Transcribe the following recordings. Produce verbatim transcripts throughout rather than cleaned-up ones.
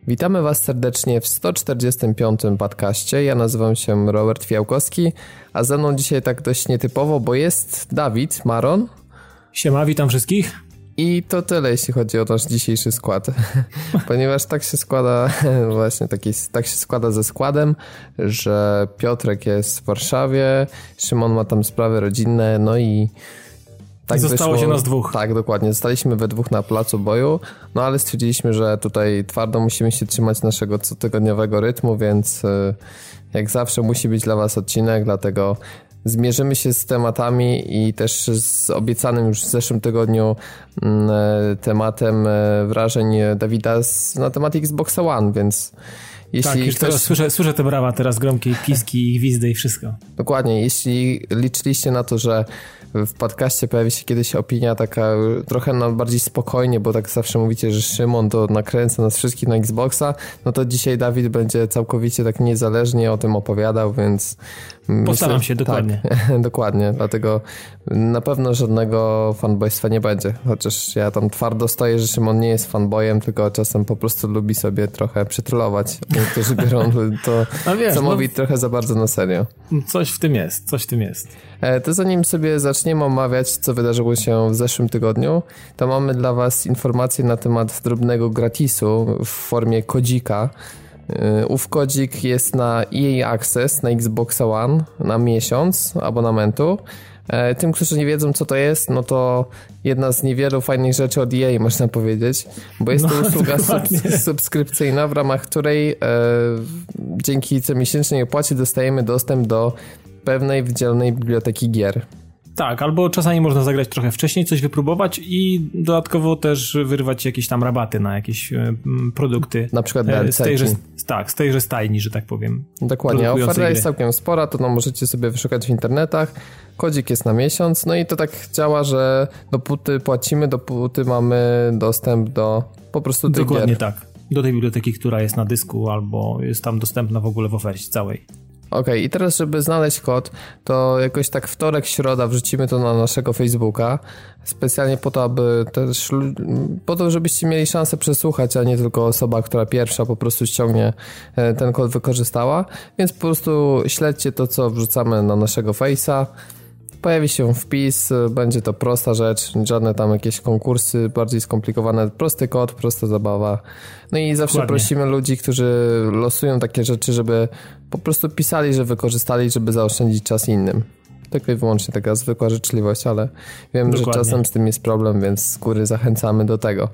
Witamy Was serdecznie w sto czterdziestym piątym podcaście. Ja nazywam się Robert Fiałkowski, a ze mną dzisiaj tak dość nietypowo, bo jest Dawid Maron. Siema, witam wszystkich. I to tyle, jeśli chodzi o nasz dzisiejszy skład, ponieważ tak się składa, właśnie taki, tak się składa ze składem, że Piotrek jest w Warszawie, Szymon ma tam sprawy rodzinne, no i tak zostało wyszło, się nas dwóch. Tak, dokładnie. Zostaliśmy we dwóch na placu boju, no ale stwierdziliśmy, że tutaj twardo musimy się trzymać naszego cotygodniowego rytmu, więc jak zawsze musi być dla Was odcinek, dlatego zmierzymy się z tematami i też z obiecanym już w zeszłym tygodniu tematem wrażeń Dawida na temat Xboxa One, więc jeśli tak, już ktoś... teraz słyszę, słyszę te brawa, teraz gromkie piski i gwizdy i wszystko. Dokładnie, jeśli liczyliście na to, że w podcaście pojawi się kiedyś opinia taka trochę na bardziej spokojnie, bo tak zawsze mówicie, że Szymon to nakręca nas wszystkich na Xboxa, no to dzisiaj Dawid będzie całkowicie tak niezależnie o tym opowiadał, więc postaram myślę, się, dokładnie. Tak, dokładnie, dlatego na pewno żadnego fanboystwa nie będzie, chociaż ja tam twardo stoję, że Szymon nie jest fanboyem, tylko czasem po prostu lubi sobie trochę przytrollować, którzy biorą to, no wiesz, co no, mówi trochę za bardzo na serio. Coś w tym jest, coś w tym jest. To zanim sobie zaczniemy omawiać, co wydarzyło się w zeszłym tygodniu, to mamy dla Was informacje na temat drobnego gratisu w formie kodzika. Ów kodzik jest na E A Access na Xbox One na miesiąc abonamentu. Tym, którzy nie wiedzą, co to jest, no to jedna z niewielu fajnych rzeczy od E A, można powiedzieć, bo jest no, to usługa sub- subskrypcyjna, w ramach której e, dzięki comiesięcznej opłacie dostajemy dostęp do pewnej wydzielonej biblioteki gier. Tak, albo czasami można zagrać trochę wcześniej, coś wypróbować i dodatkowo też wyrwać jakieś tam rabaty na jakieś produkty. Na przykład D L C. Z tejże, tak, z tejże stajni, że tak powiem. Dokładnie, oferta jest całkiem spora, to no możecie sobie wyszukać w internetach. Kodzik jest na miesiąc, no i to tak działa, że dopóty płacimy, dopóty mamy dostęp do po prostu tych Dokładnie gier. tak, do tej biblioteki, która jest na dysku albo jest tam dostępna w ogóle w ofercie całej. Okej, okay, i teraz żeby znaleźć kod, to jakoś tak wtorek, środa wrzucimy to na naszego Facebooka, specjalnie po to, aby też, po to, żebyście mieli szansę przesłuchać, a nie tylko osoba, która pierwsza po prostu ściągnie ten kod, wykorzystała, więc po prostu śledźcie to, co wrzucamy na naszego Face'a. Pojawi się wpis, będzie to prosta rzecz, żadne tam jakieś konkursy bardziej skomplikowane, prosty kod, prosta zabawa. No i zawsze Dokładnie. Prosimy ludzi, którzy losują takie rzeczy, żeby po prostu pisali, że wykorzystali, żeby zaoszczędzić czas innym. Tylko i wyłącznie taka zwykła życzliwość, ale wiem, Dokładnie. że czasem z tym jest problem, więc z góry zachęcamy do tego.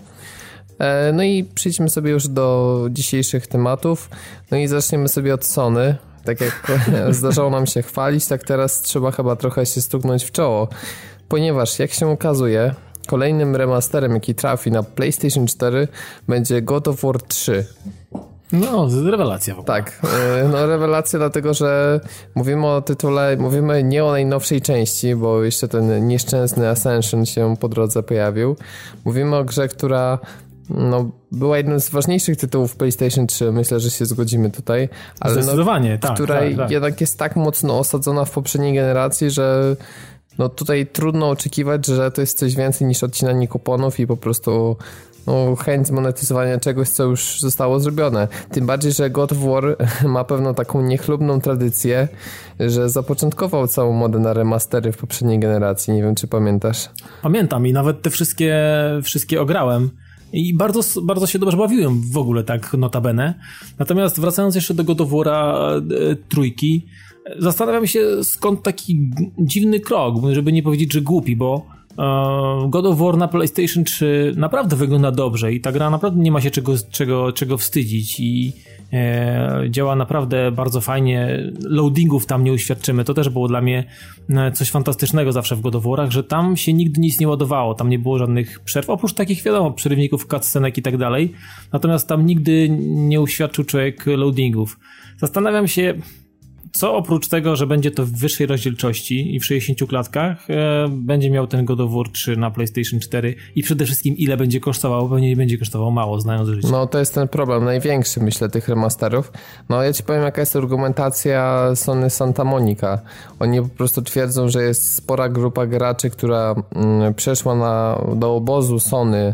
No i przejdźmy sobie już do dzisiejszych tematów. No i zaczniemy sobie od Sony. Tak jak zdarzało nam się chwalić, tak teraz trzeba chyba trochę się stuknąć w czoło, ponieważ jak się okazuje, kolejnym remasterem, jaki trafi na PlayStation cztery, będzie God of War trzy. No, rewelacja w ogóle. Tak, no rewelacja, dlatego że mówimy o tytule, mówimy nie o najnowszej części, bo jeszcze ten nieszczęsny Ascension się po drodze pojawił. Mówimy o grze, która no, była jednym z ważniejszych tytułów PlayStation trzy, myślę, że się zgodzimy tutaj, ale zdecydowanie, no, tak, która tak, tak. jednak jest tak mocno osadzona w poprzedniej generacji, że no tutaj trudno oczekiwać, że to jest coś więcej niż odcinanie kuponów i po prostu no, chęć zmonetyzowania czegoś, co już zostało zrobione. Tym bardziej, że God of War ma pewną taką niechlubną tradycję, że zapoczątkował całą modę na remastery w poprzedniej generacji. Nie wiem, czy pamiętasz? Pamiętam i nawet te wszystkie, wszystkie ograłem. I bardzo, bardzo się dobrze bawiłem w ogóle tak notabene. Natomiast wracając jeszcze do God of War'a e, trójki, zastanawiam się, skąd taki dziwny krok, żeby nie powiedzieć, że głupi, bo e, God of War na PlayStation trzy naprawdę wygląda dobrze i ta gra naprawdę nie ma się czego, czego, czego wstydzić i e, działa naprawdę bardzo fajnie. Loadingów tam nie uświadczymy. To też było dla mnie coś fantastycznego zawsze w God of War'ach, że tam się nigdy nic nie ładowało, tam nie było żadnych przerw, oprócz takich wiadomo, przerywników, cutscenek i tak dalej. Natomiast tam nigdy nie uświadczył człowiek loadingów. Zastanawiam się, co oprócz tego, że będzie to w wyższej rozdzielczości i w sześćdziesięciu klatkach, e, będzie miał ten God of War trzy na PlayStation cztery i przede wszystkim ile będzie kosztowało, pewnie nie będzie kosztowało mało, znając życie. No to jest ten problem, największy myślę tych remasterów. No ja ci powiem, jaka jest argumentacja Sony Santa Monica. Oni po prostu twierdzą, że jest spora grupa graczy, która mm, przeszła na, do obozu Sony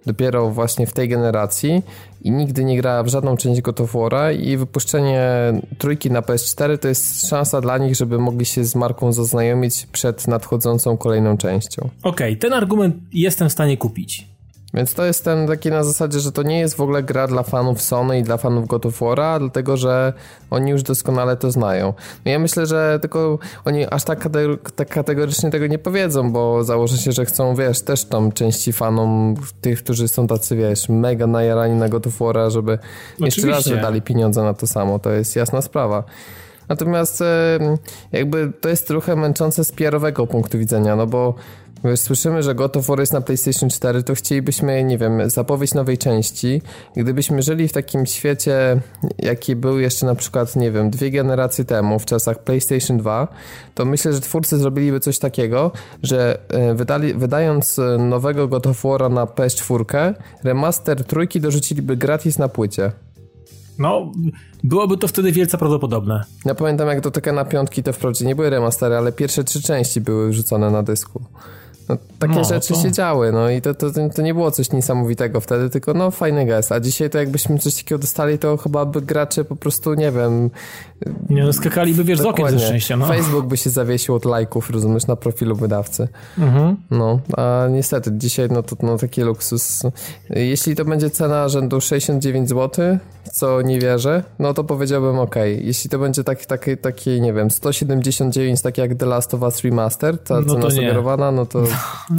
dopiero właśnie w tej generacji i nigdy nie grała w żadną część God of War'a i wypuszczenie trójki na P S cztery to jest szansa dla nich, żeby mogli się z marką zaznajomić przed nadchodzącą kolejną częścią. Okej, okay, ten argument jestem w stanie kupić. Więc to jest ten taki na zasadzie, że to nie jest w ogóle gra dla fanów Sony i dla fanów God of War'a, dlatego że oni już doskonale to znają. No ja myślę, że tylko oni aż tak, tak kategorycznie tego nie powiedzą, bo założę się, że chcą, wiesz, też tam części fanom, tych, którzy są tacy, wiesz, mega najarani na God of War'a, żeby Oczywiście. jeszcze raz wydali pieniądze na to samo. To jest jasna sprawa. Natomiast jakby to jest trochę męczące z P R-owego punktu widzenia, no bo wiesz, słyszymy, że God of War jest na PlayStation cztery, to chcielibyśmy, nie wiem, zapowiedź nowej części. Gdybyśmy żyli w takim świecie, jaki był jeszcze na przykład, nie wiem, dwie generacje temu, w czasach PlayStation dwa, to myślę, że twórcy zrobiliby coś takiego, że wydali, wydając nowego God of War'a na P S cztery, remaster trójki dorzuciliby gratis na płycie. No, byłoby to wtedy wielce prawdopodobne. Ja pamiętam, jak do Tekena piątki to wprawdzie nie były remastery, ale pierwsze trzy części były wrzucone na dysku. No, takie no, rzeczy to... się działy, no i to, to, to nie było coś niesamowitego wtedy, tylko no fajny gest, a dzisiaj to jakbyśmy coś takiego dostali, to chyba by gracze po prostu, nie wiem... Nie no, skakaliby, wiesz, z okien ze szczęścia, no. Facebook by się zawiesił od lajków, rozumiesz, na profilu wydawcy. Mhm. No, a niestety dzisiaj no to no, taki luksus. Jeśli to będzie cena rzędu sześćdziesiąt dziewięć złotych, co nie wierzę, no to powiedziałbym okej. Okay. Jeśli to będzie taki, taki, taki, nie wiem, sto siedemdziesiąt dziewięć, tak jak The Last of Us Remastered, ta no cena sugerowana, no to...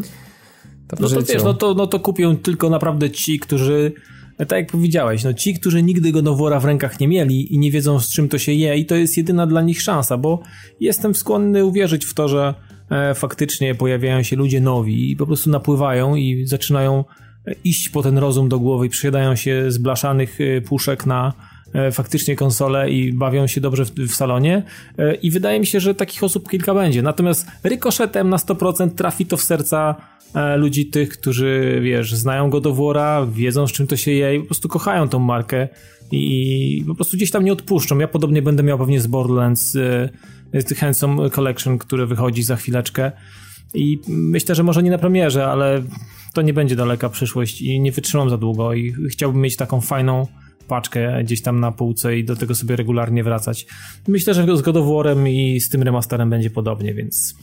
To no to wiesz, no to, no to kupią tylko naprawdę ci, którzy, tak jak powiedziałeś, no ci, którzy nigdy God of War'a w rękach nie mieli i nie wiedzą, z czym to się je, i to jest jedyna dla nich szansa, bo jestem skłonny uwierzyć w to, że e, faktycznie pojawiają się ludzie nowi i po prostu napływają i zaczynają iść po ten rozum do głowy i przysiadają się z blaszanych puszek na e, faktycznie konsolę i bawią się dobrze w, w salonie e, i wydaje mi się, że takich osób kilka będzie. Natomiast rykoszetem na sto procent trafi to w serca e, ludzi tych, którzy, wiesz, znają God of War'a, wiedzą, z czym to się je i po prostu kochają tą markę i, i po prostu gdzieś tam nie odpuszczą. Ja podobnie będę miał pewnie z Borderlands e, z The Handsome Collection, które wychodzi za chwileczkę i myślę, że może nie na premierze, ale to nie będzie daleka przyszłość i nie wytrzymam za długo i chciałbym mieć taką fajną paczkę gdzieś tam na półce i do tego sobie regularnie wracać. Myślę, że z God of War'em i z tym remasterem będzie podobnie, więc...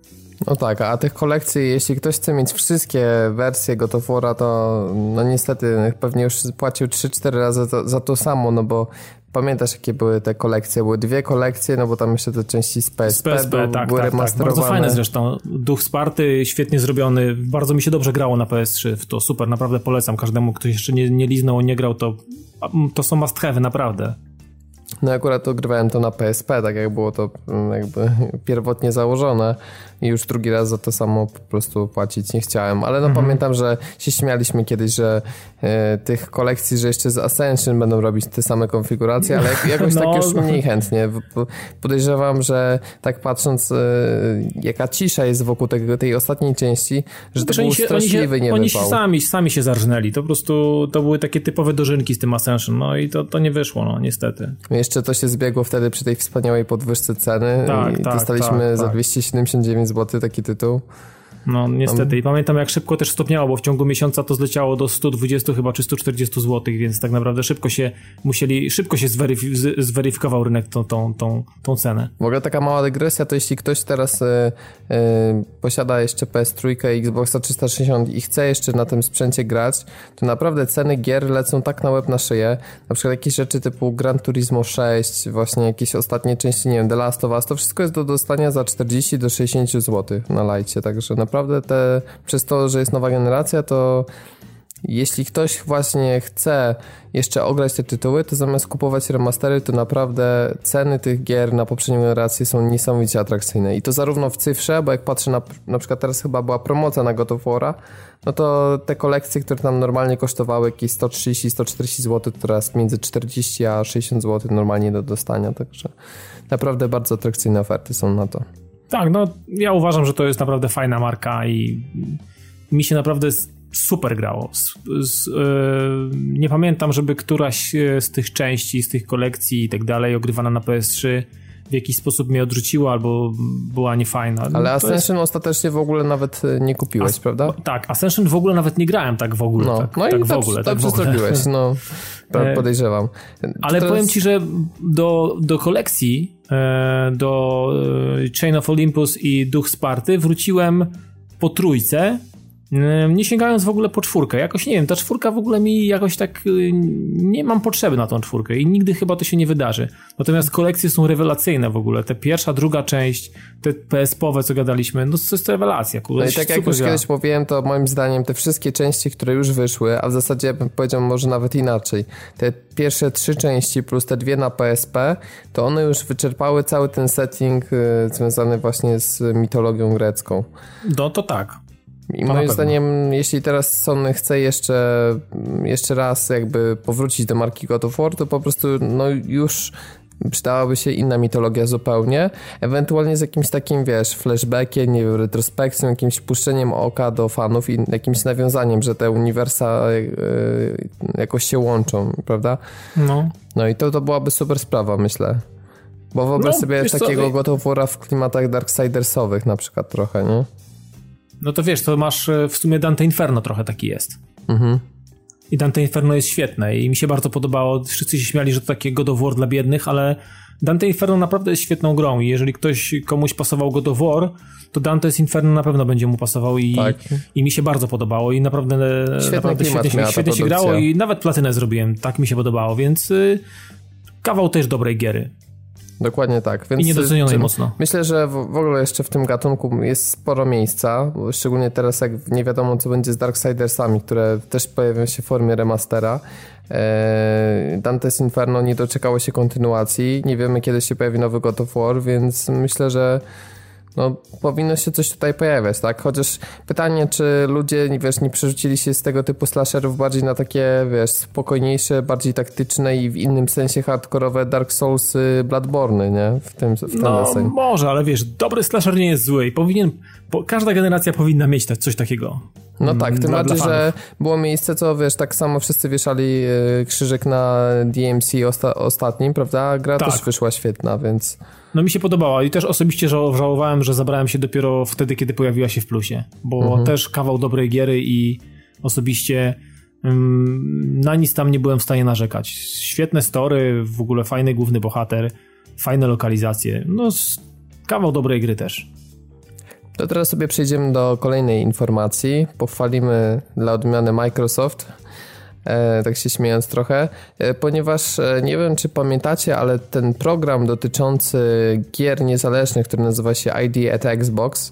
No tak, a tych kolekcji, jeśli ktoś chce mieć wszystkie wersje God of War'a, to no niestety pewnie już płacił trzy cztery razy za, za to samo, no bo pamiętasz, jakie były te kolekcje? Były dwie kolekcje, no bo tam jeszcze te części z P S P, z P S P były, tak, były tak, remasterowane. Tak. Bardzo fajne zresztą. Duch Sparty, świetnie zrobiony. Bardzo mi się dobrze grało na P S trzy. To super, naprawdę polecam każdemu, kto jeszcze nie, nie liznął, nie grał, to, to są must have, naprawdę. No akurat ogrywałem to na P S P, tak jak było to jakby pierwotnie założone i już drugi raz za to samo po prostu płacić nie chciałem, ale no mhm. pamiętam, że się śmialiśmy kiedyś, że e, tych kolekcji, że jeszcze z Ascension będą robić te same konfiguracje, ale jakoś no. tak już mniej chętnie. Podejrzewam, że tak patrząc e, jaka cisza jest wokół tego, tej ostatniej części, że to był się, straszliwy nie Oni się sami, sami się zarżnęli, to po prostu to były takie typowe dożynki z tym Ascension, no i to, to nie wyszło, no niestety. Jeszcze to się zbiegło wtedy przy tej wspaniałej podwyżce ceny tak, i tak, dostaliśmy tak, za tak. dwieście siedemdziesiąt dziewięć złotych taki tytuł. No niestety i pamiętam, jak szybko też stopniało, bo w ciągu miesiąca to zleciało do sto dwadzieścia chyba czy sto czterdzieści złotych, więc tak naprawdę szybko się musieli, szybko się zweryf- zweryfikował rynek tą, tą, tą, tą cenę. W ogóle taka mała dygresja, to jeśli ktoś teraz y, y, posiada jeszcze P S trzy i Xboxa trzysta sześćdziesiąt i chce jeszcze na tym sprzęcie grać, to naprawdę ceny gier lecą tak na łeb na szyję. Na przykład jakieś rzeczy typu Gran Turismo sześć, właśnie jakieś ostatnie części, nie wiem, The Last of Us, to wszystko jest do dostania za czterdzieści do sześćdziesiąt złotych na lajcie, także naprawdę Naprawdę te, przez to, że jest nowa generacja, to jeśli ktoś właśnie chce jeszcze ograć te tytuły, to zamiast kupować remastery, to naprawdę ceny tych gier na poprzednią generację są niesamowicie atrakcyjne. I to zarówno w cyfrze, bo jak patrzę na, na przykład teraz chyba była promocja na God of War'a, no to te kolekcje, które tam normalnie kosztowały jakieś sto trzydzieści do stu czterdziestu złotych, teraz między czterdzieści a sześćdziesiąt złotych normalnie do dostania, także naprawdę bardzo atrakcyjne oferty są na to. Tak, no ja uważam, że to jest naprawdę fajna marka i mi się naprawdę super grało. Z, z, yy, nie pamiętam, żeby któraś z tych części, z tych kolekcji i tak dalej ogrywana na P S trzy w w jakiś sposób mnie odrzuciła albo była niefajna. Ale Ascension jest... ostatecznie w ogóle nawet nie kupiłeś, As... prawda? Tak, Ascension w ogóle nawet nie grałem tak w ogóle. No, tak, no tak i w dobrze, ogóle, dobrze tak w ogóle. zrobiłeś, no podejrzewam. Ale teraz... powiem ci, że do, do kolekcji, do Chain of Olympus i Duch Sparty wróciłem po trójce, nie sięgając w ogóle po czwórkę. Jakoś nie wiem, ta czwórka w ogóle mi jakoś tak nie mam potrzeby na tą czwórkę i nigdy chyba to się nie wydarzy. Natomiast kolekcje są rewelacyjne w ogóle. Te pierwsza, druga część, te P S P-owe, co gadaliśmy, no to jest rewelacja. Kurde, no i tak jak już gra. Kiedyś mówiłem, to moim zdaniem te wszystkie części, które już wyszły, a w zasadzie bym powiedział może nawet inaczej, te pierwsze trzy części plus te dwie na P S P, to one już wyczerpały cały ten setting y, związany właśnie z mitologią grecką. No to tak. I to moim zdaniem, jeśli teraz Sony chce jeszcze, jeszcze raz jakby powrócić do marki God of War, to po prostu no już przydałaby się inna mitologia zupełnie, ewentualnie z jakimś takim, wiesz, flashbackiem, nie wiem, retrospekcją, jakimś puszczeniem oka do fanów i jakimś nawiązaniem, że te uniwersa yy, jakoś się łączą, prawda? No. No i to, to byłaby super sprawa, myślę. Bo wyobraź no, sobie takiego co? God of War'a w klimatach Darksidersowych na przykład trochę, nie? No to wiesz, to masz w sumie Dante Inferno trochę taki jest. Mhm. I Dante Inferno jest świetne i mi się bardzo podobało. Wszyscy się śmiali, że to takie God of War dla biednych, ale Dante Inferno naprawdę jest świetną grą i jeżeli ktoś komuś pasował God of War, to Dante's Inferno na pewno będzie mu pasował i, tak. i mi się bardzo podobało i naprawdę świetny naprawdę świetnie, się, świetnie się grało i nawet platynę zrobiłem, tak mi się podobało, więc y, kawał też dobrej giery. Dokładnie tak. Więc I niedocenionej mocno. Myślę, że w, w ogóle jeszcze w tym gatunku jest sporo miejsca, szczególnie teraz jak nie wiadomo co będzie z Darksidersami, które też pojawią się w formie remastera. Eee, Dante's Inferno nie doczekało się kontynuacji, nie wiemy kiedy się pojawi nowy God of War, więc myślę, że no, powinno się coś tutaj pojawiać, tak? Chociaż pytanie, czy ludzie, wiesz, nie przerzucili się z tego typu slasherów bardziej na takie, wiesz, spokojniejsze, bardziej taktyczne i w innym sensie hardkorowe Dark Soulsy, Bloodborne, nie? W tym, w ten no, deseń. może, ale wiesz, dobry slasher nie jest zły i powinien, po, każda generacja powinna mieć coś takiego. No tak, tym bardziej, że było miejsce, co wiesz, tak samo wszyscy wieszali yy, krzyżyk na D M C osta- ostatnim, prawda? Gra tak. też wyszła świetna, więc... No mi się podobała i też osobiście żał- żałowałem, że zabrałem się dopiero wtedy, kiedy pojawiła się w plusie, bo mhm. też kawał dobrej giery i osobiście ym, na nic tam nie byłem w stanie narzekać. Świetne story, w ogóle fajny główny bohater, fajne lokalizacje, no kawał dobrej gry też. To teraz sobie przejdziemy do kolejnej informacji. Pochwalimy dla odmiany Microsoft, e, tak się śmiejąc trochę, e, ponieważ e, nie wiem czy pamiętacie, ale ten program dotyczący gier niezależnych, który nazywa się I D at Xbox,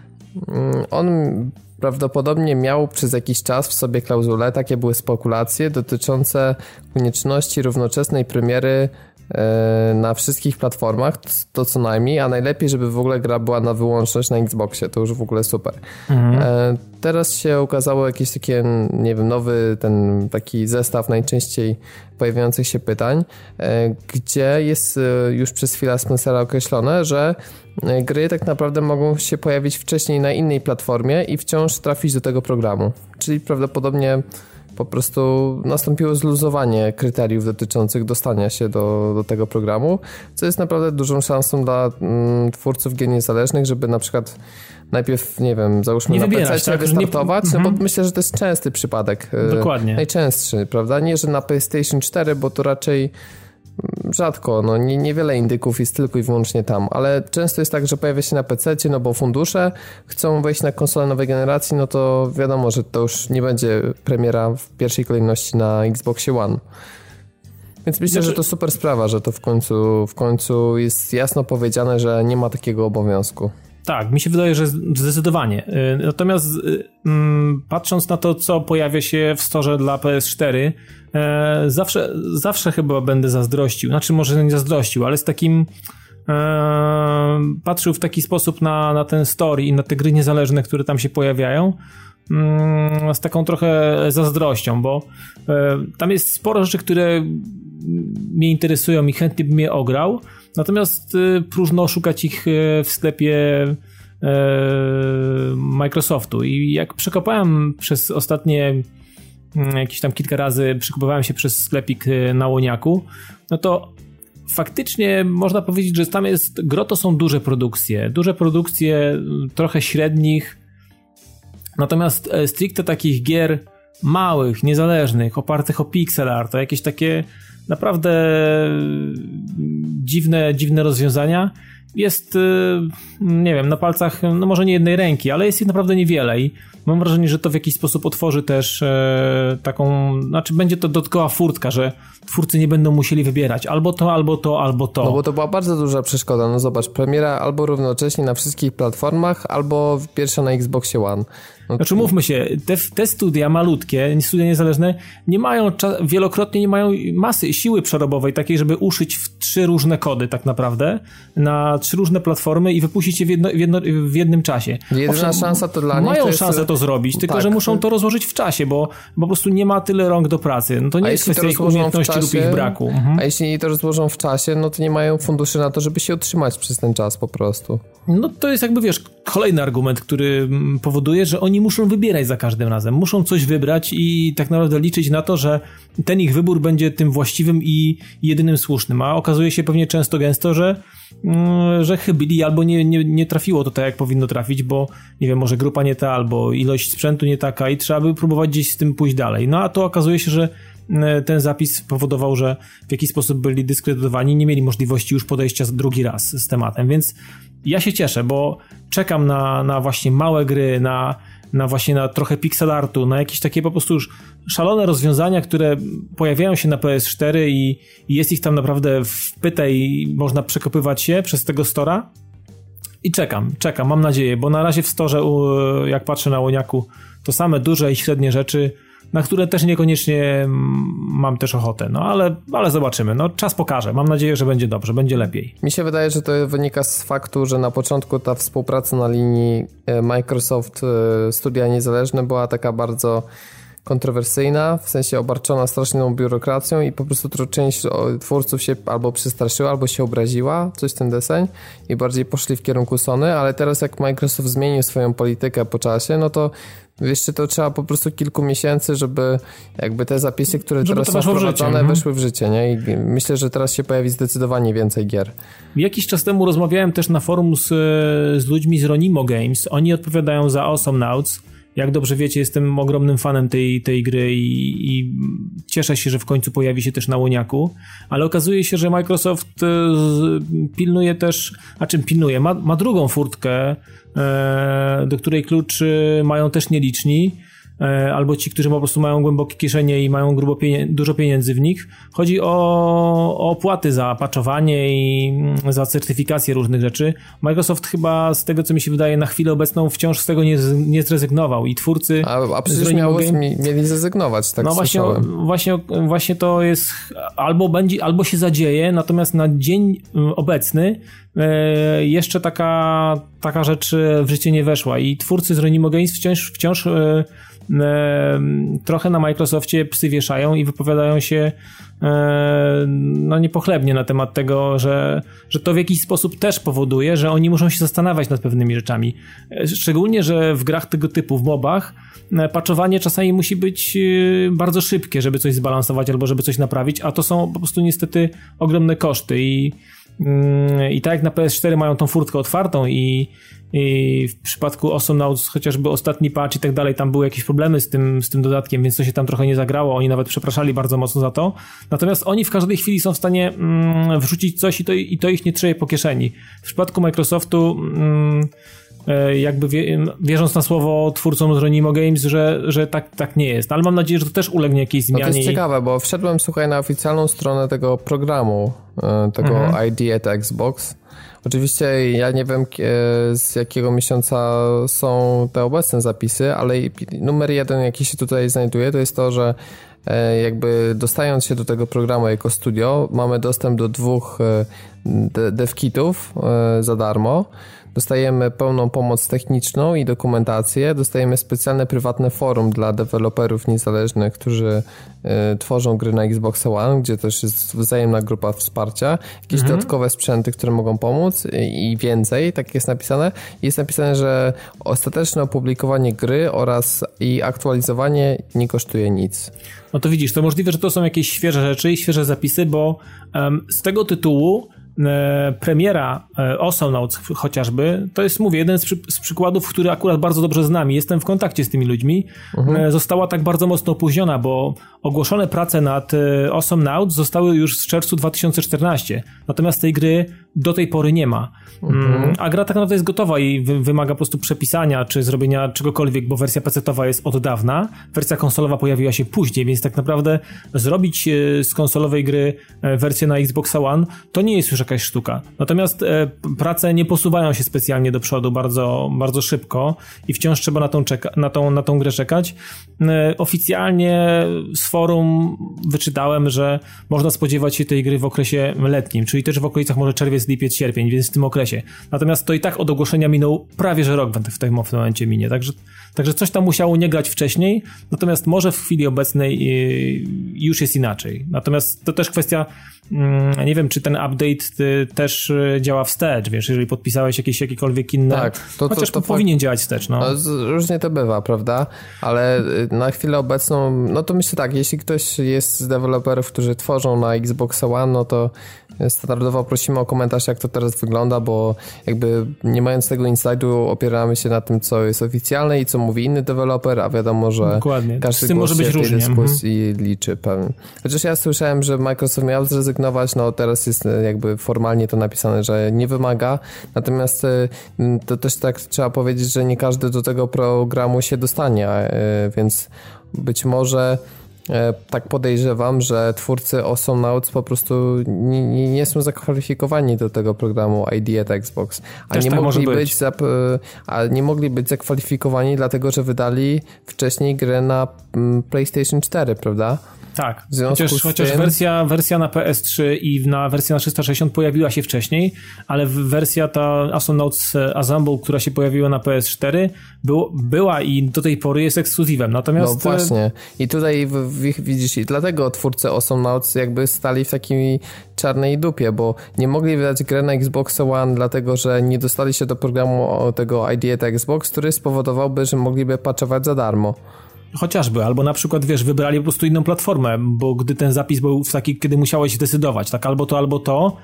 mm, on prawdopodobnie miał przez jakiś czas w sobie klauzulę, takie były spekulacje dotyczące konieczności równoczesnej premiery na wszystkich platformach, to co najmniej, a najlepiej, żeby w ogóle gra była na wyłączność na Xboxie, to już w ogóle super. Mhm. Teraz się ukazało jakieś takie, nie wiem, nowy ten taki zestaw najczęściej pojawiających się pytań, gdzie jest już przez chwilę Spencera określone, że gry tak naprawdę mogą się pojawić wcześniej na innej platformie i wciąż trafić do tego programu, czyli prawdopodobnie po prostu nastąpiło zluzowanie kryteriów dotyczących dostania się do, do tego programu, co jest naprawdę dużą szansą dla mm, twórców gier niezależnych, żeby na przykład najpierw, nie wiem, załóżmy nie na P C tak? wystartować, nie... no bo mhm. myślę, że to jest częsty przypadek. Dokładnie. Najczęstszy, prawda? Nie, że na PlayStation cztery, bo to raczej rzadko, no nie, niewiele indyków jest tylko i wyłącznie tam, ale często jest tak, że pojawia się na pececie, no bo fundusze chcą wejść na konsolę nowej generacji, no to wiadomo, że to już nie będzie premiera w pierwszej kolejności na Xboxie One. Więc myślę, znaczy... że to super sprawa, że to w końcu, w końcu jest jasno powiedziane, że nie ma takiego obowiązku. Tak, mi się wydaje, że zdecydowanie. Natomiast mm, patrząc na to, co pojawia się w storze dla P S cztery, e, zawsze, zawsze chyba będę zazdrościł. Znaczy może nie zazdrościł, ale z takim e, patrzył w taki sposób na, na ten store i na te gry niezależne, które tam się pojawiają, mm, z taką trochę zazdrością, bo e, tam jest sporo rzeczy, które mnie interesują i chętnie bym je ograł. Natomiast y, próżno szukać ich y, w sklepie y, Microsoftu i jak przekopałem przez ostatnie y, jakieś tam kilka razy, przekopywałem się przez sklepik y, na Łoniaku, no to faktycznie można powiedzieć, że tam jest, gro to są duże produkcje, duże produkcje, trochę średnich, natomiast stricte takich gier małych, niezależnych, opartych o pixel art, to jakieś takie naprawdę dziwne, dziwne rozwiązania jest, nie wiem, na palcach, no może nie jednej ręki, ale jest ich naprawdę niewiele i mam wrażenie, że to w jakiś sposób otworzy też e, taką, znaczy będzie to dodatkowa furtka, że twórcy nie będą musieli wybierać albo to, albo to, albo to. No bo to była bardzo duża przeszkoda, no zobacz, premiera albo równocześnie na wszystkich platformach, albo pierwsza na Xboxie One. No znaczy mówmy się, te, te studia malutkie, studia niezależne nie mają, wielokrotnie nie mają masy, siły przerobowej takiej, żeby uszyć w trzy różne kody tak naprawdę, na trzy różne platformy i wypuścić je w, jedno, w, jedno, w jednym czasie. Jedyna Owszem, szansa to dla nich mają to jest... szansę to zrobić, tylko tak. że muszą to rozłożyć w czasie, bo, bo po prostu nie ma tyle rąk do pracy. No to nie a jest kwestia ich umiejętności lub ich braku. Mhm. A jeśli to rozłożą w czasie, no to nie mają funduszy na to, żeby się utrzymać przez ten czas po prostu. No to jest jakby, wiesz, kolejny argument, który powoduje, że oni muszą wybierać za każdym razem. Muszą coś wybrać i tak naprawdę liczyć na to, że ten ich wybór będzie tym właściwym i jedynym słusznym. A okazuje się pewnie często gęsto, że, że chybili albo nie, nie, nie trafiło to tak, jak powinno trafić, bo nie wiem, może grupa nie ta, albo ilość sprzętu nie taka i trzeba by próbować gdzieś z tym pójść dalej. No a to okazuje się, że ten zapis powodował, że w jakiś sposób byli dyskredytowani, nie mieli możliwości już podejścia drugi raz z tematem, więc ja się cieszę, bo czekam na, na właśnie małe gry, na, na właśnie na trochę pixel artu, na jakieś takie po prostu już szalone rozwiązania, które pojawiają się na P S cztery i, i jest ich tam naprawdę w pyte i można przekopywać się przez tego stora. I czekam, czekam, mam nadzieję, bo na razie w storze, jak patrzę na Łoniaku, to same duże i średnie rzeczy, na które też niekoniecznie mam też ochotę, no ale, ale zobaczymy, no czas pokaże, mam nadzieję, że będzie dobrze, będzie lepiej. Mi się wydaje, że to wynika z faktu, że na początku ta współpraca na linii Microsoft Studia Niezależne była taka bardzo kontrowersyjna, w sensie obarczona straszną biurokracją i po prostu to część twórców się albo przestraszyła, albo się obraziła, coś w ten deseń i bardziej poszli w kierunku Sony, ale teraz jak Microsoft zmienił swoją politykę po czasie, no to jeszcze to trzeba po prostu kilku miesięcy, żeby jakby te zapisy, które żeby teraz są wprowadzone, w weszły w życie, nie? I myślę, że teraz się pojawi zdecydowanie więcej gier. Jakiś czas temu rozmawiałem też na forum z, z ludźmi z Ronimo Games. Oni odpowiadają za Awesomenauts. Jak dobrze wiecie, jestem ogromnym fanem tej, tej gry i, i cieszę się, że w końcu pojawi się też na Łoniaku, ale okazuje się, że Microsoft pilnuje też, a czym pilnuje, ma, ma drugą furtkę, do której klucz mają też nieliczni, albo ci, którzy po prostu mają głębokie kieszenie i mają grubo pienie- dużo pieniędzy w nich. Chodzi o, o opłaty za patchowanie i za certyfikację różnych rzeczy. Microsoft chyba, z tego co mi się wydaje, na chwilę obecną wciąż z tego nie, nie zrezygnował i twórcy... A, a przecież miało, mieli zrezygnować, tak no właśnie, właśnie, właśnie to jest albo będzie, albo się zadzieje, natomiast na dzień obecny e, jeszcze taka, taka rzecz w życie nie weszła i twórcy z Ronimo Games wciąż, wciąż e, trochę na Microsoftie psy wieszają i wypowiadają się no niepochlebnie na temat tego, że, że to w jakiś sposób też powoduje, że oni muszą się zastanawiać nad pewnymi rzeczami. Szczególnie, że w grach tego typu, w mobach, patchowanie czasami musi być bardzo szybkie, żeby coś zbalansować albo żeby coś naprawić, a to są po prostu niestety ogromne koszty i I tak jak na P S cztery mają tą furtkę otwartą i, i w przypadku Awesomenauts chociażby ostatni patch i tak dalej, tam były jakieś problemy z tym, z tym dodatkiem, więc to się tam trochę nie zagrało, oni nawet przepraszali bardzo mocno za to, natomiast oni w każdej chwili są w stanie mm, wrzucić coś i to, i to ich nie trzeje po kieszeni. W przypadku Microsoftu mm, jakby wie, wierząc na słowo twórcom z Ronimo Games, że, że tak, tak nie jest. Ale mam nadzieję, że to też ulegnie jakiejś zmianie. No to jest ciekawe, bo wszedłem, słuchaj, na oficjalną stronę tego programu, tego mhm. I D at Xbox. Oczywiście ja nie wiem z jakiego miesiąca są te obecne zapisy, ale numer jeden, jaki się tutaj znajduje, to jest to, że jakby dostając się do tego programu jako studio, mamy dostęp do dwóch devkitów za darmo. Dostajemy pełną pomoc techniczną i dokumentację. Dostajemy specjalne prywatne forum dla deweloperów niezależnych, którzy y, tworzą gry na Xbox One, gdzie też jest wzajemna grupa wsparcia. Jakieś mhm. dodatkowe sprzęty, które mogą pomóc i, i więcej, tak jest napisane. Jest napisane, że ostateczne opublikowanie gry oraz i aktualizowanie nie kosztuje nic. No to widzisz, to możliwe, że to są jakieś świeże rzeczy i świeże zapisy, bo um, z tego tytułu e, premiera e, Awesomnauts chociażby, to jest, mówię, jeden z, przy, z przykładów, który akurat bardzo dobrze znam i jestem w kontakcie z tymi ludźmi, mhm. e, została tak bardzo mocno opóźniona, bo ogłoszone prace nad e, Awesomnauts zostały już w czerwcu dwa tysiące czternastego, natomiast tej gry do tej pory nie ma. Mhm. A gra tak naprawdę jest gotowa i wy, wymaga po prostu przepisania, czy zrobienia czegokolwiek, bo wersja pecetowa jest od dawna, wersja konsolowa pojawiła się później, więc tak naprawdę zrobić e, z konsolowej gry e, wersję na Xboxa One to nie jest już jakaś sztuka. Natomiast e, prace nie posuwają się specjalnie do przodu bardzo, bardzo szybko i wciąż trzeba na tą, czeka- na tą, na tą grę czekać. E, oficjalnie z forum wyczytałem, że można spodziewać się tej gry w okresie letnim, czyli też w okolicach może czerwiec, lipiec, sierpień, więc w tym okresie. Natomiast to i tak od ogłoszenia minął prawie że rok w tym momencie minie, także, także coś tam musiało nie grać wcześniej, natomiast może w chwili obecnej już jest inaczej. Natomiast to też kwestia, nie wiem, czy ten update też działa wstecz, wiesz, jeżeli podpisałeś jakieś jakiekolwiek inne, tak, to, chociaż to, to powinien fakt... działać wstecz. No. No, różnie to bywa, prawda? Ale na chwilę obecną, no to myślę tak, jeśli ktoś jest z deweloperów, którzy tworzą na Xbox One, no to standardowo prosimy o komentarz, jak to teraz wygląda, bo jakby nie mając tego insightu opieramy się na tym, co jest oficjalne i co mówi inny deweloper, a wiadomo, że Dokładnie. każdy z tym głos może być się w tej różnie. dyskusji mhm. liczy pewnie. Chociaż ja słyszałem, że Microsoft miał zrezygnować, no teraz jest jakby formalnie to napisane, że nie wymaga, natomiast to też tak trzeba powiedzieć, że nie każdy do tego programu się dostanie, więc być może tak podejrzewam, że twórcy Awesomnauts po prostu nie, nie, nie są zakwalifikowani do tego programu I D at Xbox, a nie, tak mogli być. być zap, a nie mogli być zakwalifikowani dlatego, że wydali wcześniej grę na PlayStation cztery, prawda? Tak, chociaż, chociaż tym... wersja, wersja na P S trzy i na wersja na trzysta sześćdziesiąt pojawiła się wcześniej, ale wersja ta Awesomnauts Assemble, która się pojawiła na P S cztery, był, była i do tej pory jest ekskluzywem. Natomiast... No właśnie. I tutaj w, w, widzisz, i dlatego twórcy Awesomnauts jakby stali w takiej czarnej dupie, bo nie mogli wydać grę na Xbox One, dlatego że nie dostali się do programu tego I D at Xbox, który spowodowałby, że mogliby patchować za darmo. Chociażby, albo na przykład, wiesz, wybrali po prostu inną platformę, bo gdy ten zapis był w taki, kiedy musiałeś decydować, tak, albo to, albo to,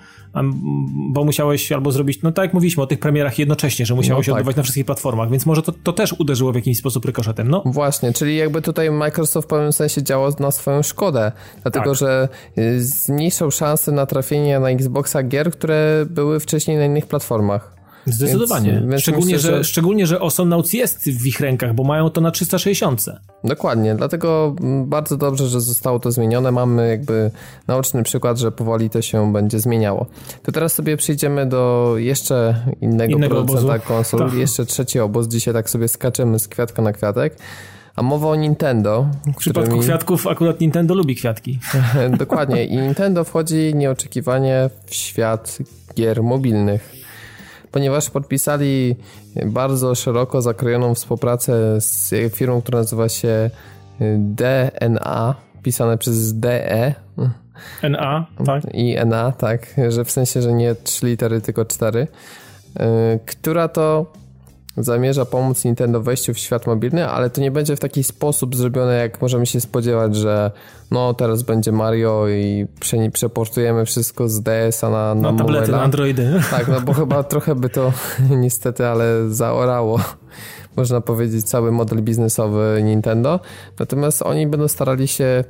bo musiałeś albo zrobić, no tak jak mówiliśmy o tych premierach jednocześnie, że musiało no się tak. odbywać na wszystkich platformach, więc może to, to też uderzyło w jakiś sposób rykoszetem, no. Właśnie, czyli jakby tutaj Microsoft w pewnym sensie działał na swoją szkodę, dlatego, tak. że zmniejszał szanse na trafienie na Xboxa gier, które były wcześniej na innych platformach. Zdecydowanie. Więc, więc szczególnie, myślę, że... że, szczególnie, że Awesomnauts jest w ich rękach, bo mają to na trzysta sześćdziesiąt. Dokładnie, dlatego bardzo dobrze, że zostało to zmienione. Mamy jakby naoczny przykład, że powoli to się będzie zmieniało. To teraz sobie przejdziemy do jeszcze innego, innego producenta obozu. konsol, tak. jeszcze trzeci obóz. Dzisiaj tak sobie skaczemy z kwiatka na kwiatek. A mowa o Nintendo. W przypadku którymi... kwiatków akurat Nintendo lubi kwiatki. Dokładnie. I Nintendo wchodzi nieoczekiwanie w świat gier mobilnych. Ponieważ podpisali bardzo szeroko zakrojoną współpracę z firmą, która nazywa się D N A, pisane przez D E. N A, tak. I N A, tak, że w sensie, że nie trzy litery, tylko cztery, która to zamierza pomóc Nintendo w wejściu w świat mobilny, ale to nie będzie w taki sposób zrobione, jak możemy się spodziewać, że no teraz będzie Mario i prze, przeportujemy wszystko z D S-a na, na, na tablety, na Androidy. Tak, no bo chyba trochę by to niestety, ale zaorało, można powiedzieć, cały model biznesowy Nintendo. Natomiast oni będą starali się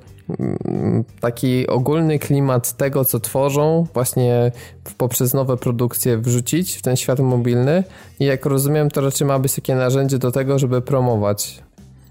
taki ogólny klimat tego, co tworzą, właśnie poprzez nowe produkcje wrzucić w ten świat mobilny i jak rozumiem, to raczej ma być takie narzędzie do tego, żeby promować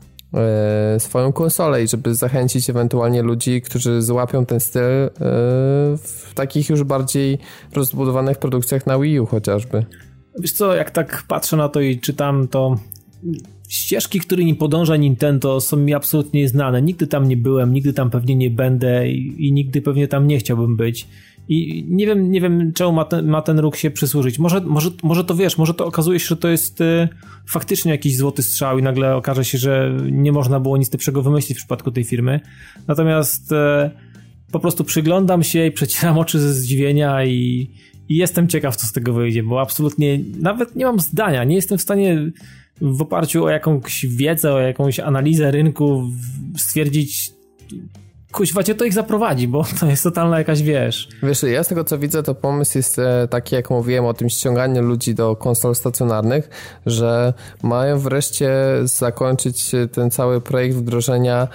e, swoją konsolę i żeby zachęcić ewentualnie ludzi, którzy złapią ten styl e, w takich już bardziej rozbudowanych produkcjach na Wii U chociażby. Wiesz co, jak tak patrzę na to i czytam, to ścieżki, którymi podąża Nintendo, są mi absolutnie nieznane. Nigdy tam nie byłem, nigdy tam pewnie nie będę i, i nigdy pewnie tam nie chciałbym być. I nie wiem, nie wiem czemu ma ten, ma ten róg się przysłużyć. Może, może, może to wiesz, może to okazuje się, że to jest y, faktycznie jakiś złoty strzał i nagle okaże się, że nie można było nic lepszego wymyślić w przypadku tej firmy. Natomiast y, po prostu przyglądam się i przecieram oczy ze zdziwienia i, i jestem ciekaw, co z tego wyjdzie, bo absolutnie nawet nie mam zdania, nie jestem w stanie w oparciu o jakąś wiedzę, o jakąś analizę rynku stwierdzić, kuźwa cię to ich zaprowadzi, bo to jest totalna jakaś, wiesz... Wiesz, ja z tego co widzę, to pomysł jest taki, jak mówiłem o tym ściąganiu ludzi do konsol stacjonarnych, że mają wreszcie zakończyć ten cały projekt wdrożenia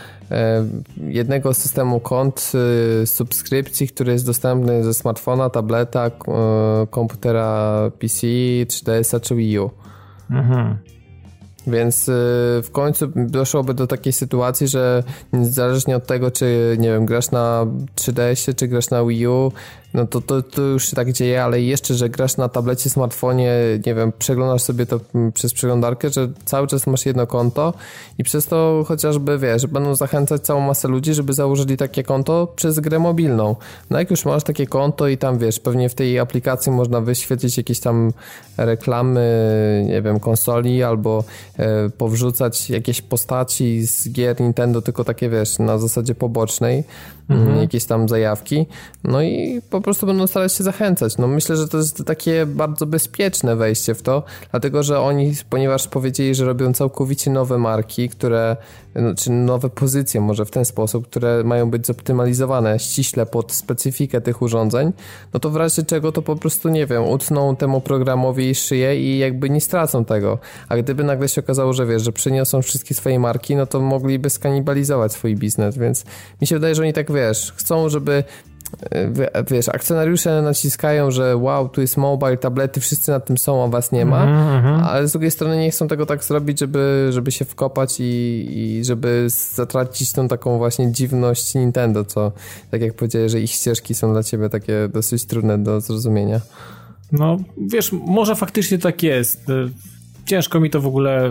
jednego systemu kont, subskrypcji, który jest dostępny ze smartfona, tableta, komputera P C, trzy D S a czy Wii U. Mhm. Więc w końcu doszłoby do takiej sytuacji, że niezależnie od tego, czy nie wiem, grasz na trzy D S ie, czy grasz na Wii U, no to, to, to już się tak dzieje, ale jeszcze, że grasz na tablecie, smartfonie, nie wiem, przeglądasz sobie to przez przeglądarkę, że cały czas masz jedno konto i przez to chociażby, wiesz, będą zachęcać całą masę ludzi, żeby założyli takie konto przez grę mobilną. No jak już masz takie konto i tam, wiesz, pewnie w tej aplikacji można wyświetlić jakieś tam reklamy, nie wiem, konsoli albo e, powrzucać jakieś postaci z gier Nintendo, tylko takie, wiesz, na zasadzie pobocznej, mhm. jakieś tam zajawki, no i po prostu będą starać się zachęcać. No myślę, że to jest takie bardzo bezpieczne wejście w to, dlatego, że oni, ponieważ powiedzieli, że robią całkowicie nowe marki, które, no, czy nowe pozycje może w ten sposób, które mają być zoptymalizowane ściśle pod specyfikę tych urządzeń, no to w razie czego to po prostu, nie wiem, utną temu programowi szyję i jakby nie stracą tego. A gdyby nagle się okazało, że wiesz, że przeniosą wszystkie swoje marki, no to mogliby skanibalizować swój biznes, więc mi się wydaje, że oni tak, wiesz, chcą, żeby wiesz, akcjonariusze naciskają, że wow, tu jest mobile, tablety, wszyscy na tym są, a was nie ma, mm-hmm. ale z drugiej strony nie chcą tego tak zrobić, żeby, żeby się wkopać i, i żeby zatracić tą taką właśnie dziwność Nintendo, co tak jak powiedziałeś, że ich ścieżki są dla ciebie takie dosyć trudne do zrozumienia. No, wiesz, może faktycznie tak jest. Ciężko mi to w ogóle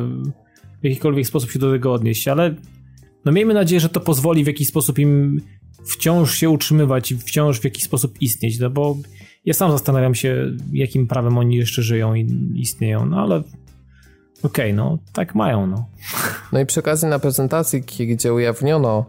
w jakikolwiek sposób się do tego odnieść, ale no miejmy nadzieję, że to pozwoli w jakiś sposób im wciąż się utrzymywać i wciąż w jakiś sposób istnieć, no bo ja sam zastanawiam się, jakim prawem oni jeszcze żyją i istnieją, no ale okej, okay, no tak mają, no. No i przy okazji na prezentacji, gdzie ujawniono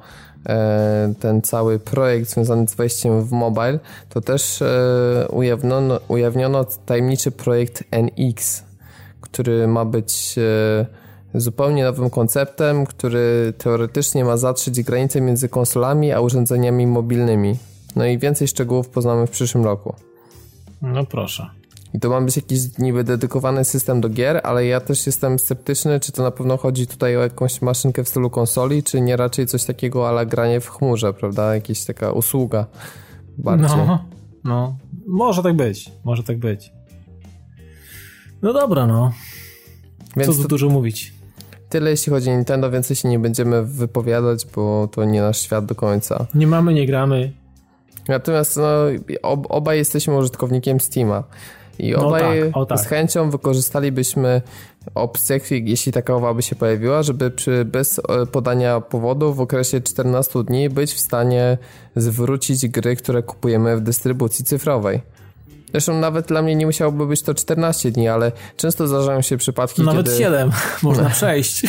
e, ten cały projekt związany z wejściem w mobile, to też e, ujawniono, ujawniono tajemniczy projekt N X, który ma być e, zupełnie nowym konceptem, który teoretycznie ma zatrzeć granicę między konsolami a urządzeniami mobilnymi. No i więcej szczegółów poznamy w przyszłym roku. No proszę. I to ma być jakiś niby dedykowany system do gier, ale ja też jestem sceptyczny, czy to na pewno chodzi tutaj o jakąś maszynkę w stylu konsoli, czy nie raczej coś takiego a la granie w chmurze, prawda? Jakaś taka usługa bardziej. No, no. Może tak być. Może tak być. No dobra, no. Więc co tu dużo mówić. Tyle jeśli chodzi o Nintendo, więcej się nie będziemy wypowiadać, bo to nie nasz świat do końca. Nie mamy, nie gramy. Natomiast no, ob, obaj jesteśmy użytkownikiem Steama i obaj no tak, o tak. z chęcią wykorzystalibyśmy opcję, jeśli taka by się pojawiła, żeby przy, bez podania powodu w okresie czternastu dni być w stanie zwrócić gry, które kupujemy w dystrybucji cyfrowej. Zresztą nawet dla mnie nie musiałoby być to czternaście dni, ale często zdarzają się przypadki, nawet kiedy... siedem można przejść.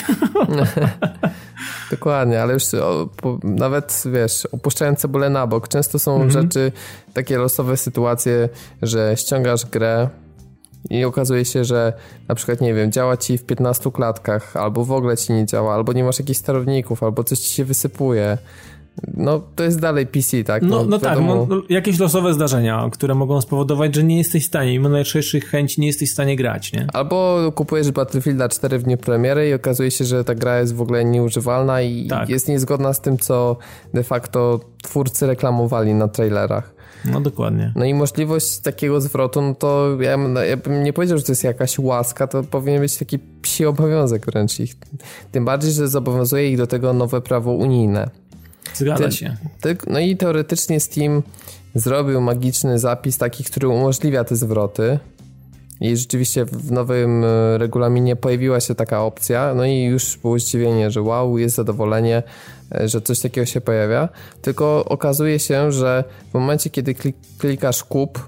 Dokładnie, ale już o, po, nawet, wiesz, opuszczając cebulę na bok, często są mhm. rzeczy, takie losowe sytuacje, że ściągasz grę i okazuje się, że na przykład, nie wiem, działa ci w piętnastu klatkach, albo w ogóle ci nie działa, albo nie masz jakichś sterowników, albo coś ci się wysypuje. No, to jest dalej P C, tak? No, no, no tak, no, jakieś losowe zdarzenia, które mogą spowodować, że nie jesteś w stanie, mimo najszerszych chęci nie jesteś w stanie grać, nie? Albo kupujesz Battlefielda cztery w dniu premiery i okazuje się, że ta gra jest w ogóle nieużywalna i tak. jest niezgodna z tym, co de facto twórcy reklamowali na trailerach. No dokładnie. No i możliwość takiego zwrotu, no to ja, ja bym nie powiedział, że to jest jakaś łaska, to powinien być taki psi obowiązek wręcz ich. Tym bardziej, że zobowiązuje ich do tego nowe prawo unijne. Zgadza się. Ty, ty, no i teoretycznie Steam zrobił magiczny zapis taki, który umożliwia te zwroty i rzeczywiście w nowym regulaminie pojawiła się taka opcja, no i już było zdziwienie, że wow, jest zadowolenie, że coś takiego się pojawia, tylko okazuje się, że w momencie, kiedy klik, klikasz kup,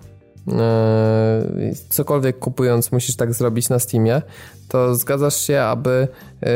Yy, cokolwiek kupując musisz tak zrobić na Steamie, to zgadzasz się, aby yy,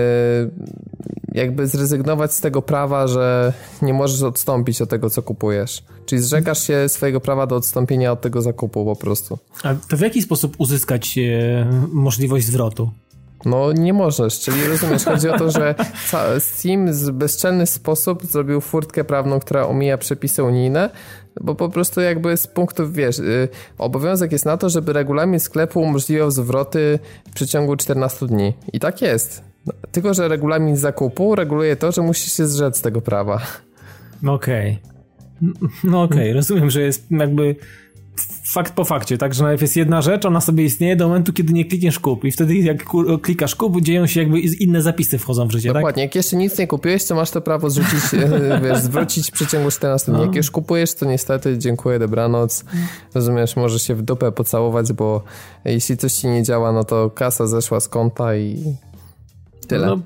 jakby zrezygnować z tego prawa, że nie możesz odstąpić od tego, co kupujesz. Czyli zrzekasz się swojego prawa do odstąpienia od tego zakupu po prostu. A to w jaki sposób uzyskać e, możliwość zwrotu? No nie możesz, czyli rozumiesz, chodzi o to, że Steam w bezczelny sposób zrobił furtkę prawną, która omija przepisy unijne, bo po prostu jakby z punktów, wiesz, yy, obowiązek jest na to, żeby regulamin sklepu umożliwiał zwroty w przeciągu czternastu dni. I tak jest. Tylko że regulamin zakupu reguluje to, że musisz się zrzec z tego prawa. Okej. Okay. No okej, okay. Rozumiem, że jest jakby fakt po fakcie, tak, że najpierw jest jedna rzecz, ona sobie istnieje do momentu, kiedy nie klikniesz kup i wtedy jak klikasz kup, dzieją się jakby inne zapisy wchodzą w życie, Dokładnie, tak? Dokładnie, jak jeszcze nic nie kupiłeś, to masz to prawo zrzucić, wiesz, zwrócić w przeciągu czternastu dni. Jak już kupujesz, to niestety dziękuję, dobranoc, rozumiesz, możesz się w dupę pocałować, bo jeśli coś ci nie działa, no to kasa zeszła z konta i tyle. No.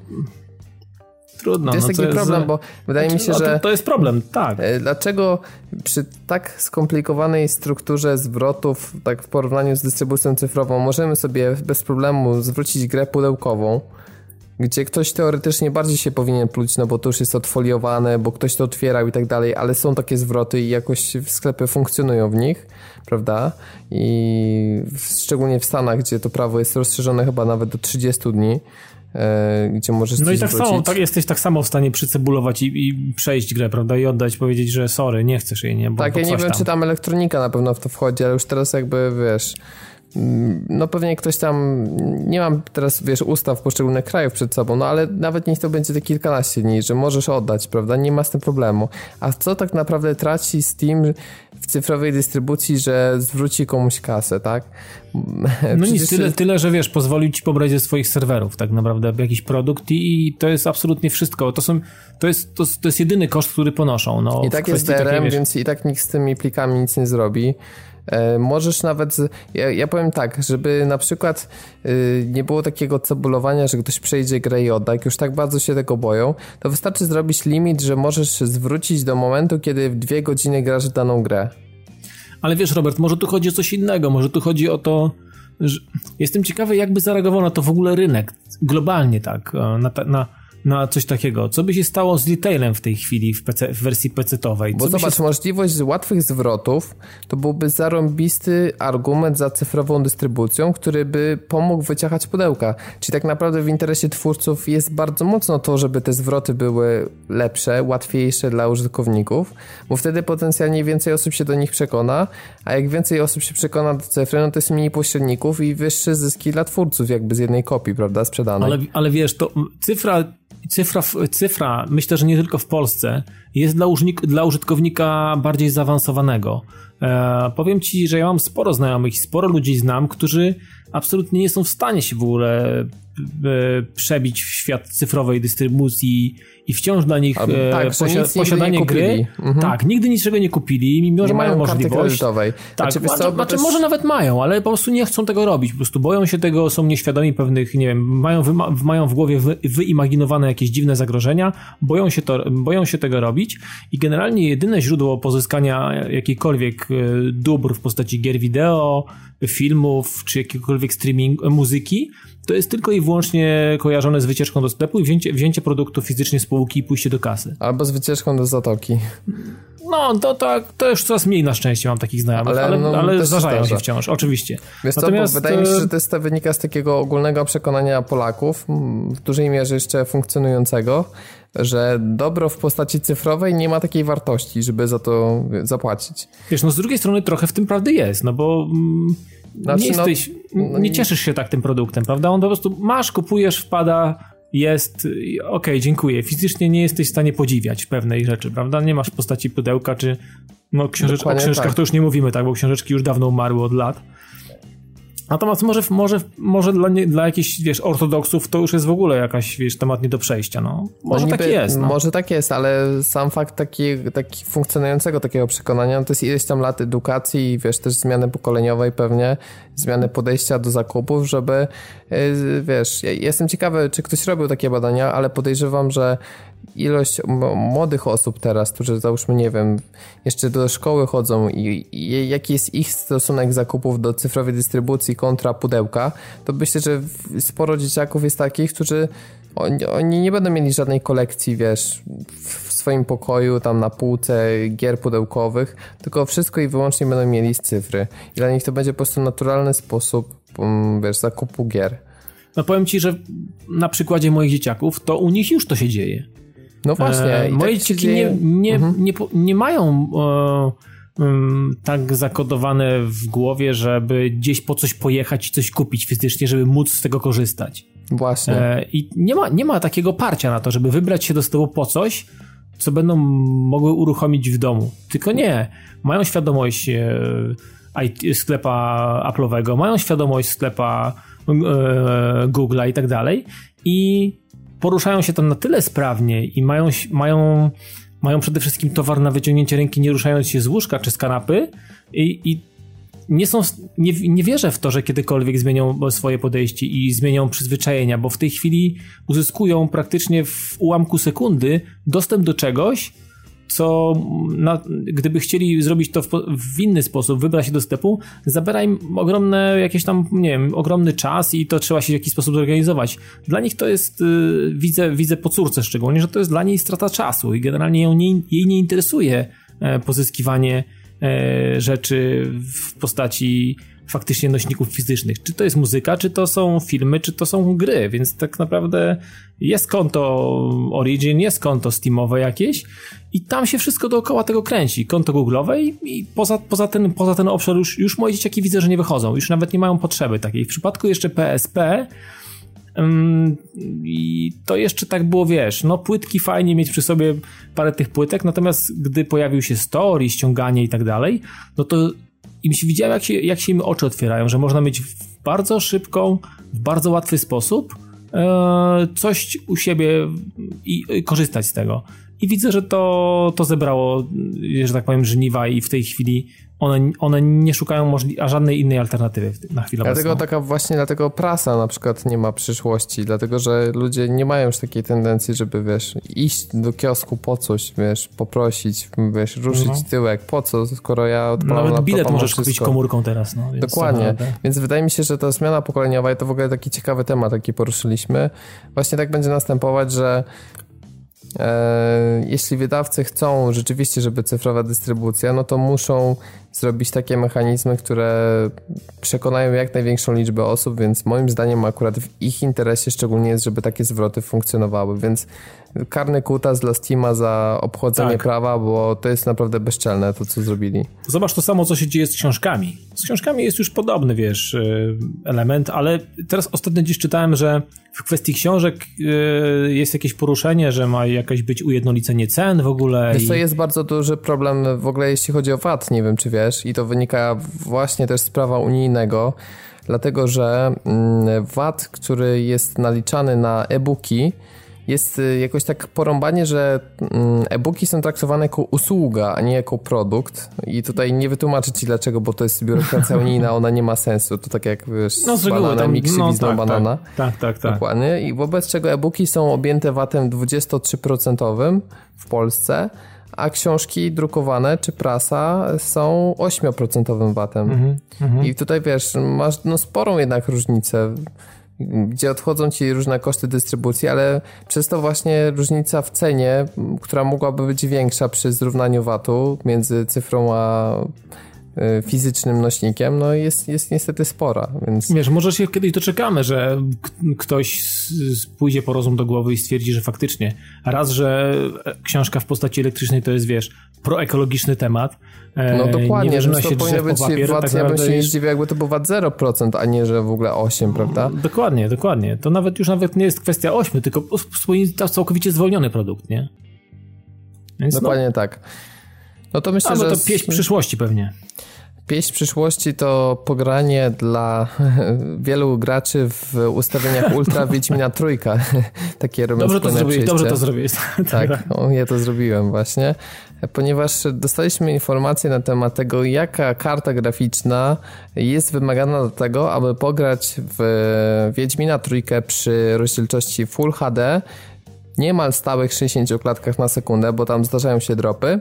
Trudno. To jest no taki to problem, jest, bo wydaje mi się, to, że... To jest problem, tak. Dlaczego przy tak skomplikowanej strukturze zwrotów, tak w porównaniu z dystrybucją cyfrową, możemy sobie bez problemu zwrócić grę pudełkową, gdzie ktoś teoretycznie bardziej się powinien pluć, no bo to już jest odfoliowane, bo ktoś to otwierał i tak dalej, ale są takie zwroty i jakoś sklepy funkcjonują w nich, prawda? I szczególnie w Stanach, gdzie to prawo jest rozszerzone chyba nawet do trzydziestu dni, gdzie możesz no i tak zwrócić. samo, tak jesteś tak samo w stanie przycebulować i, i przejść grę, prawda, i oddać, powiedzieć, że sorry, nie chcesz jej, nie? Bo tak, ja nie wiem, tam. czy tam elektronika na pewno w to wchodzi, ale już teraz jakby, wiesz, no pewnie ktoś tam, nie mam teraz, wiesz, ustaw poszczególnych krajów przed sobą, no ale nawet niech to będzie te kilkanaście dni, że możesz oddać, prawda, nie ma z tym problemu. A co tak naprawdę traci Steam w cyfrowej dystrybucji, że zwróci komuś kasę, tak? No nic, tyle, tyle, że wiesz, pozwolił ci pobrać ze swoich serwerów tak naprawdę jakiś produkt i, i to jest absolutnie wszystko. To są, to jest, to, to jest jedyny koszt, który ponoszą. No, I tak jest D R M, więc i tak nikt z tymi plikami nic nie zrobi. E, możesz nawet, z, ja, ja powiem tak, żeby na przykład y, nie było takiego cebulowania, że ktoś przejdzie grę i odda, jak już tak bardzo się tego boją, to wystarczy zrobić limit, że możesz zwrócić do momentu, kiedy w dwie godziny grasz w daną grę. Ale wiesz, Robert, może tu chodzi o coś innego, może tu chodzi o to, że jestem ciekawy, jakby zareagował na to w ogóle rynek, globalnie tak, na, na, na coś takiego. Co by się stało z retailem w tej chwili w, P C, w wersji pecetowej? Bo zobacz, się... możliwość łatwych zwrotów to byłby zarąbisty argument za cyfrową dystrybucją, który by pomógł wyciachać pudełka. Czyli tak naprawdę w interesie twórców jest bardzo mocno to, żeby te zwroty były lepsze, łatwiejsze dla użytkowników, bo wtedy potencjalnie więcej osób się do nich przekona, a jak więcej osób się przekona do cyfry, no to jest mniej pośredników i wyższe zyski dla twórców jakby z jednej kopii, prawda, sprzedanej. Ale, ale wiesz, to cyfra... Cyfra, cyfra, myślę, że nie tylko w Polsce, jest dla, użytnik, dla użytkownika bardziej zaawansowanego. E, powiem ci, że ja mam sporo znajomych i sporo ludzi znam, którzy absolutnie nie są w stanie się w ogóle e, przebić w świat cyfrowej dystrybucji i wciąż dla nich e, tak, posi- posiadanie gry. Mhm. Tak, nigdy niczego nie kupili, mimo nie że mają, mają możliwość. Tak, znaczy, znaczy, znaczy, może nawet mają, ale po prostu nie chcą tego robić. Po prostu boją się tego, są nieświadomi pewnych, nie wiem, mają, wyma- mają w głowie wy- wyimaginowane jakieś dziwne zagrożenia, boją się, to, boją się tego robić i generalnie jedyne źródło pozyskania jakiejkolwiek dóbr w postaci gier wideo, filmów, czy jakiegokolwiek streaming, muzyki, to jest tylko i wyłącznie kojarzone z wycieczką do sklepu i wzięcie, wzięcie produktu fizycznie z półki i pójście do kasy. Albo z wycieczką do zatoki. No, to, to, to już coraz mniej na szczęście mam takich znajomych, ale, ale, no, ale zdarzają się wciąż, oczywiście. Wiesz Natomiast... co, wydaje mi się, że to jest, to wynika z takiego ogólnego przekonania Polaków, w dużej mierze jeszcze funkcjonującego, że dobro w postaci cyfrowej nie ma takiej wartości, żeby za to zapłacić. Wiesz, no z drugiej strony trochę w tym prawdy jest, no bo znaczy, nie jesteś, no, nie cieszysz się tak tym produktem, prawda? On po prostu masz, kupujesz, wpada, jest, okej, okay, dziękuję. Fizycznie nie jesteś w stanie podziwiać pewnej rzeczy, prawda? Nie masz w postaci pudełka, czy no książecz- o książkach tak. To już nie mówimy, tak, bo książeczki już dawno umarły od lat. Natomiast może, może, może dla, nie, dla jakichś, wiesz, ortodoksów to już jest w ogóle jakaś, wiesz, temat nie do przejścia, no. Może niby, tak jest. No. Może tak jest, ale sam fakt taki, taki funkcjonującego takiego przekonania, no to jest ileś tam lat edukacji i wiesz, też zmiany pokoleniowej pewnie, zmiany podejścia do zakupów, żeby, wiesz, ja jestem ciekawy, czy ktoś robił takie badania, ale podejrzewam, że ilość młodych osób teraz, którzy załóżmy, nie wiem, jeszcze do szkoły chodzą i, i jaki jest ich stosunek zakupów do cyfrowej dystrybucji kontra pudełka, to myślę, że sporo dzieciaków jest takich, którzy oni, oni nie będą mieli żadnej kolekcji, wiesz, w swoim pokoju, tam na półce gier pudełkowych, tylko wszystko i wyłącznie będą mieli z cyfry. I dla nich to będzie po prostu naturalny sposób, wiesz, zakupu gier. no powiem ci, że na przykładzie moich dzieciaków, to u nich już to się dzieje. No właśnie. E, moje tak dzieciaki nie, nie, mhm. nie, nie, nie mają e, um, tak zakodowane w głowie, żeby gdzieś po coś pojechać i coś kupić fizycznie, żeby móc z tego korzystać. Właśnie. E, I nie ma, nie ma takiego parcia na to, żeby wybrać się do stołu po coś, co będą mogły uruchomić w domu. Tylko nie. Mają świadomość e, sklepa Apple'owego, mają świadomość sklepa e, Google'a i tak dalej i poruszają się tam na tyle sprawnie i mają, mają, mają przede wszystkim towar na wyciągnięcie ręki, nie ruszając się z łóżka czy z kanapy i, i nie są, nie, nie wierzę w to, że kiedykolwiek zmienią swoje podejście i zmienią przyzwyczajenia, bo w tej chwili uzyskują praktycznie w ułamku sekundy dostęp do czegoś, co na, gdyby chcieli zrobić to w, w inny sposób, wybrać się do sklepu, zabiera im ogromne jakieś tam, nie wiem, ogromny czas i to trzeba się w jakiś sposób zorganizować. Dla nich to jest, yy, widzę, widzę po córce szczególnie, że to jest dla niej strata czasu i generalnie ją nie, jej nie interesuje e, pozyskiwanie e, rzeczy w postaci faktycznie nośników fizycznych. Czy to jest muzyka, czy to są filmy, czy to są gry, więc tak naprawdę jest konto Origin, jest konto Steamowe jakieś i tam się wszystko dookoła tego kręci. Konto Google'owe i, i poza, poza, ten, poza ten obszar już, już moje dzieciaki widzę, że nie wychodzą. Już nawet nie mają potrzeby takiej. W przypadku jeszcze P S P um, i to jeszcze tak było, wiesz, no płytki fajnie mieć przy sobie parę tych płytek, natomiast gdy pojawił się store i ściąganie i tak dalej, no to i mi się widziałem, jak się, jak się im oczy otwierają, że można mieć w bardzo szybką, w bardzo łatwy sposób e, coś u siebie i, i korzystać z tego. I widzę, że to, to zebrało, że tak powiem, żniwa i w tej chwili one, one nie szukają możli- a żadnej innej alternatywy na chwilę obecną. Dlatego taka właśnie, dlatego prasa na przykład nie ma przyszłości, dlatego, że ludzie nie mają już takiej tendencji, żeby, wiesz, iść do kiosku po coś, wiesz, poprosić, wiesz, ruszyć no. tyłek, po co, skoro ja odpalam Nawet bilet możesz wszystko. kupić komórką teraz. No, więc dokładnie, więc wydaje mi się, że ta zmiana pokoleniowa i to w ogóle taki ciekawy temat, jaki poruszyliśmy, właśnie tak będzie następować, że E, jeśli wydawcy chcą rzeczywiście, żeby cyfrowa dystrybucja, no to muszą zrobić takie mechanizmy, które przekonają jak największą liczbę osób, więc moim zdaniem akurat w ich interesie szczególnie jest, żeby takie zwroty funkcjonowały, więc karny kutas dla Steama za obchodzenie tak. prawa, bo to jest naprawdę bezczelne to, co zrobili. Zobacz to samo, co się dzieje z książkami. Z książkami jest już podobny, wiesz, element, ale teraz ostatnio gdzieś czytałem, że w kwestii książek jest jakieś poruszenie, że ma jakieś być ujednolicenie cen w ogóle. Wiesz, i... to jest bardzo duży problem w ogóle, jeśli chodzi o V A T, nie wiem, czy wiesz, i to wynika właśnie też z prawa unijnego, dlatego, że V A T, który jest naliczany na e-booki, jest jakoś tak porąbanie, że e-booki są traktowane jako usługa, a nie jako produkt i tutaj nie wytłumaczę ci dlaczego, bo to jest biurokracja unijna, ona nie ma sensu, to tak jak wiesz, no, z bananem i krzywizną no, tak, banana. Tak, tak, tak. Dokładnie i wobec czego e-booki są objęte V A T-em dwadzieścia trzy procent w Polsce, a książki drukowane czy prasa są osiem procent V A T-em. Mm-hmm, I tutaj wiesz, masz no, sporą jednak różnicę, gdzie odchodzą ci różne koszty dystrybucji, ale przez to właśnie różnica w cenie, która mogłaby być większa przy zrównaniu V A T-u między cyfrą a fizycznym nośnikiem, no jest, jest niestety spora, więc... Wiesz, może się kiedyś doczekamy, że k- ktoś pójdzie po rozum do głowy i stwierdzi, że faktycznie raz, że książka w postaci elektrycznej to jest, wiesz, proekologiczny temat. No dokładnie, że to powinno być papier, V A T, tak ja bym się nie jest... zdziwił, jakby to był V A T zero procent, a nie, że w ogóle osiem procent, prawda? Dokładnie, dokładnie. To nawet już nawet nie jest kwestia osiem, tylko całkowicie zwolniony produkt, nie? Więc dokładnie no... tak. No to myślę, A, że... to pieśń przyszłości pewnie. Pieśń przyszłości to pogranie dla wielu graczy w ustawieniach Ultra Wiedźmina Trójka. Takie robią Dobrze to zrobiłeś, dobrze to zrobiłeś. Tak, o, ja to zrobiłem właśnie, ponieważ dostaliśmy informacje na temat tego, jaka karta graficzna jest wymagana do tego, aby pograć w Wiedźmina Trójkę przy rozdzielczości Full H D, niemal stałych sześćdziesięciu klatkach na sekundę, bo tam zdarzają się dropy.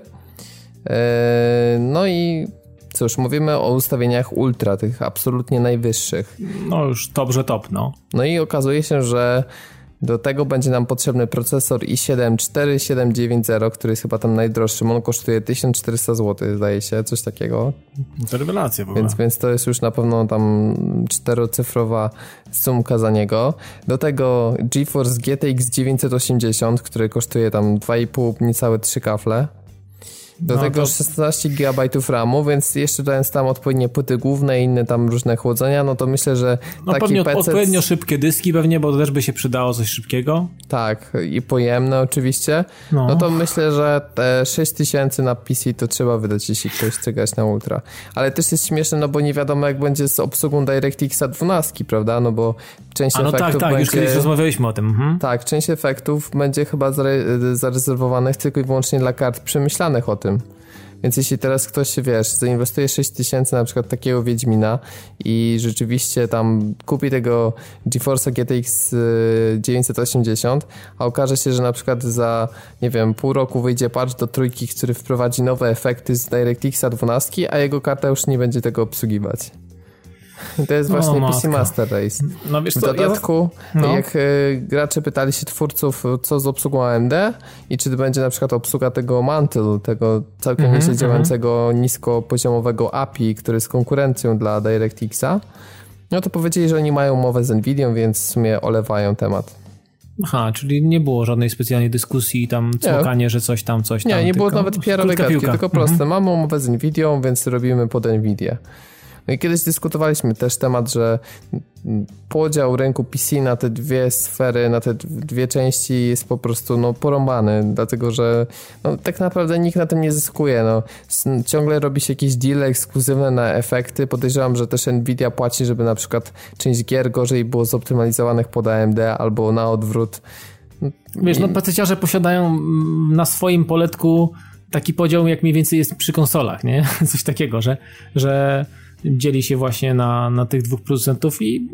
No i cóż, mówimy o ustawieniach ultra, tych absolutnie najwyższych. No już top, że top, no. No i okazuje się, że Do tego będzie nam potrzebny procesor i siedem cztery siedem dziewięć zero, który jest chyba tam najdroższym. On kosztuje tysiąc czterysta złotych, zdaje się, coś takiego. To rewelacja w ogóle. Więc, więc to jest już na pewno tam czterocyfrowa sumka za niego. Do tego GeForce G T X dziewięćset osiemdziesiąt, który kosztuje tam dwa i pół, niecałe trzy kafle. Do no tego to... szesnaście gigabajtów ramu, więc jeszcze dając tam odpowiednie płyty główne i inne tam różne chłodzenia, no to myślę, że no taki pewnie P C... odpowiednio szybkie dyski pewnie, bo też by się przydało coś szybkiego. Tak, i pojemne oczywiście. No, no to myślę, że te sześć tysięcy na P C to trzeba wydać, jeśli ktoś chce grać na ultra. Ale też jest śmieszne, no bo nie wiadomo jak będzie z obsługą DirectXa dwanaście, prawda? No bo część A no efektów tak, tak, będzie... już kiedyś rozmawialiśmy o tym. Mhm. Tak, część efektów będzie chyba zare- zarezerwowanych tylko i wyłącznie dla kart przemyślanych o tym. Więc jeśli teraz ktoś, wiesz, zainwestuje sześć tysięcy na przykład takiego Wiedźmina i rzeczywiście tam kupi tego GeForce'a G T X dziewięćset osiemdziesiąt, a okaże się, że na przykład za, nie wiem, pół roku wyjdzie patch do trójki, który wprowadzi nowe efekty z DirectXa dwanaście, a jego karta już nie będzie tego obsługiwać. To jest właśnie o, P C Master Race. No, wiesz w co, dodatku, ja... no. jak y, gracze pytali się twórców, co z obsługą A M D i czy będzie na przykład obsługa tego Mantle, tego całkiem mm-hmm, nieźle działającego mm-hmm. niskopoziomowego A P I, który jest konkurencją dla DirectXa, no to powiedzieli, że oni mają umowę z Nvidią, więc w sumie olewają temat. Aha, czyli nie było żadnej specjalnej dyskusji, tam cmokanie, że coś tam, coś tam. Nie, nie było nawet P R-owej gadki, tylko proste. Mm-hmm. Mamy umowę z Nvidią, więc robimy pod Nvidię. No i kiedyś dyskutowaliśmy też temat, że podział rynku P C na te dwie sfery, na te dwie części jest po prostu no, porąbany, dlatego że no, tak naprawdę nikt na tym nie zyskuje. No. Ciągle robi się jakieś deale ekskluzywne na efekty. Podejrzewam, że też Nvidia płaci, żeby na przykład część gier gorzej było zoptymalizowanych pod A M D albo na odwrót. Wiesz, no pececiarze posiadają na swoim poletku taki podział, jak mniej więcej jest przy konsolach, nie? Coś takiego, że, że dzieli się właśnie na, na tych dwóch producentów i,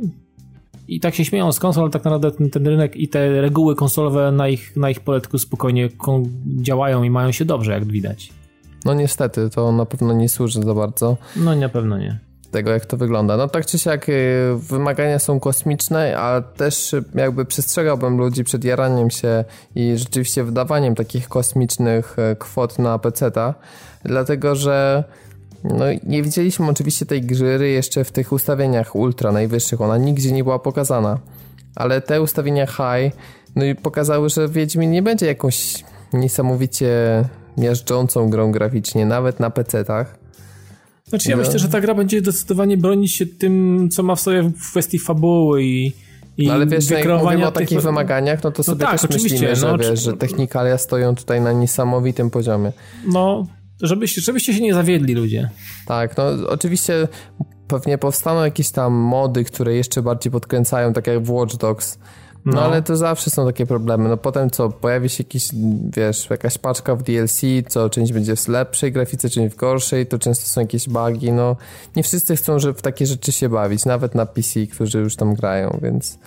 i tak się śmieją z konsol, ale tak naprawdę ten, ten rynek i te reguły konsolowe na ich, na ich poletku spokojnie kon- działają i mają się dobrze, jak widać. No niestety, to na pewno nie służy za bardzo. No na pewno nie. Tego, jak to wygląda. No tak czy siak wymagania są kosmiczne, a też jakby przestrzegałbym ludzi przed jaraniem się i rzeczywiście wydawaniem takich kosmicznych kwot na peceta, dlatego że no nie widzieliśmy oczywiście tej gry jeszcze w tych ustawieniach ultra najwyższych, ona nigdzie nie była pokazana, ale te ustawienia high no i pokazały, że Wiedźmin nie będzie jakąś niesamowicie miażdżącą grą graficznie, nawet na pecetach. Znaczy ja no. myślę, że ta gra będzie zdecydowanie bronić się tym, co ma w sobie w kwestii fabuły i I no ale wiesz, jak mówimy o takich tych... wymaganiach, no to sobie no tak, też myślimy, że, no, wiesz, że technikalia stoją tutaj na niesamowitym poziomie. No, żebyście, żebyście się nie zawiedli ludzie. Tak, no oczywiście pewnie powstaną jakieś tam mody, które jeszcze bardziej podkręcają, tak jak w Watch Dogs. No, no ale to zawsze są takie problemy. No potem co, pojawi się jakiś, wiesz, jakaś paczka w D L C, co część będzie w lepszej grafice, część w gorszej, to często są jakieś bugi, no nie wszyscy chcą, żeby w takie rzeczy się bawić, nawet na P C, którzy już tam grają, więc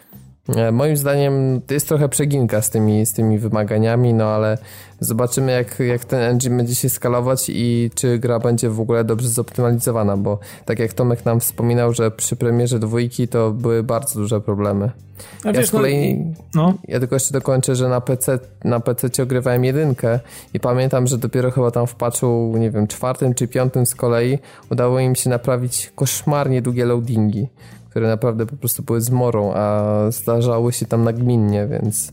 e, moim zdaniem to jest trochę przeginka z tymi, z tymi wymaganiami, no ale zobaczymy jak, jak ten engine będzie się skalować i czy gra będzie w ogóle dobrze zoptymalizowana, bo tak jak Tomek nam wspominał, że przy premierze dwójki to były bardzo duże problemy. A ja wiesz, z kolei, no, no. ja tylko jeszcze dokończę, że na P C, na P C ogrywałem jedynkę i pamiętam, że dopiero chyba tam w patchu, nie wiem, czwartym czy piątym z kolei udało im się naprawić koszmarnie długie loadingi, które naprawdę po prostu były zmorą, a zdarzały się tam nagminnie, więc...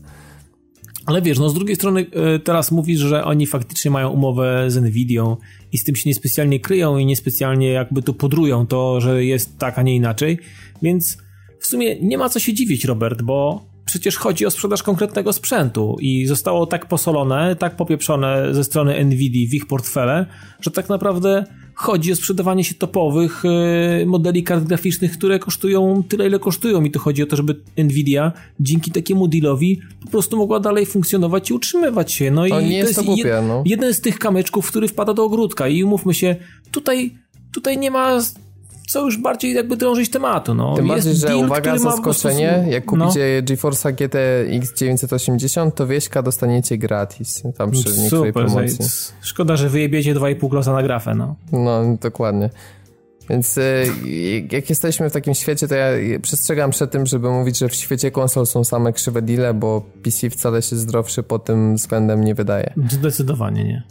Ale wiesz, no z drugiej strony teraz mówisz, że oni faktycznie mają umowę z Nvidią i z tym się niespecjalnie kryją i niespecjalnie jakby tu pudrują to, że jest tak, a nie inaczej, więc w sumie nie ma co się dziwić, Robert, bo przecież chodzi o sprzedaż konkretnego sprzętu i zostało tak posolone, tak popieprzone ze strony Nvidii w ich portfele, że tak naprawdę chodzi o sprzedawanie się topowych yy, modeli kart graficznych, które kosztują tyle, ile kosztują i tu chodzi o to, żeby Nvidia dzięki takiemu dealowi po prostu mogła dalej funkcjonować i utrzymywać się. No to i nie to jest, to głupie, jed, no. jeden z tych kamyczków, który wpada do ogródka i umówmy się, tutaj, tutaj nie ma co już bardziej jakby drążyć tematu. No. Tym jest bardziej, że deal, uwaga, zaskoczenie, prostu... jak kupicie no. GeForce'a G T X dziewięćset osiemdziesiąt, to wieśka dostaniecie gratis, tam przy niektórej Super, promocji. Szkoda, że wyjebiecie dwa i pół klosa na grafę, no. No, dokładnie. Więc jak jesteśmy w takim świecie, to ja przestrzegam przed tym, żeby mówić, że w świecie konsol są same krzywe deale, bo P C wcale się zdrowszy pod tym względem nie wydaje. Zdecydowanie nie.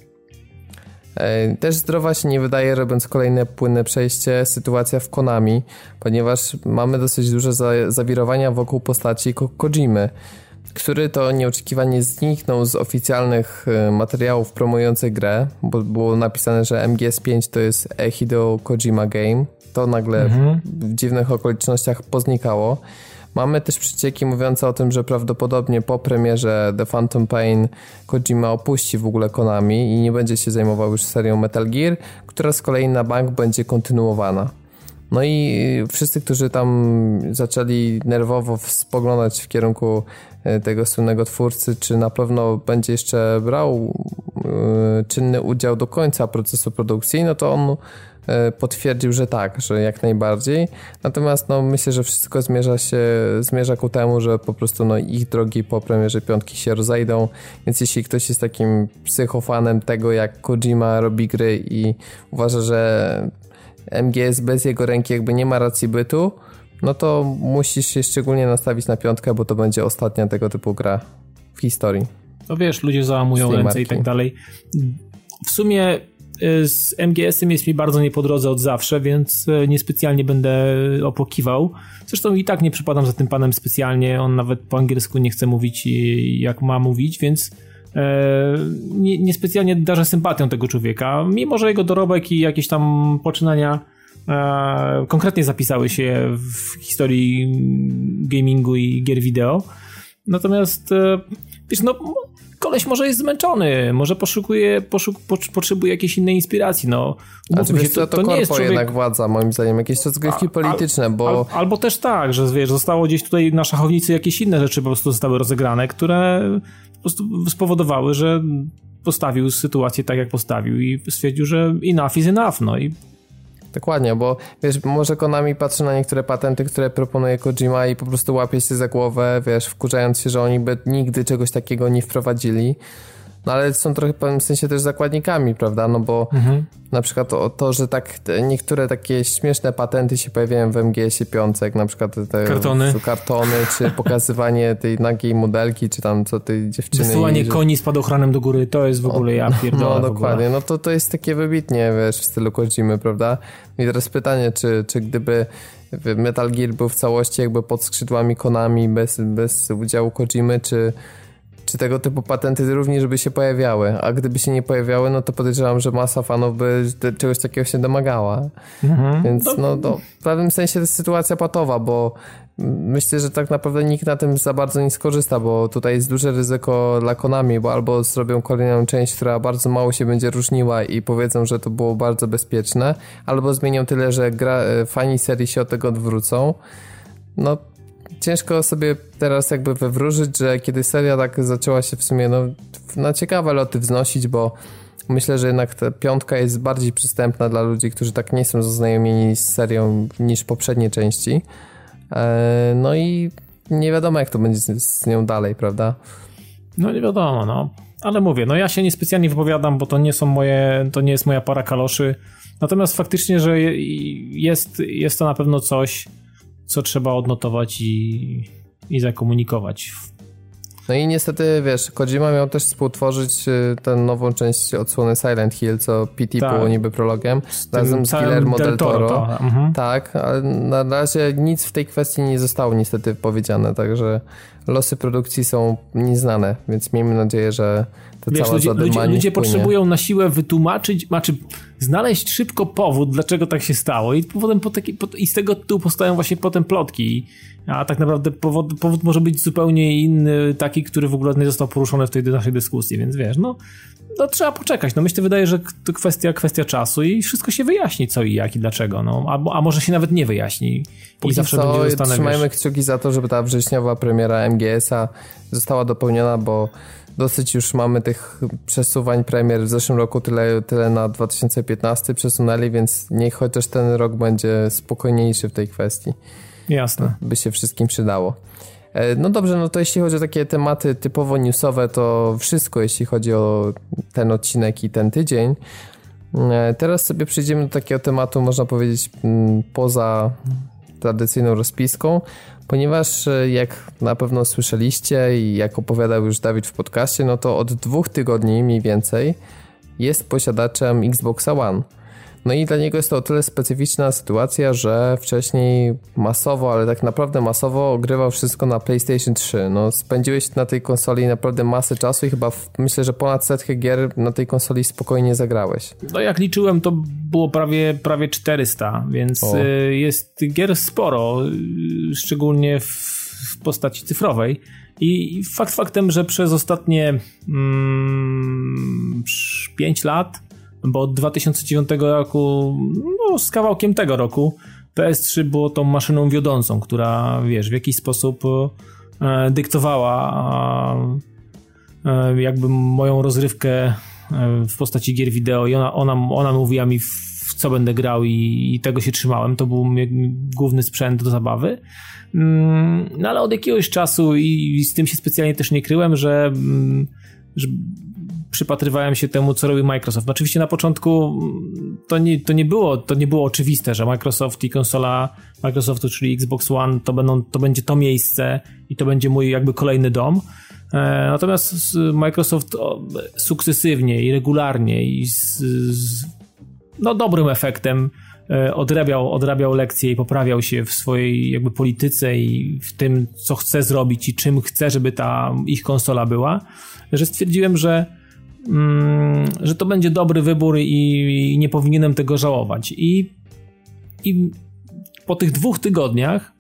Też zdrowa się nie wydaje, robiąc kolejne płynne przejście, sytuacja w Konami, ponieważ mamy dosyć duże za- zawirowania wokół postaci Ko- Kojimy, który to nieoczekiwanie zniknął z oficjalnych materiałów promujących grę, bo było napisane, że M G S pięć to jest a Hideo Kojima game. To nagle mhm. w dziwnych okolicznościach poznikało. Mamy też przecieki mówiące o tym, że prawdopodobnie po premierze The Phantom Pain Kojima opuści w ogóle Konami i nie będzie się zajmował już serią Metal Gear, która z kolei na bank będzie kontynuowana. No i wszyscy, którzy tam zaczęli nerwowo spoglądać w kierunku tego słynnego twórcy, czy na pewno będzie jeszcze brał yy, czynny udział do końca procesu produkcji, no to on yy, potwierdził, że tak, że jak najbardziej. Natomiast no, myślę, że wszystko zmierza się, zmierza ku temu, że po prostu no, ich drogi po premierze piątki się rozejdą, więc jeśli ktoś jest takim psychofanem tego, jak Kojima robi gry i uważa, że M G S bez jego ręki jakby nie ma racji bytu, no to musisz się szczególnie nastawić na piątkę, bo to będzie ostatnia tego typu gra w historii. No wiesz, ludzie załamują ręce i tak dalej. W sumie z M G S-em jest mi bardzo nie po drodze od zawsze, więc niespecjalnie będę opłakiwał. Zresztą i tak nie przypadam za tym panem specjalnie, on nawet po angielsku nie chce mówić jak ma mówić, więc nie, niespecjalnie darzę sympatią tego człowieka, mimo że jego dorobek i jakieś tam poczynania e, konkretnie zapisały się w historii gamingu i gier wideo. Natomiast e, wiesz, no koleś może jest zmęczony, może poszukuje, poszuk, potrzebuje jakiejś innej inspiracji, no. A to, się, to, to, to nie jest człowiek... jednak władza, moim zdaniem, jakieś rozgrywki polityczne, bo... Al, albo też tak, że wiesz, zostało gdzieś tutaj na szachownicy jakieś inne rzeczy po prostu zostały rozegrane, które po prostu spowodowały, że postawił sytuację tak, jak postawił i stwierdził, że enough is enough, no i dokładnie, bo wiesz, może Konami patrzy na niektóre patenty, które proponuje Kojima i po prostu łapie się za głowę, wiesz, wkurzając się, że oni by nigdy czegoś takiego nie wprowadzili. No ale są trochę w pewnym sensie też zakładnikami, prawda? No bo mhm. na przykład to, to, że tak niektóre takie śmieszne patenty się pojawiają w M G S-ie pięć, jak na przykład te kartony, kartony czy pokazywanie tej nagiej modelki, czy tam co tej dziewczyny. Wysyłanie i, że... koni spadochronem do góry, to jest w ogóle ja pierdolę. No dokładnie, no to, to jest takie wybitnie, wiesz, w stylu Kojimy, prawda? I teraz pytanie, czy, czy gdyby Metal Gear był w całości jakby pod skrzydłami Konami bez, bez udziału Kojimy, czy czy tego typu patenty również by się pojawiały, a gdyby się nie pojawiały, no to podejrzewam, że masa fanów by czegoś takiego się domagała. Mhm. Więc no, no w pewnym sensie to jest sytuacja patowa, bo myślę, że tak naprawdę nikt na tym za bardzo nie skorzysta, bo tutaj jest duże ryzyko dla Konami, bo albo zrobią kolejną część, która bardzo mało się będzie różniła i powiedzą, że to było bardzo bezpieczne, albo zmienią tyle, że gra, fani serii się od tego odwrócą. No ciężko sobie teraz jakby wywróżyć, że kiedy seria tak zaczęła się w sumie no, na ciekawe loty wznosić, bo myślę, że jednak ta piątka jest bardziej przystępna dla ludzi, którzy tak nie są zaznajomieni z serią niż poprzednie części. No i nie wiadomo, jak to będzie z, z nią dalej, prawda? No nie wiadomo, no. Ale mówię, no ja się niespecjalnie wypowiadam, bo to nie są moje, to nie jest moja para kaloszy. Natomiast faktycznie, że jest, jest to na pewno coś, co trzeba odnotować i, i zakomunikować. No i niestety, wiesz, Kojima miał też współtworzyć tę nową część odsłony Silent Hill, co P T tak. było niby prologiem, z razem z Guillermo del Toro. Toro mhm. Tak, ale na razie nic w tej kwestii nie zostało niestety powiedziane, także losy produkcji są nieznane, więc miejmy nadzieję, że to wiesz, cała ludzie, zadymanie ludzie, ludzie wpłynie. potrzebują na siłę wytłumaczyć, znaczy znaleźć szybko powód, dlaczego tak się stało i potem po taki, po, i z tego tytułu powstają właśnie potem plotki, a tak naprawdę powód, powód może być zupełnie inny, taki, który w ogóle nie został poruszony w tej naszej dyskusji, więc wiesz, no, no trzeba poczekać, no myślę, wydaje, że to kwestia, kwestia czasu i wszystko się wyjaśni, co i jak i dlaczego, no, a, a może się nawet nie wyjaśni i zawsze co, będzie zostanę, trzymajmy wiesz, kciuki za to, żeby ta wrześniowa premiera M G S-a została dopełniona, bo dosyć już mamy tych przesuwań premier. W zeszłym roku tyle, tyle na dwa tysiące piętnasty przesunęli, więc niech chociaż ten rok będzie spokojniejszy w tej kwestii. Jasne. By się wszystkim przydało. No dobrze, no to jeśli chodzi o takie tematy typowo newsowe, to wszystko, jeśli chodzi o ten odcinek i ten tydzień. Teraz sobie przejdziemy do takiego tematu, można powiedzieć, poza tradycyjną rozpiską, ponieważ jak na pewno słyszeliście i jak opowiadał już Dawid w podcaście, no to od dwóch tygodni mniej więcej jest posiadaczem Xboxa One. No i dla niego jest to o tyle specyficzna sytuacja, że wcześniej masowo, ale tak naprawdę masowo ogrywał wszystko na PlayStation trzy. No spędziłeś na tej konsoli naprawdę masę czasu i chyba w, myślę, że ponad setkę gier na tej konsoli spokojnie zagrałeś. No jak liczyłem, to było prawie, prawie czterysta, więc o. jest gier sporo, szczególnie w, w postaci cyfrowej. I fakt faktem, że przez ostatnie mm, pięć lat, bo od dwa tysiące dziewiątego roku, no z kawałkiem tego roku, P S trzy było tą maszyną wiodącą, która, wiesz, w jakiś sposób e, dyktowała e, jakby moją rozrywkę e, w postaci gier wideo i ona, ona, ona mówiła mi, w, w co będę grał i, i tego się trzymałem. To był główny sprzęt do zabawy. Mm, no ale od jakiegoś czasu i, i z tym się specjalnie też nie kryłem, że, że przypatrywałem się temu, co robi Microsoft. Oczywiście na początku to nie, to nie było, to nie było oczywiste, że Microsoft i konsola Microsoftu, czyli Xbox One, to, będą, to będzie to miejsce i to będzie mój jakby kolejny dom. E, natomiast Microsoft sukcesywnie i regularnie i z, z no, dobrym efektem e, odrabiał, odrabiał lekcje i poprawiał się w swojej jakby polityce i w tym, co chce zrobić i czym chce, żeby ta ich konsola była, że stwierdziłem, że Mm, że to będzie dobry wybór i, i nie powinienem tego żałować. I, i po tych dwóch tygodniach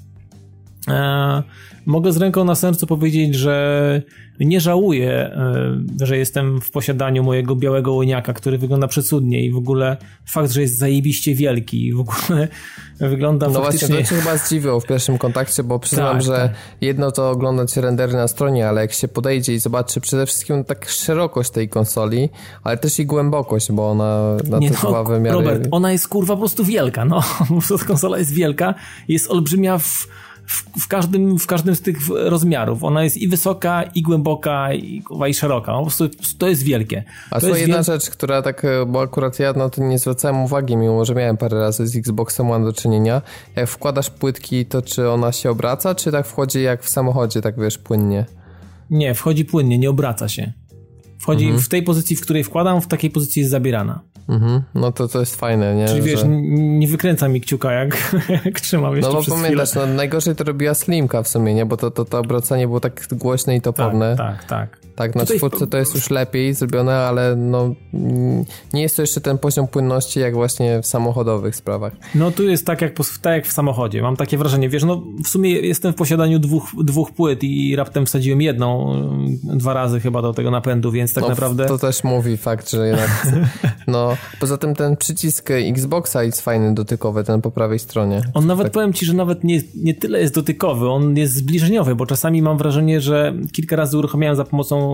e, mogę z ręką na sercu powiedzieć, że nie żałuję, e, że jestem w posiadaniu mojego białego łyniaka, który wygląda przecudnie i w ogóle fakt, że jest zajebiście wielki i w ogóle wygląda no faktycznie... No właśnie, to cię chyba zdziwiło w pierwszym kontakcie, bo przyznam, tak, że tak. jedno to oglądać rendery na stronie, ale jak się podejdzie i zobaczy przede wszystkim tak szerokość tej konsoli, ale też i głębokość, bo ona na nie, te no, dwa wymiary... Robert, ona jest kurwa po prostu wielka, no. Po prostu ta konsola jest wielka, jest olbrzymia w... W, w, każdym, w każdym z tych rozmiarów. Ona jest i wysoka, i głęboka, i, i szeroka. Po prostu to jest wielkie. A to jest jedna wiel... rzecz, która tak, bo akurat ja na to nie zwracałem uwagi, mimo że miałem parę razy z Xboxem One do czynienia. Jak wkładasz płytki, to czy ona się obraca, czy tak wchodzi jak w samochodzie, tak wiesz, płynnie? Nie, wchodzi płynnie, nie obraca się. Wchodzi mhm. w tej pozycji, w której wkładam, w takiej pozycji jest zabierana. Mhm. No to to jest fajne, nie? Czyli wiesz, że... nie wykręca mi kciuka, jak, jak trzymam jeszcze no bo przez pamiętasz, chwilę. No, najgorzej to robiła Slimka w sumie, nie? Bo to, to, to obracanie było tak głośne i toporne. Tak, tak, tak. Tak, na czwórce to jest już lepiej zrobione, ale no nie jest to jeszcze ten poziom płynności jak właśnie w samochodowych sprawach. No tu jest tak jak, tak jak w samochodzie, mam takie wrażenie, wiesz, no w sumie jestem w posiadaniu dwóch, dwóch płyt i raptem wsadziłem jedną dwa razy chyba do tego napędu, więc tak no, naprawdę... To też mówi fakt, że jednak... no, poza tym ten przycisk Xboxa jest fajny, dotykowy, ten po prawej stronie. On nawet, tak... powiem ci, że nawet nie, nie tyle jest dotykowy, on jest zbliżeniowy, bo czasami mam wrażenie, że kilka razy uruchamiałem za pomocą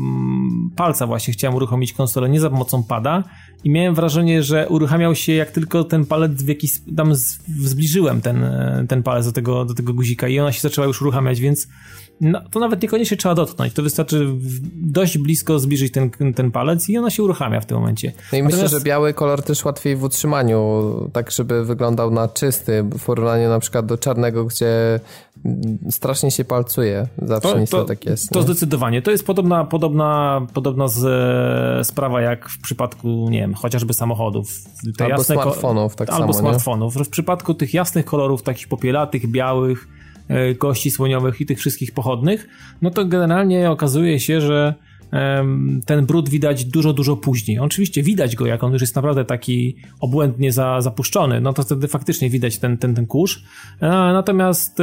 palca właśnie, chciałem uruchomić konsolę, nie za pomocą pada i miałem wrażenie, że uruchamiał się jak tylko ten palec w jakiś, tam z, zbliżyłem ten, ten palec do tego, do tego guzika i ona się zaczęła już uruchamiać, więc no, to nawet niekoniecznie trzeba dotknąć, to wystarczy dość blisko zbliżyć ten, ten palec i ona się uruchamia w tym momencie. No i Natomiast... myślę, że biały kolor też łatwiej w utrzymaniu, tak żeby wyglądał na czysty, w porównaniu na przykład do czarnego, gdzie strasznie się palcuje, zawsze to, niestety to, tak jest. To nie? Zdecydowanie, to jest podobna, podobna, podobna z, e, sprawa jak w przypadku, nie wiem, chociażby samochodów. Te albo jasne smartfonów, tak albo samo, smartfonów. Nie? W przypadku tych jasnych kolorów, takich popielatych, białych, e, kości słoniowych i tych wszystkich pochodnych, no to generalnie okazuje się, że ten brud widać dużo, dużo później. Oczywiście widać go, jak on już jest naprawdę taki obłędnie za, zapuszczony, no to wtedy faktycznie widać ten, ten, ten kurz. Natomiast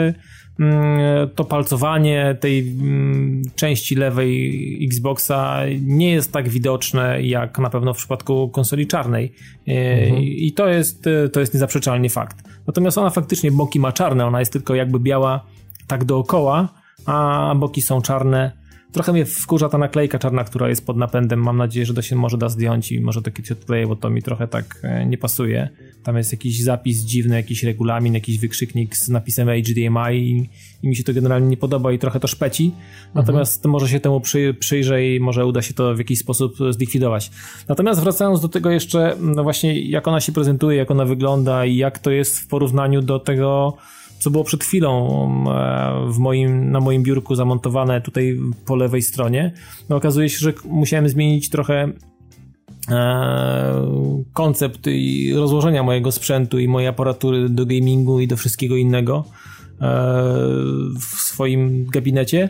to palcowanie tej części lewej Xboxa nie jest tak widoczne jak na pewno w przypadku konsoli czarnej. Mhm. I to jest, to jest niezaprzeczalnie fakt. Natomiast ona faktycznie boki ma czarne, ona jest tylko jakby biała tak dookoła, a boki są czarne trochę mnie wkurza ta naklejka czarna, która jest pod napędem. Mam nadzieję, że to się może da zdjąć i może to kiedyś odkleję, bo to mi trochę tak nie pasuje. Tam jest jakiś zapis dziwny, jakiś regulamin, jakiś wykrzyknik z napisem H D M I i, i mi się to generalnie nie podoba i trochę to szpeci. Natomiast mhm. może się temu przy, przyjrzę i może uda się to w jakiś sposób zlikwidować. Natomiast wracając do tego jeszcze, no właśnie jak ona się prezentuje, jak ona wygląda i jak to jest w porównaniu do tego, co było przed chwilą w moim, na moim biurku zamontowane tutaj po lewej stronie, no okazuje się, że musiałem zmienić trochę e, koncept i rozłożenia mojego sprzętu i mojej aparatury do gamingu i do wszystkiego innego e, w swoim gabinecie,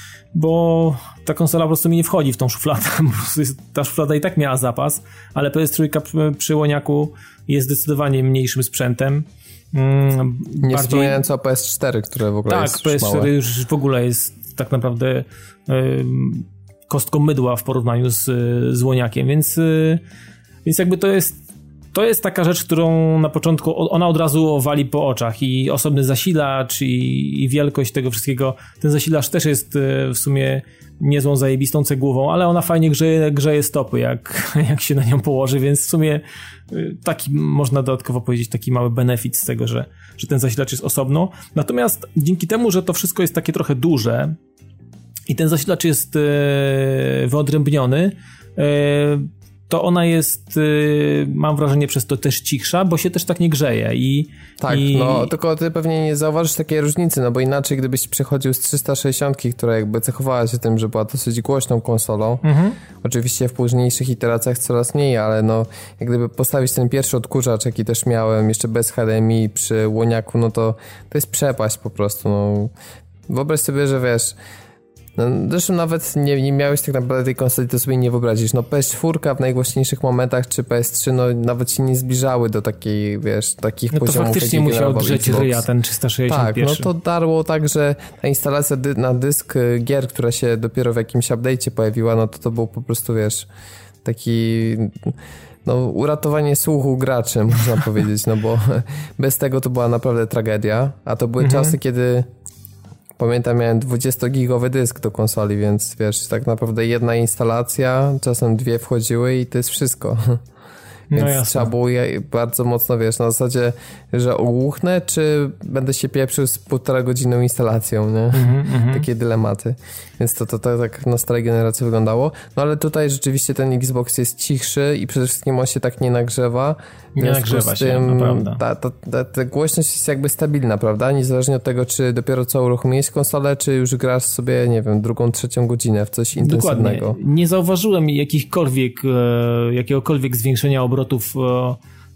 bo ta konsola po prostu mi nie wchodzi w tą szufladę. Po prostu jest, ta szuflada i tak miała zapas, ale P S trzy przy, przy Łoniaku jest zdecydowanie mniejszym sprzętem. Mm, nie bardziej... wspominając o P S cztery, które w ogóle tak, jest Tak, P S cztery małe. już w ogóle jest tak naprawdę y, kostką mydła w porównaniu z, z Łoniakiem, więc, y, więc jakby to jest to jest taka rzecz, którą na początku ona od razu wali po oczach i osobny zasilacz i, i wielkość tego wszystkiego. Ten zasilacz też jest y, w sumie niezłą zajebistą cegłową, ale ona fajnie grzeje, grzeje stopy, jak, jak się na nią położy, więc w sumie taki, można dodatkowo powiedzieć, taki mały benefit z tego, że, że ten zasilacz jest osobno. Natomiast dzięki temu, że to wszystko jest takie trochę duże i ten zasilacz jest e, wyodrębniony, e, to ona jest, y, mam wrażenie, przez to też cichsza, bo się też tak nie grzeje. I, tak, i... no tylko ty pewnie nie zauważysz takiej różnicy, no bo inaczej gdybyś przechodził z trzysta sześćdziesiąt, która jakby cechowała się tym, że była dosyć głośną konsolą, mhm. oczywiście w późniejszych iteracjach coraz mniej, ale no jak gdyby postawić ten pierwszy odkurzacz, jaki też miałem, jeszcze bez H D M I przy Łoniaku, no to to jest przepaść po prostu, no. Wyobraź sobie, że wiesz, no, zresztą nawet nie, nie miałeś tak naprawdę tej konsoli, to sobie nie wyobrazisz. No P S cztery w najgłośniejszych momentach, czy P S trzy, no nawet się nie zbliżały do takiej, wiesz, takich no to poziomów. Faktycznie musiał drzeć ryja ten trzysta sześćdziesiąt jeden. Tak, no to darło tak, że ta instalacja dy- na dysk gier, która się dopiero w jakimś update'cie pojawiła, no to to był po prostu, wiesz, taki... no uratowanie słuchu graczy, można powiedzieć, no bo bez tego to była naprawdę tragedia, a to były mhm. czasy, kiedy pamiętam, miałem dwudziestogigowy dysk do konsoli, więc wiesz, tak naprawdę jedna instalacja, czasem dwie wchodziły i to jest wszystko. Więc no trzeba było bardzo mocno, wiesz, na zasadzie, że ogłuchnę, czy będę się pieprzył z półtora godziną instalacją, nie? Mm-hmm. Takie dylematy. Więc to, to, to tak na starej generacji wyglądało. No ale tutaj rzeczywiście ten Xbox jest cichszy i przede wszystkim on się tak nie nagrzewa. Nie nagrzewa się, tym, naprawdę. Ta, ta, ta, ta głośność jest jakby stabilna, prawda? Niezależnie od tego, czy dopiero co uruchomiłeś konsolę, czy już grasz sobie, nie wiem, drugą, trzecią godzinę w coś intensywnego. Dokładnie. Nie zauważyłem jakichkolwiek, e, jakiegokolwiek zwiększenia obrotów e,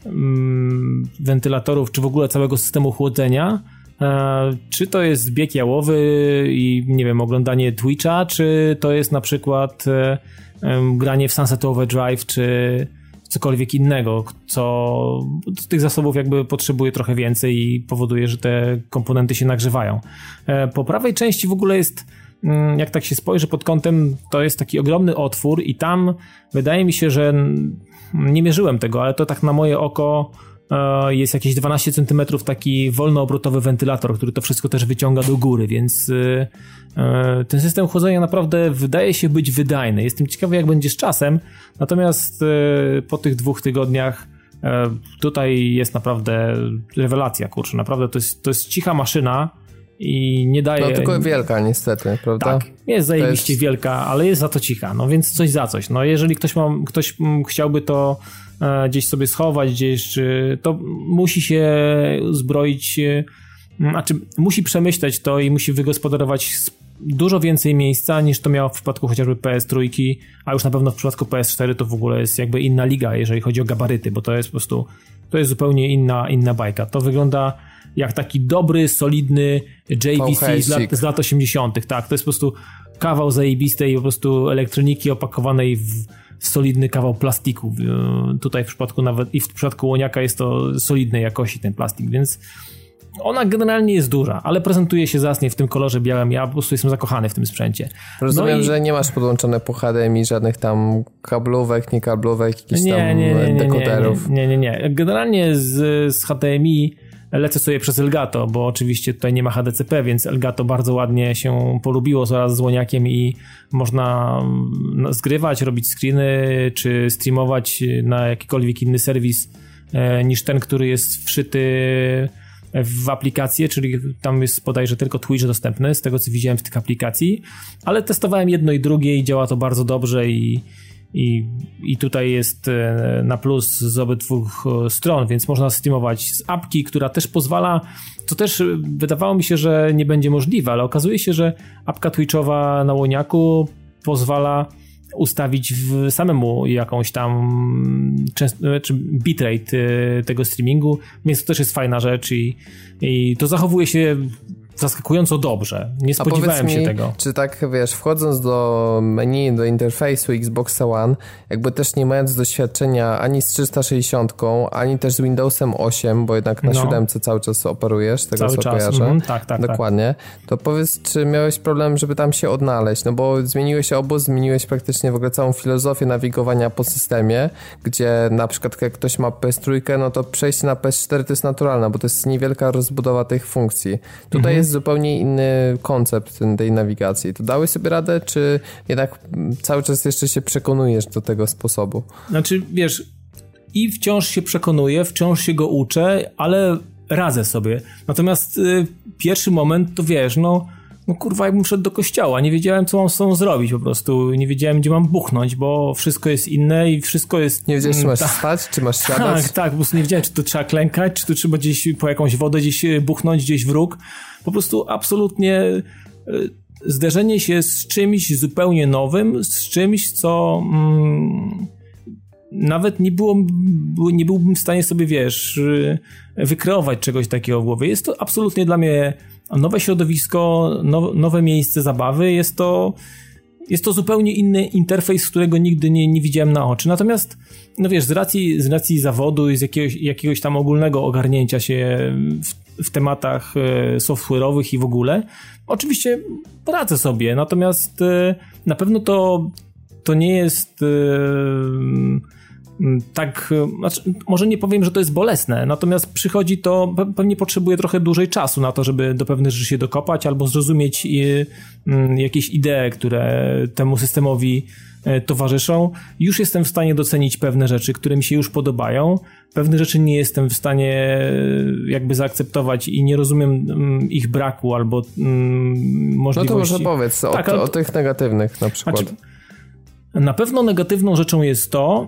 m, wentylatorów, czy w ogóle całego systemu chłodzenia. E, czy to jest bieg jałowy i, nie wiem, oglądanie Twitcha, czy to jest na przykład e, e, granie w Sunset Overdrive, czy cokolwiek innego, co z tych zasobów jakby potrzebuje trochę więcej i powoduje, że te komponenty się nagrzewają. Po prawej części w ogóle jest, jak tak się spojrzy pod kątem, to jest taki ogromny otwór i tam wydaje mi się, że nie mierzyłem tego, ale to tak na moje oko jest jakieś dwanaście centymetrów taki wolnoobrotowy wentylator, który to wszystko też wyciąga do góry, więc ten system chłodzenia naprawdę wydaje się być wydajny. Jestem ciekawy, jak będzie z czasem, natomiast po tych dwóch tygodniach tutaj jest naprawdę rewelacja, kurczę, naprawdę to jest, to jest cicha maszyna i nie daje... No tylko wielka niestety, prawda? Tak, jest zajebiście jest... wielka, ale jest za to cicha, no więc coś za coś. No jeżeli ktoś, ma, ktoś chciałby to e, gdzieś sobie schować, gdzieś, czy, to musi się uzbroić, e, znaczy musi przemyśleć to i musi wygospodarować dużo więcej miejsca niż to miało w przypadku chociażby P S trzy, a już na pewno w przypadku P S cztery to w ogóle jest jakby inna liga, jeżeli chodzi o gabaryty, bo to jest po prostu, to jest zupełnie inna, inna bajka. To wygląda jak taki dobry, solidny J V C z lat, z lat osiemdziesiątych. Tak, to jest po prostu kawał zajebistej po prostu elektroniki opakowanej w solidny kawał plastiku. Tutaj w przypadku nawet i w przypadku Łoniaka jest to solidnej jakości ten plastik, więc ona generalnie jest duża, ale prezentuje się zacnie w tym kolorze białym. Ja po prostu jestem zakochany w tym sprzęcie. Rozumiem, no i... że nie masz podłączone po H D M I żadnych tam kablówek, nie kablówek, jakichś nie, tam nie, nie, nie, dekoderów. Nie, nie, nie, nie. Generalnie z, z H D M I lecę sobie przez Elgato, bo oczywiście tutaj nie ma H D C P, więc Elgato bardzo ładnie się polubiło zaraz z łoniakiem i można zgrywać, robić screeny, czy streamować na jakikolwiek inny serwis niż ten, który jest wszyty w aplikację, czyli tam jest bodajże tylko Twitch dostępny, z tego co widziałem w tych aplikacji, ale testowałem jedno i drugie i działa to bardzo dobrze i, i, i tutaj jest na plus z obydwu stron, więc można streamować z apki, która też pozwala, to też wydawało mi się, że nie będzie możliwe, ale okazuje się, że apka Twitchowa na łoniaku pozwala ustawić w samemu jakąś tam czy bitrate tego streamingu, więc to też jest fajna rzecz i, i to zachowuje się zaskakująco dobrze. Nie spodziewałem się mi, tego. Czy tak, wiesz, wchodząc do menu, do interfejsu Xbox One, jakby też nie mając doświadczenia ani z trzysta sześćdziesiąt, ani też z Windowsem osiem, bo jednak na no. siódemce cały czas operujesz, tego cały co czas. kojarzę. Mm, tak, tak, Dokładnie. Tak. To powiedz, czy miałeś problem, żeby tam się odnaleźć? No bo zmieniłeś obóz, zmieniłeś praktycznie w ogóle całą filozofię nawigowania po systemie, gdzie na przykład jak ktoś ma P S trzy, no to przejście na P S cztery to jest naturalne, bo to jest niewielka rozbudowa tych funkcji. Tutaj mhm. jest zupełnie inny koncept tej nawigacji. To dałeś sobie radę, czy jednak cały czas jeszcze się przekonujesz do tego sposobu? Znaczy, wiesz, i wciąż się przekonuję, wciąż się go uczę, ale radzę sobie. Natomiast y, pierwszy moment to wiesz, no, no kurwa, jakbym szedł do kościoła, nie wiedziałem, co mam z sobą zrobić po prostu, nie wiedziałem, gdzie mam buchnąć, bo wszystko jest inne i wszystko jest... Nie wiedziałeś, czy masz ta... stać, czy masz siadać? Tak, tak, po prostu nie wiedziałem, czy to trzeba klękać, czy to trzeba gdzieś po jakąś wodę gdzieś buchnąć, gdzieś w róg. Po prostu absolutnie zderzenie się z czymś zupełnie nowym, z czymś, co mm, nawet nie było, nie byłbym w stanie sobie, wiesz, wykreować czegoś takiego w głowie. Jest to absolutnie dla mnie nowe środowisko, now, nowe miejsce zabawy. Jest to, jest to zupełnie inny interfejs, którego nigdy nie, nie widziałem na oczy. Natomiast, no wiesz, z racji, z racji zawodu i z jakiegoś, jakiegoś tam ogólnego ogarnięcia się w w tematach software'owych i w ogóle. Oczywiście poradzę sobie, natomiast na pewno to, to nie jest tak, znaczy, może nie powiem, że to jest bolesne, natomiast przychodzi to, pewnie potrzebuje trochę dłużej czasu na to, żeby do pewnych rzeczy się dokopać albo zrozumieć jakieś idee, które temu systemowi towarzyszą. Już jestem w stanie docenić pewne rzeczy, które mi się już podobają. Pewne rzeczy nie jestem w stanie jakby zaakceptować i nie rozumiem ich braku albo mm, możliwości. No to może powiedz tak, o, o tych negatywnych na przykład. Znaczy, na pewno negatywną rzeczą jest to,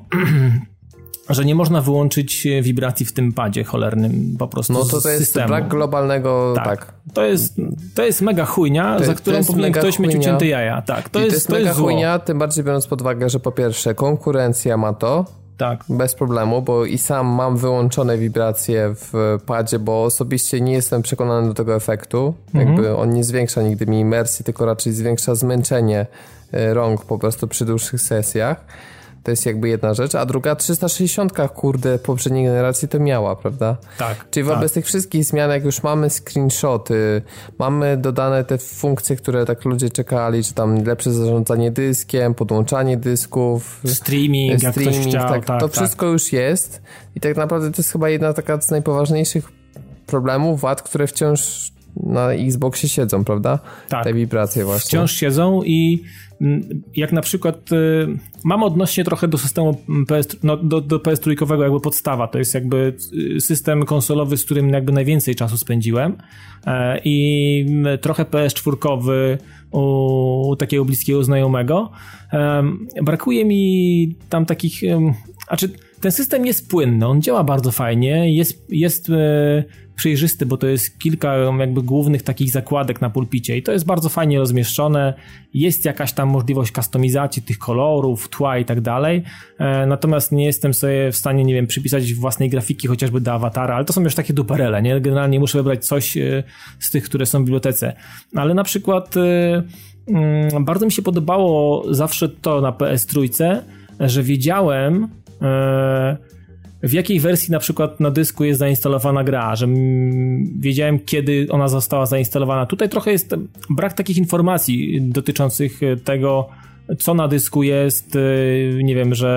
że nie można wyłączyć wibracji w tym padzie cholernym po prostu. No to to jest systemu. Brak globalnego, tak. tak. To jest, to jest mega chujnia, to, za którą powinien ktoś chujnia. mieć ucięte jaja. Tak, to, I jest, to jest to mega jest chujnia, tym bardziej biorąc pod uwagę, że po pierwsze konkurencja ma to, tak. bez problemu, bo i sam mam wyłączone wibracje w padzie, bo osobiście nie jestem przekonany do tego efektu. Mhm. Jakby on nie zwiększa nigdy mi imersji, tylko raczej zwiększa zmęczenie rąk po prostu przy dłuższych sesjach. To jest jakby jedna rzecz, a druga trzysta sześćdziesiąt, kurde, poprzedniej generacji to miała, prawda? Tak. Czyli wobec tak. tych wszystkich zmian, jak już mamy screenshoty, mamy dodane te funkcje, które tak ludzie czekali, czy tam lepsze zarządzanie dyskiem, podłączanie dysków, streaming, jak streaming ktoś chciał, tak, tak, to tak. wszystko już jest i tak naprawdę to jest chyba jedna taka z najpoważniejszych problemów, wad, które wciąż na Xboxie siedzą, prawda? Tak. Te wibracje właśnie. Wciąż siedzą i jak na przykład y, mam odnośnie trochę do systemu P S, no, do, do P S trzy jakby podstawa, to jest jakby system konsolowy, z którym jakby najwięcej czasu spędziłem y, i trochę P S cztery u, u takiego bliskiego znajomego. Y, brakuje mi tam takich, y, znaczy ten system jest płynny, on działa bardzo fajnie, jest, jest y, przejrzysty, bo to jest kilka jakby głównych takich zakładek na pulpicie i to jest bardzo fajnie rozmieszczone, jest jakaś tam możliwość kustomizacji tych kolorów, tła i tak dalej, e, natomiast nie jestem sobie w stanie, nie wiem, przypisać własnej grafiki chociażby do awatara, ale to są już takie duperele, nie? Generalnie muszę wybrać coś e, z tych, które są w bibliotece, ale na przykład e, m, bardzo mi się podobało zawsze to na P S trzy, że wiedziałem e, w jakiej wersji na przykład na dysku jest zainstalowana gra, że wiedziałem, kiedy ona została zainstalowana. Tutaj trochę jest brak takich informacji dotyczących tego, co na dysku jest, nie wiem, że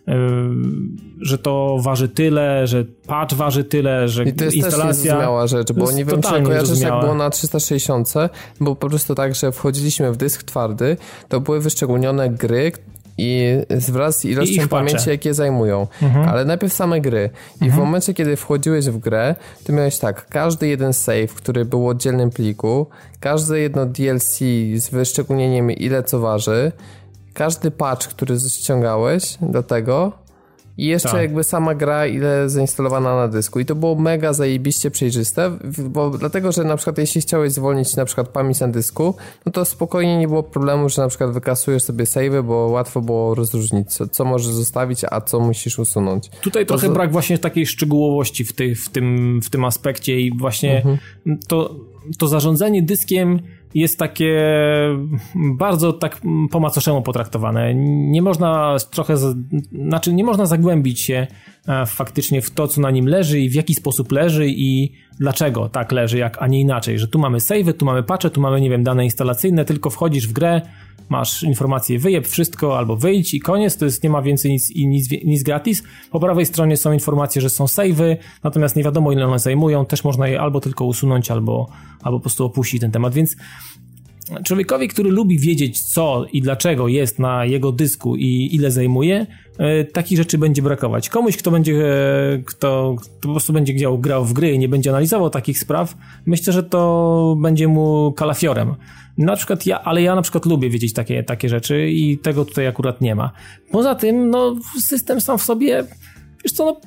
że to waży tyle, że patch waży tyle, że I to jest instalacja... też niezrozumiała rzecz, bo nie wiem, czy kojarzysz, jak było na trzysta sześćdziesiąt, było po prostu tak, że wchodziliśmy w dysk twardy, to były wyszczególnione gry i wraz z ilością pamięci, jakie zajmują. Mhm. Ale najpierw same gry. I mhm. w momencie, kiedy wchodziłeś w grę, to miałeś tak, każdy jeden save, który był w oddzielnym pliku, każde jedno D L C z wyszczególnieniem, ile co waży, każdy patch, który ściągałeś do tego i jeszcze tak. jakby sama gra, ile zainstalowana na dysku. I to było mega zajebiście przejrzyste, bo dlatego, że na przykład jeśli chciałeś zwolnić na przykład pamięć na dysku, no to spokojnie nie było problemu, że na przykład wykasujesz sobie save'y, bo łatwo było rozróżnić, co, co możesz zostawić, a co musisz usunąć. Tutaj to trochę z... brak właśnie takiej szczegółowości w, ty, w, tym, w tym aspekcie i właśnie mhm. to, to zarządzanie dyskiem jest takie bardzo tak po macoszemu potraktowane. Nie można trochę, znaczy nie można zagłębić się faktycznie w to, co na nim leży i w jaki sposób leży i dlaczego tak leży, jak, a nie inaczej, że tu mamy save'y, tu mamy patche, tu mamy, nie wiem, dane instalacyjne, tylko wchodzisz w grę, masz informację, wyjeb wszystko albo wyjdź i koniec, to jest, nie ma więcej nic, nic, nic gratis. Po prawej stronie są informacje, że są save'y, natomiast nie wiadomo, ile one zajmują, też można je albo tylko usunąć, albo, albo po prostu opuścić ten temat, więc człowiekowi, który lubi wiedzieć, co i dlaczego jest na jego dysku i ile zajmuje, e, takich rzeczy będzie brakować. Komuś, kto będzie, e, kto, kto po prostu będzie grał, grał w gry i nie będzie analizował takich spraw, myślę, że to będzie mu kalafiorem. Na przykład ja, ale ja na przykład lubię wiedzieć takie, takie rzeczy i tego tutaj akurat nie ma. Poza tym, no, system sam w sobie, wiesz co, no,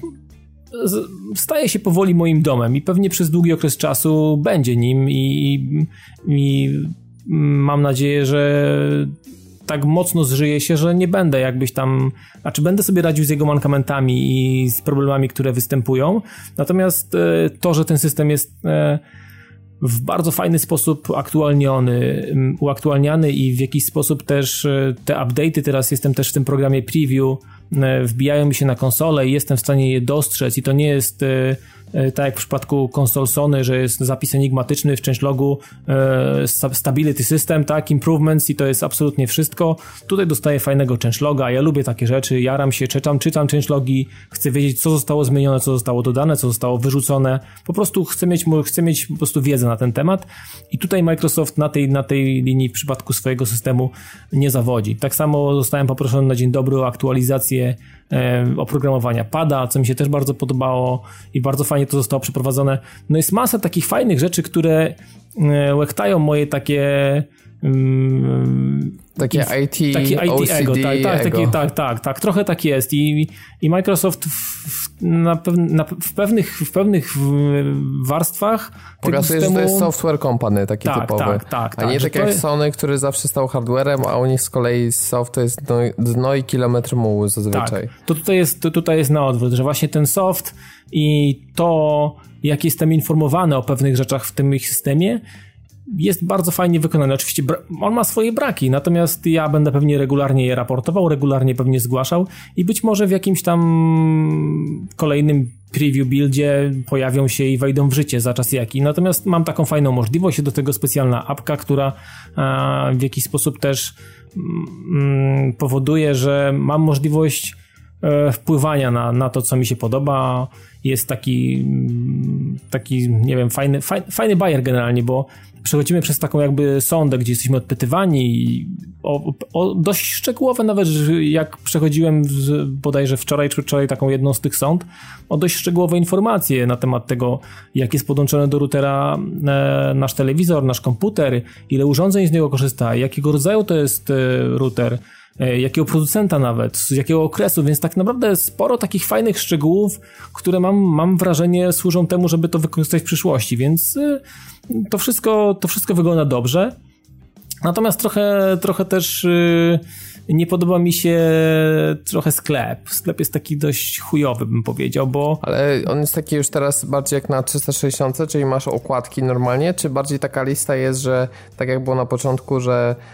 staje się powoli moim domem i pewnie przez długi okres czasu będzie nim i, i mam nadzieję, że tak mocno zżyje się, że nie będę jakbyś tam, znaczy będę sobie radził z jego mankamentami i z problemami, które występują, natomiast to, że ten system jest w bardzo fajny sposób aktualniony, uaktualniany i w jakiś sposób też te update'y, teraz jestem też w tym programie preview, wbijają mi się na konsolę i jestem w stanie je dostrzec i to nie jest tak jak w przypadku konsol Sony, że jest zapis enigmatyczny w changelogu, stability system, tak, improvements i to jest absolutnie wszystko. Tutaj dostaję fajnego changeloga, ja lubię takie rzeczy, jaram się, czytam, czytam changelogi, chcę wiedzieć, co zostało zmienione, co zostało dodane, co zostało wyrzucone, po prostu chcę mieć, chcę mieć po prostu wiedzę na ten temat i tutaj Microsoft na tej, na tej linii w przypadku swojego systemu nie zawodzi. Tak samo zostałem poproszony na dzień dobry o aktualizację oprogramowania pada, co mi się też bardzo podobało i bardzo fajnie to zostało przeprowadzone. No jest masa takich fajnych rzeczy, które łechtają moje takie um, takie I T, takie I T O C D ego, tak, tak, ego. Takie, tak, tak, tak, trochę tak jest i, i Microsoft w, na pew, na, w, pewnych, w pewnych warstwach pokazuje, systemu... że to jest software company taki tak, typowy, tak, tak, a nie tak, tak jak jest... Sony, który zawsze stał hardwarem, a u nich z kolei soft to jest dno, dno i kilometr mułu zazwyczaj. Tak, to tutaj jest, to tutaj jest na odwrót, że właśnie ten soft i to, jak jestem informowany o pewnych rzeczach w tym ich systemie, jest bardzo fajnie wykonany. Oczywiście on ma swoje braki, natomiast ja będę pewnie regularnie je raportował, regularnie pewnie zgłaszał i być może w jakimś tam kolejnym preview buildzie pojawią się i wejdą w życie za czas jaki. Natomiast mam taką fajną możliwość, do tego specjalna apka, która w jakiś sposób też powoduje, że mam możliwość wpływania na, na to, co mi się podoba. Jest taki taki, nie wiem, fajny, fajny, fajny bajer generalnie, bo przechodzimy przez taką jakby sondę, gdzie jesteśmy odpytywani o, o dość szczegółowe nawet, jak przechodziłem z, bodajże wczoraj czy wczoraj taką jedną z tych sond, o dość szczegółowe informacje na temat tego, jak jest podłączony do routera e, nasz telewizor, nasz komputer, ile urządzeń z niego korzysta, jakiego rodzaju to jest e, router, jakiego producenta nawet, z jakiego okresu, więc tak naprawdę sporo takich fajnych szczegółów, które mam, mam wrażenie służą temu, żeby to wykorzystać w przyszłości, więc to wszystko, to wszystko wygląda dobrze. Natomiast trochę, trochę też nie podoba mi się trochę sklep. Sklep jest taki dość chujowy, bym powiedział, bo... Ale on jest taki już teraz bardziej jak na trzysta sześćdziesiąt, czyli masz okładki normalnie, czy bardziej taka lista jest, że tak jak było na początku, że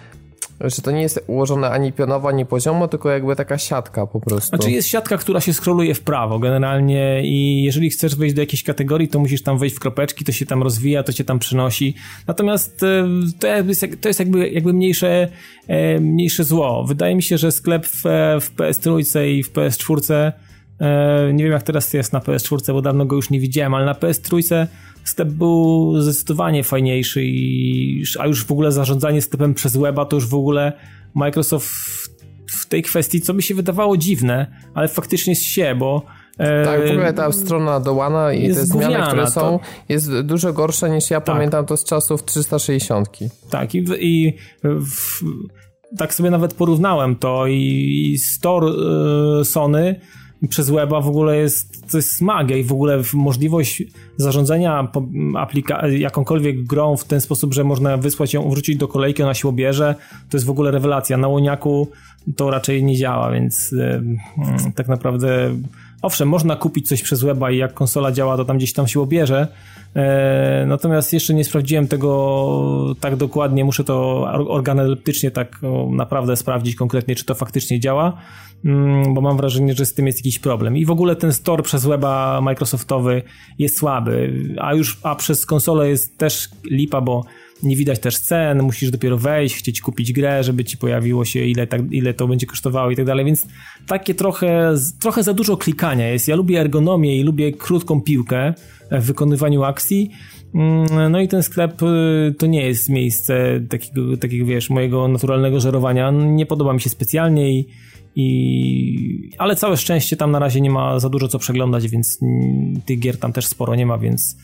że to nie jest ułożone ani pionowo, ani poziomo, tylko jakby taka siatka po prostu. Znaczy jest siatka, która się scrolluje w prawo generalnie i jeżeli chcesz wejść do jakiejś kategorii, to musisz tam wejść w kropeczki, to się tam rozwija, to cię tam przynosi. Natomiast to jest, to jest jakby, jakby mniejsze, mniejsze zło. Wydaje mi się, że sklep w, w P S trzy i w P S cztery, nie wiem jak teraz jest na P S cztery, bo dawno go już nie widziałem, ale na P S trzy sklep był zdecydowanie fajniejszy, i, a już w ogóle zarządzanie sklepem przez weba to już w ogóle Microsoft w tej kwestii, co mi się wydawało dziwne, ale faktycznie się, bo e, tak, w ogóle ta strona do Łana i te zmiany, które są, to jest dużo gorsza niż ja tak. pamiętam to z czasów trzysta sześćdziesiąt. Tak, i, i w, tak sobie nawet porównałem to i, i store y, Sony przez weba w ogóle jest, to jest magia i w ogóle możliwość zarządzania aplika- jakąkolwiek grą w ten sposób, że można wysłać ją, wrzucić do kolejki, ona się obierze, to jest w ogóle rewelacja. Na łoniaku to raczej nie działa, więc yy, tak naprawdę owszem, można kupić coś przez weba i jak konsola działa, to tam gdzieś tam się obierze, yy, natomiast jeszcze nie sprawdziłem tego tak dokładnie, muszę to organoleptycznie tak o, naprawdę sprawdzić konkretnie, czy to faktycznie działa, bo mam wrażenie, że z tym jest jakiś problem. I w ogóle ten store przez weba Microsoftowy jest słaby, a już a przez konsolę jest też lipa, bo nie widać też cen, musisz dopiero wejść, chcieć kupić grę, żeby ci pojawiło się ile, tak, ile to będzie kosztowało i tak dalej, więc takie trochę, trochę za dużo klikania jest. Ja lubię ergonomię i lubię krótką piłkę w wykonywaniu akcji, no i ten sklep to nie jest miejsce takiego, takiego wiesz, mojego naturalnego żerowania. Nie podoba mi się specjalnie i I... ale całe szczęście tam na razie nie ma za dużo co przeglądać, więc tych gier tam też sporo nie ma, więc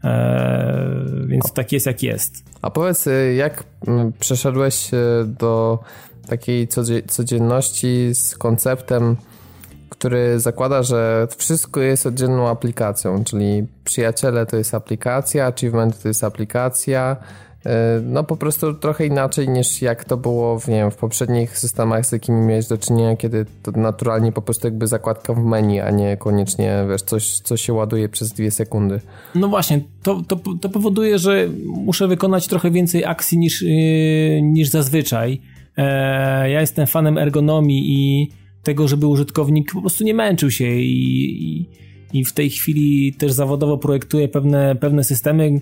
e... więc tak jest jak jest. A powiedz, jak przeszedłeś do takiej codzienności z konceptem, który zakłada, że wszystko jest oddzielną aplikacją, czyli przyjaciele to jest aplikacja, achievement to jest aplikacja, no po prostu trochę inaczej niż jak to było w, nie wiem, w poprzednich systemach, z jakimi miałeś do czynienia, kiedy to naturalnie po prostu jakby zakładka w menu, a nie koniecznie, wiesz, coś, co się ładuje przez dwie sekundy. No właśnie, to, to, to powoduje, że muszę wykonać trochę więcej akcji niż, yy, niż zazwyczaj. Eee, ja jestem fanem ergonomii i tego, żeby użytkownik po prostu nie męczył się i, i, i w tej chwili też zawodowo projektuję pewne, pewne systemy,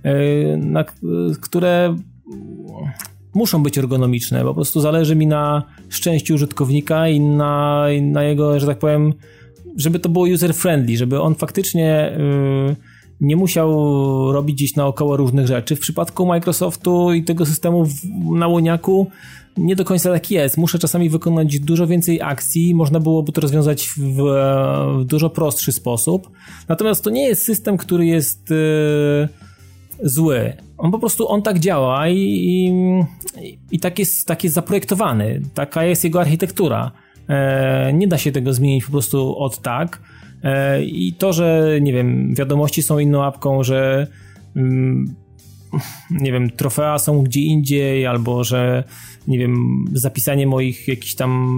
Na, które muszą być ergonomiczne, po prostu zależy mi na szczęściu użytkownika i na, i na jego, że tak powiem, żeby to było user-friendly, żeby on faktycznie yy, nie musiał robić gdzieś naokoło różnych rzeczy. W przypadku Microsoftu i tego systemu w, na łoniaku nie do końca tak jest. Muszę czasami wykonać dużo więcej akcji, można byłoby to rozwiązać w, w dużo prostszy sposób. Natomiast to nie jest system, który jest yy, zły. On po prostu, on tak działa i, i, i tak, jest, tak jest zaprojektowany. Taka jest jego architektura. E, nie da się tego zmienić po prostu od tak. E, I to, że nie wiem, wiadomości są inną apką, że mm, nie wiem, trofea są gdzie indziej, albo że nie wiem, zapisanie moich jakichś tam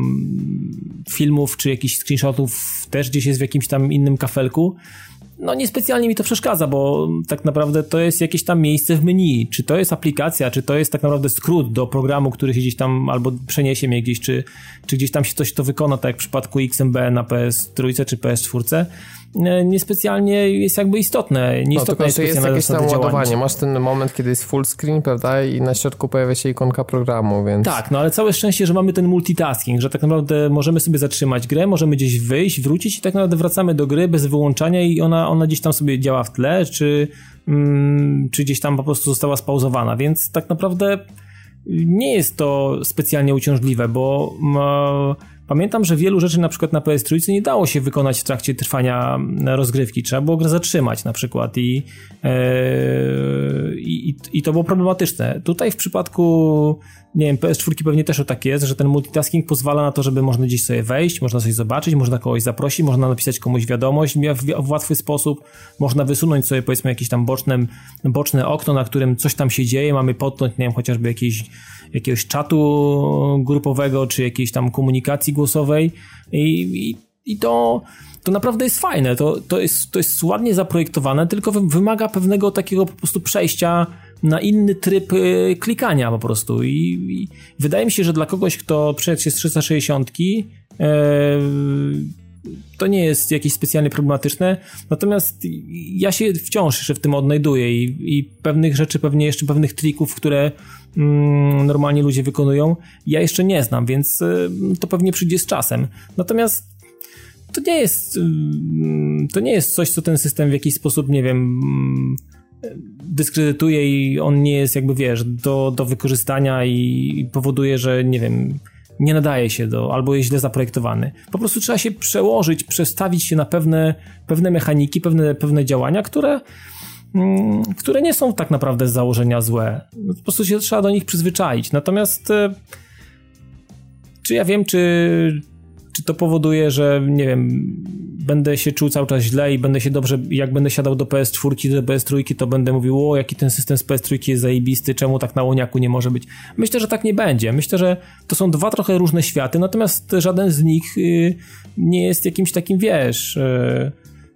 filmów, czy jakichś screenshotów też gdzieś jest w jakimś tam innym kafelku, no niespecjalnie mi to przeszkadza, bo tak naprawdę to jest jakieś tam miejsce w menu. Czy to jest aplikacja, czy to jest tak naprawdę skrót do programu, który się gdzieś tam albo przeniesie mnie gdzieś, czy, czy gdzieś tam się coś to wykona, tak jak w przypadku X M B na P S trzy czy P S cztery. Niespecjalnie jest jakby istotne. Nieistotne no, tylko, jest, jest jakieś tam ładowanie. Masz ten moment, kiedy jest full screen, prawda? I na środku pojawia się ikonka programu, więc... Tak, no ale całe szczęście, że mamy ten multitasking, że tak naprawdę możemy sobie zatrzymać grę, możemy gdzieś wyjść, wrócić i tak naprawdę wracamy do gry bez wyłączania i ona, ona gdzieś tam sobie działa w tle, czy, mm, czy gdzieś tam po prostu została spauzowana, więc tak naprawdę nie jest to specjalnie uciążliwe, bo... Ma, Pamiętam, że wielu rzeczy na przykład na P S trzy nie dało się wykonać w trakcie trwania rozgrywki. Trzeba było grę zatrzymać na przykład i, yy, i, i to było problematyczne. Tutaj w przypadku, nie wiem, P S cztery pewnie też tak jest, że ten multitasking pozwala na to, żeby można gdzieś sobie wejść, można coś zobaczyć, można kogoś zaprosić, można napisać komuś wiadomość w, w łatwy sposób, można wysunąć sobie powiedzmy jakieś tam boczne, boczne okno, na którym coś tam się dzieje, mamy potknąć, nie wiem, chociażby jakieś jakiegoś czatu grupowego, czy jakiejś tam komunikacji głosowej i, i, i to, to naprawdę jest fajne, to, to, jest, to jest ładnie zaprojektowane, tylko wymaga pewnego takiego po prostu przejścia na inny tryb klikania po prostu i, i wydaje mi się, że dla kogoś, kto przejdzie się z trzysta sześćdziesiąt e, to nie jest jakieś specjalnie problematyczne, natomiast ja się wciąż jeszcze w tym odnajduję i, i pewnych rzeczy, pewnie jeszcze pewnych trików, które mm, normalnie ludzie wykonują, ja jeszcze nie znam, więc y, to pewnie przyjdzie z czasem. Natomiast to nie jest y, to nie jest coś, co ten system w jakiś sposób, nie wiem, y, dyskredytuje i on nie jest jakby, wiesz, do, do wykorzystania i, i powoduje, że, nie wiem, nie nadaje się do, albo jest źle zaprojektowany. Po prostu trzeba się przełożyć, przestawić się na pewne, pewne mechaniki, pewne, pewne działania, które, mm, które nie są tak naprawdę z założenia złe. No, po prostu się trzeba do nich przyzwyczaić. Natomiast e, czy ja wiem, czy, czy to powoduje, że nie wiem, będę się czuł cały czas źle i będę się dobrze, jak będę siadał do P S cztery, do P S trzy, to będę mówił, o jaki ten system z P S trzy jest zajebisty, czemu tak na łoniaku nie może być. Myślę, że tak nie będzie. Myślę, że to są dwa trochę różne światy, natomiast żaden z nich y, nie jest jakimś takim, wiesz, y,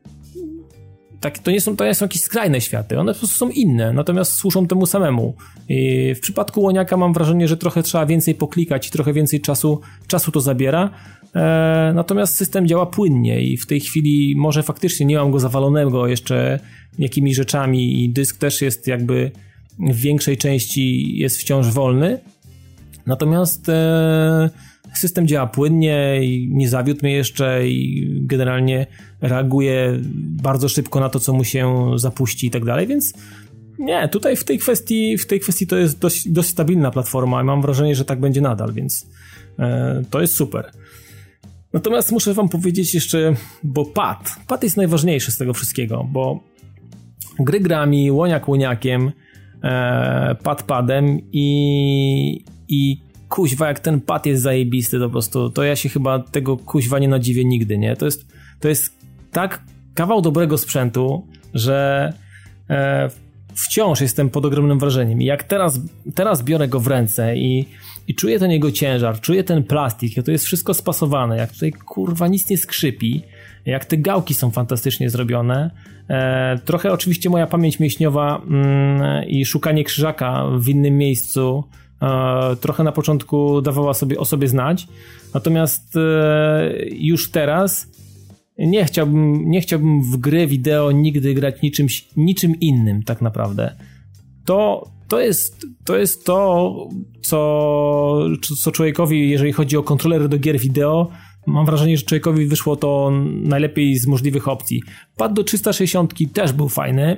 tak, to, nie są, to nie są jakieś skrajne światy, one po prostu są inne, natomiast służą temu samemu. I w przypadku łoniaka mam wrażenie, że trochę trzeba więcej poklikać i trochę więcej czasu, czasu to zabiera, e, natomiast system działa płynnie i w tej chwili może faktycznie nie mam go zawalonego jeszcze jakimiś rzeczami i dysk też jest jakby w większej części jest wciąż wolny, natomiast e, system działa płynnie i nie zawiódł mnie jeszcze i generalnie reaguje bardzo szybko na to, co mu się zapuści i tak dalej, więc nie, tutaj w tej kwestii w tej kwestii to jest dość, dość stabilna platforma i mam wrażenie, że tak będzie nadal, więc e, to jest super. Natomiast muszę wam powiedzieć jeszcze, bo pad, pad jest najważniejszy z tego wszystkiego, bo gry grami, łoniak łoniakiem, e, pad padem i, i kuźwa, jak ten pad jest zajebisty, to po prostu, to ja się chyba tego kuźwa nie nadziwię nigdy, nie? To jest, to jest tak kawał dobrego sprzętu, że e, wciąż jestem pod ogromnym wrażeniem i jak teraz, teraz biorę go w ręce i, i czuję ten jego ciężar, czuję ten plastik, jak to jest wszystko spasowane, jak tutaj kurwa nic nie skrzypi, jak te gałki są fantastycznie zrobione. E, trochę oczywiście moja pamięć mięśniowa mm, i szukanie krzyżaka w innym miejscu e, trochę na początku dawała sobie o sobie znać, natomiast e, już teraz nie chciałbym, nie chciałbym w gry wideo nigdy grać niczym, niczym innym tak naprawdę. To, to, jest, to jest to, co, co człowiekowi, jeżeli chodzi o kontrolery do gier wideo, mam wrażenie, że człowiekowi wyszło to najlepiej z możliwych opcji. Pad do trzysta sześćdziesiąt też był fajny.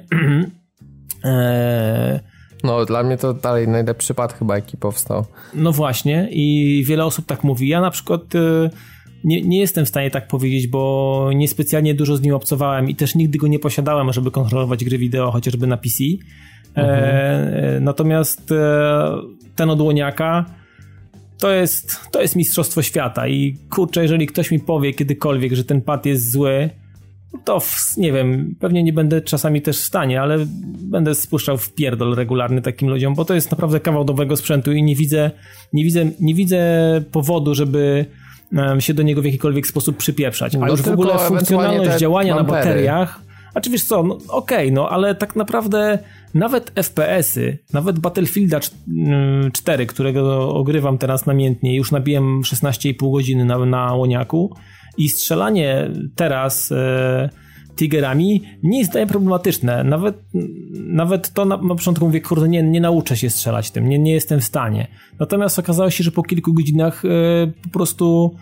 eee... No, dla mnie to dalej najlepszy pad chyba, jaki powstał. No właśnie i wiele osób tak mówi. Ja na przykład e, nie, nie jestem w stanie tak powiedzieć, bo niespecjalnie dużo z nim obcowałem i też nigdy go nie posiadałem, żeby kontrolować gry wideo, chociażby na P C. Mhm. E, natomiast e, ten od łoniaka to jest, to jest mistrzostwo świata i kurczę, jeżeli ktoś mi powie kiedykolwiek, że ten pad jest zły, to w, nie wiem, pewnie nie będę czasami też w stanie, ale będę spuszczał w pierdol regularny takim ludziom, bo to jest naprawdę kawał dobrego sprzętu i nie widzę, nie widzę, nie widzę powodu, żeby um, się do niego w jakikolwiek sposób przypieprzać. A no już w ogóle funkcjonalność działania bumpery. na bateriach, a czy wiesz co, no, okej, okay, no ale tak naprawdę nawet F P S-y, nawet Battlefielda cztery, którego ogrywam teraz namiętnie, już nabiłem szesnaście i pół godziny na, na łoniaku i strzelanie teraz e, Tigerami nie jest dla mnie problematyczne. Nawet, nawet to na, na początku mówię, kurde, nie, nie nauczę się strzelać tym, nie, nie jestem w stanie. Natomiast okazało się, że po kilku godzinach e, po prostu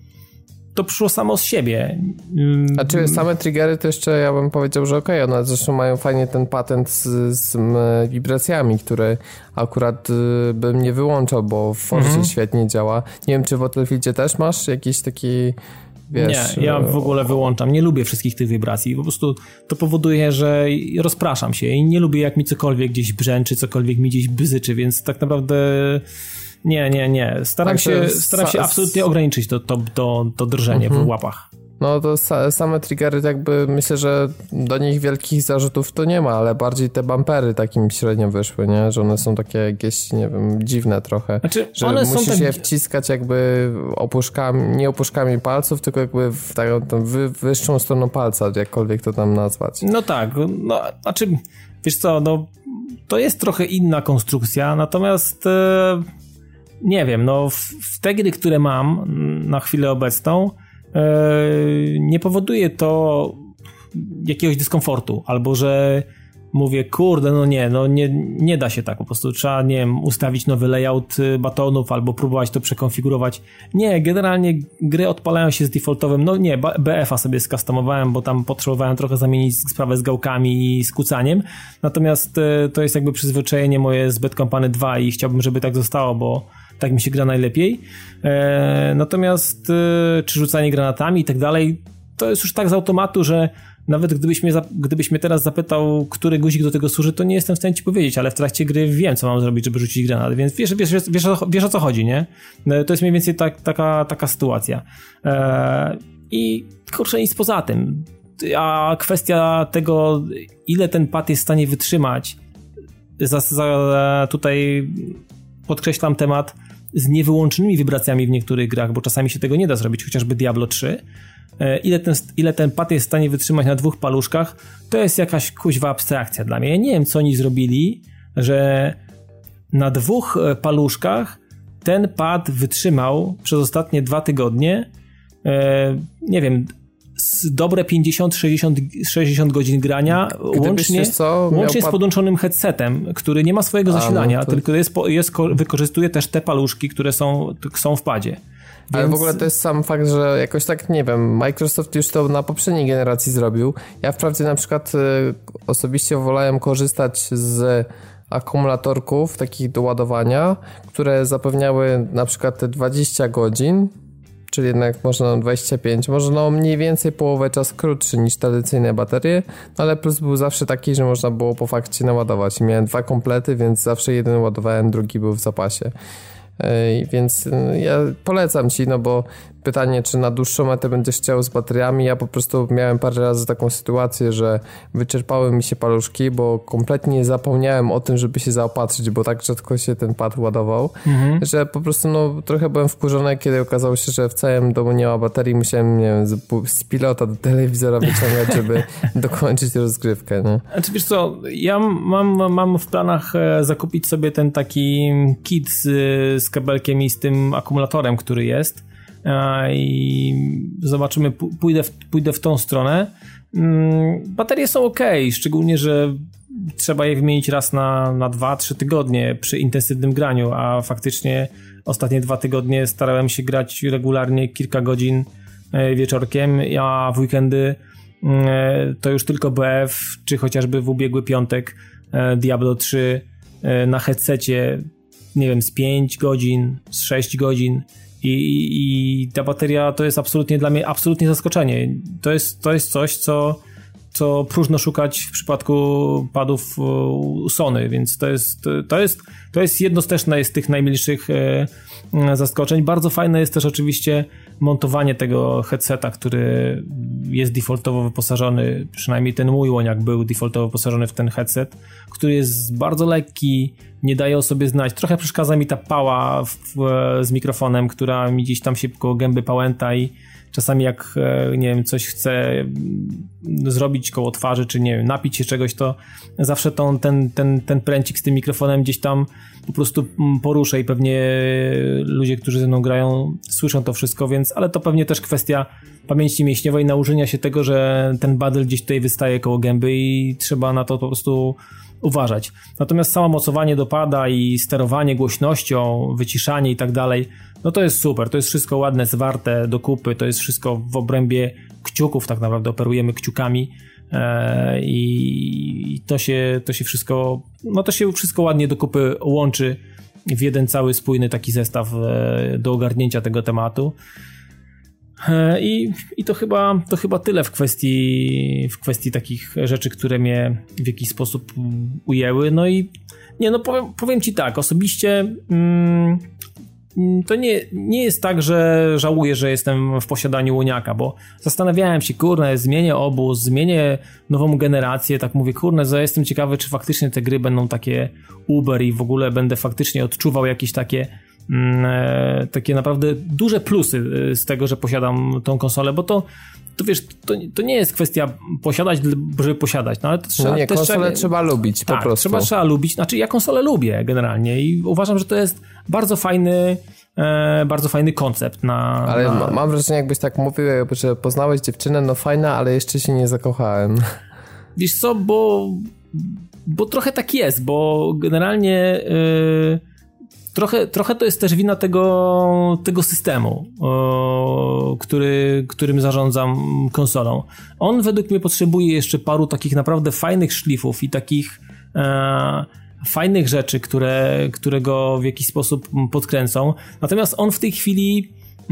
to przyszło samo z siebie. A czy same triggery to jeszcze ja bym powiedział, że okej, okay, one zresztą mają fajnie ten patent z, z wibracjami, który akurat y, bym nie wyłączał, bo w Forzie mhm. świetnie działa. Nie wiem, czy w Battlefieldzie też masz jakiś taki, wiesz... Nie, ja w ogóle wyłączam. Nie lubię wszystkich tych wibracji. Po prostu to powoduje, że rozpraszam się i nie lubię, jak mi cokolwiek gdzieś brzęczy, cokolwiek mi gdzieś bzyczy, więc tak naprawdę... Nie, nie, nie. Staram, tak, się, staram się absolutnie ograniczyć to, to, to, to drżenie mhm. w łapach. No to sa- same triggery jakby myślę, że do nich wielkich zarzutów to nie ma, ale bardziej te bumpery takim średnio wyszły, nie? Że one są takie jakieś, nie wiem, dziwne trochę. Znaczy, że one musisz są tak... je wciskać jakby opuszkami, nie opuszkami palców, tylko jakby w taką wy- wyższą stroną palca, jakkolwiek to tam nazwać. No tak, no znaczy, wiesz co, no to jest trochę inna konstrukcja, natomiast e, nie wiem, no w, w te gry, które mam na chwilę obecną, e, nie powoduje to jakiegoś dyskomfortu, albo że mówię, kurde, no nie, no nie, nie da się tak, po prostu trzeba, nie wiem, ustawić nowy layout batonów albo próbować to przekonfigurować. Nie, generalnie gry odpalają się z defaultowym, no nie, B F a sobie skustomowałem, bo tam potrzebowałem trochę zamienić sprawę z gałkami i z kucaniem, natomiast to jest jakby przyzwyczajenie moje z Bad Company dwa i chciałbym, żeby tak zostało, bo tak mi się gra najlepiej. E, natomiast e, czy rzucanie granatami i tak dalej, to jest już tak z automatu, że nawet gdybyś mnie, gdybyś mnie teraz zapytał, który guzik do tego służy, to nie jestem w stanie ci powiedzieć, ale w trakcie gry wiem, co mam zrobić, żeby rzucić granat, więc wiesz, wiesz, wiesz, wiesz, o, wiesz o co chodzi, nie? To jest mniej więcej tak, taka, taka sytuacja. Eee, I kurczę, nic poza tym. A kwestia tego, ile ten pad jest w stanie wytrzymać, za, za, tutaj podkreślam temat z niewyłączonymi wibracjami w niektórych grach, bo czasami się tego nie da zrobić, chociażby Diablo trzy. Ile ten, ile ten pad jest w stanie wytrzymać na dwóch paluszkach, to jest jakaś kuźwa abstrakcja dla mnie. Ja nie wiem, co oni zrobili, że na dwóch paluszkach ten pad wytrzymał przez ostatnie dwa tygodnie, e, nie wiem, z dobre pięćdziesiąt sześćdziesiąt godzin grania, Gdybyś łącznie, co, łącznie pad... z podłączonym headsetem, który nie ma swojego zasilania, no to... tylko jest, jest, wykorzystuje też te paluszki, które są, są w padzie. Ale Więc... w ogóle to jest sam fakt, że jakoś tak, nie wiem, Microsoft już to na poprzedniej generacji zrobił. Ja wprawdzie na przykład y, osobiście wolałem korzystać z akumulatorków takich do ładowania, które zapewniały na przykład te dwadzieścia godzin, czyli jednak można dwadzieścia pięć, może no mniej więcej połowę czas krótszy niż tradycyjne baterie, no ale plus był zawsze taki, że można było po fakcie naładować. Miałem dwa komplety, więc zawsze jeden ładowałem, drugi był w zapasie. Yy, więc ja polecam ci, no bo pytanie, czy na dłuższą metę będziesz chciał z bateriami. Ja po prostu miałem parę razy taką sytuację, że wyczerpały mi się paluszki, bo kompletnie zapomniałem o tym, żeby się zaopatrzyć, bo tak rzadko się ten pad ładował, mhm. że po prostu no trochę byłem wkurzony, kiedy okazało się, że w całym domu nie ma baterii. Musiałem, nie wiem, z, z pilota do telewizora wyciągać, żeby dokończyć rozgrywkę. Nie? Znaczy wiesz co, ja mam, mam w planach zakupić sobie ten taki kit z, z kabelkiem i z tym akumulatorem, który jest. I zobaczymy, pójdę w, pójdę w tą stronę. Baterie są ok, szczególnie, że trzeba je wymienić raz na, na dwa trzy tygodnie przy intensywnym graniu, a faktycznie ostatnie dwa tygodnie starałem się grać regularnie kilka godzin wieczorkiem, a w weekendy to już tylko B F, czy chociażby w ubiegły piątek Diablo trzy na headsetie, nie wiem, z pięć godzin, z sześć godzin. I, i, I ta bateria to jest absolutnie dla mnie absolutnie zaskoczenie. To jest, to jest coś, co, co próżno szukać w przypadku padów Sony, więc to jest, to jest, to jest jedno z też z tych najmilszych zaskoczeń. Bardzo fajne jest też oczywiście montowanie tego headseta, który jest defaultowo wyposażony, przynajmniej ten mój łoniak był defaultowo wyposażony w ten headset, który jest bardzo lekki, nie daje o sobie znać. Trochę przeszkadza mi ta pała w, w, z mikrofonem, która mi gdzieś tam się koło gęby pałęta i czasami jak, nie wiem, coś chcę zrobić koło twarzy, czy nie wiem, napić się czegoś, to zawsze tą, ten, ten, ten pręcik z tym mikrofonem gdzieś tam po prostu poruszę i pewnie ludzie, którzy ze mną grają, słyszą to wszystko, więc, ale to pewnie też kwestia pamięci mięśniowej, nauczenia się tego, że ten badel gdzieś tutaj wystaje koło gęby i trzeba na to po prostu uważać. Natomiast samo mocowanie do pada i sterowanie głośnością, wyciszanie i tak dalej, no to jest super, to jest wszystko ładne, zwarte do kupy, to jest wszystko w obrębie kciuków, tak naprawdę operujemy kciukami e, i to się, to się wszystko, no to się wszystko ładnie do kupy łączy w jeden cały spójny taki zestaw e, do ogarnięcia tego tematu. I, i to, chyba, to chyba tyle w kwestii, w kwestii takich rzeczy, które mnie w jakiś sposób ujęły. No i nie, no powiem, powiem ci tak, osobiście mm, to nie, nie jest tak, że żałuję, że jestem w posiadaniu łoniaka, bo zastanawiałem się, kurczę, zmienię obóz, zmienię nową generację, tak mówię, kurczę, jestem ciekawy, czy faktycznie te gry będą takie Uber i w ogóle będę faktycznie odczuwał jakieś takie takie naprawdę duże plusy z tego, że posiadam tą konsolę, bo to to wiesz, to, to nie jest kwestia posiadać, żeby posiadać, no ale to trzeba... No nie, też konsolę trzeba, trzeba lubić tak, po prostu. trzeba, trzeba lubić, znaczy ja konsolę lubię generalnie i uważam, że to jest bardzo fajny e, bardzo fajny koncept na... Ale na... mam wrażenie, jakbyś tak mówił, że poznałeś dziewczynę, no fajna, ale jeszcze się nie zakochałem. Wiesz co, bo bo trochę tak jest, bo generalnie yy, trochę, trochę to jest też wina tego, tego systemu, yy, który, którym zarządzam konsolą. On według mnie potrzebuje jeszcze paru takich naprawdę fajnych szlifów i takich yy, fajnych rzeczy, które, które go w jakiś sposób podkręcą. Natomiast on w tej chwili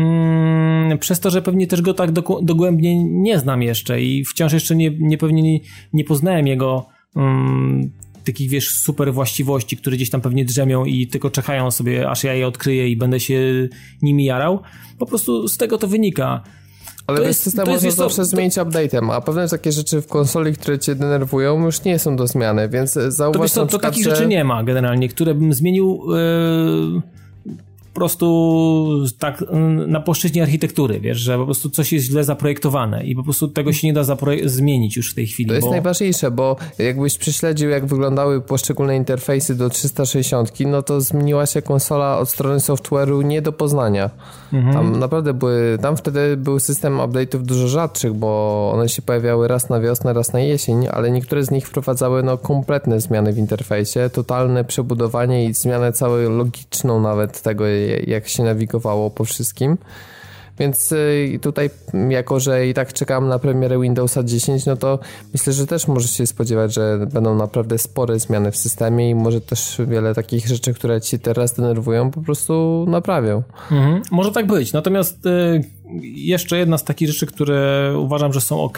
Mm, przez to, że pewnie też go tak dogłębnie nie znam jeszcze i wciąż jeszcze nie, nie pewnie nie, nie poznałem jego mm, takich, wiesz, super właściwości, które gdzieś tam pewnie drzemią i tylko czekają sobie, aż ja je odkryję i będę się nimi jarał. Po prostu z tego to wynika. Ale to bez jest, systemu to jest, można to, zawsze to, zmienić update'em, a pewne takie rzeczy w konsoli, które cię denerwują, już nie są do zmiany, więc zauważ to, wiesz, to, na przykład, to takich że... rzeczy nie ma generalnie, które bym zmienił... Yy... po prostu tak na płaszczyźnie architektury, wiesz, że po prostu coś jest źle zaprojektowane i po prostu tego się nie da zapro- zmienić już w tej chwili. To jest bo... najważniejsze, bo jakbyś prześledził, jak wyglądały poszczególne interfejsy do trzysta sześćdziesiąt, no to zmieniła się konsola od strony software'u nie do poznania. Mhm. Tam naprawdę były, tam wtedy był system update'ów dużo rzadszych, bo one się pojawiały raz na wiosnę, raz na jesień, ale niektóre z nich wprowadzały no kompletne zmiany w interfejsie, totalne przebudowanie i zmianę całą logiczną nawet tego, jak się nawigowało po wszystkim. Więc tutaj, jako że i tak czekam na premierę Windowsa dziesięć, no to myślę, że też może się spodziewać, że będą naprawdę spore zmiany w systemie i może też wiele takich rzeczy, które ci teraz denerwują, po prostu naprawią. Mhm, może tak być. Natomiast y, jeszcze jedna z takich rzeczy, które uważam, że są ok,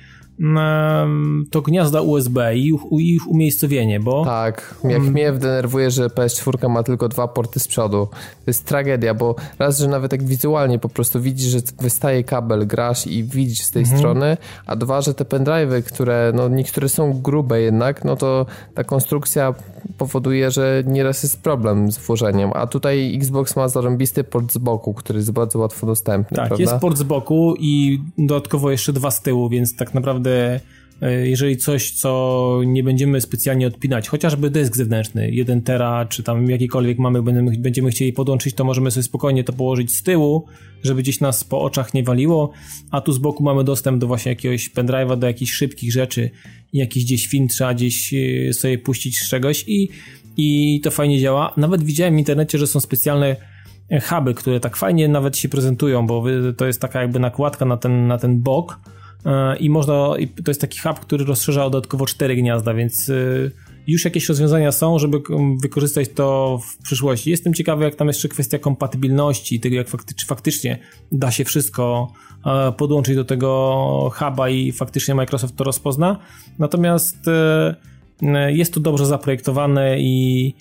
to gniazda U S B i ich umiejscowienie, bo... Tak, jak mm. mnie denerwuje, że P S cztery ma tylko dwa porty z przodu. To jest tragedia, bo raz, że nawet tak wizualnie po prostu widzisz, że wystaje kabel, grasz i widzisz z tej mm. strony, a dwa, że te pendrive'y, które, no niektóre są grube jednak, no to ta konstrukcja powoduje, że nieraz jest problem z włożeniem, a tutaj Xbox ma zarąbisty port z boku, który jest bardzo łatwo dostępny, tak, prawda? Jest port z boku i dodatkowo jeszcze dwa z tyłu, więc tak naprawdę jeżeli coś, co nie będziemy specjalnie odpinać, chociażby dysk zewnętrzny, jeden tera, czy tam jakikolwiek mamy, będziemy, będziemy chcieli podłączyć, to możemy sobie spokojnie to położyć z tyłu, żeby gdzieś nas po oczach nie waliło, a tu z boku mamy dostęp do właśnie jakiegoś pendrive'a, do jakichś szybkich rzeczy, jakiś gdzieś film trzeba gdzieś sobie puścić z czegoś i, i to fajnie działa. Nawet widziałem w internecie, że są specjalne huby, które tak fajnie nawet się prezentują, bo to jest taka jakby nakładka na ten, na ten bok, i można, i to jest taki hub, który rozszerza dodatkowo cztery gniazda, więc już jakieś rozwiązania są, żeby wykorzystać to w przyszłości. Jestem ciekawy, jak tam jeszcze kwestia kompatybilności, tego jak fakty, czy faktycznie da się wszystko podłączyć do tego huba i faktycznie Microsoft to rozpozna. Natomiast jest to dobrze zaprojektowane i,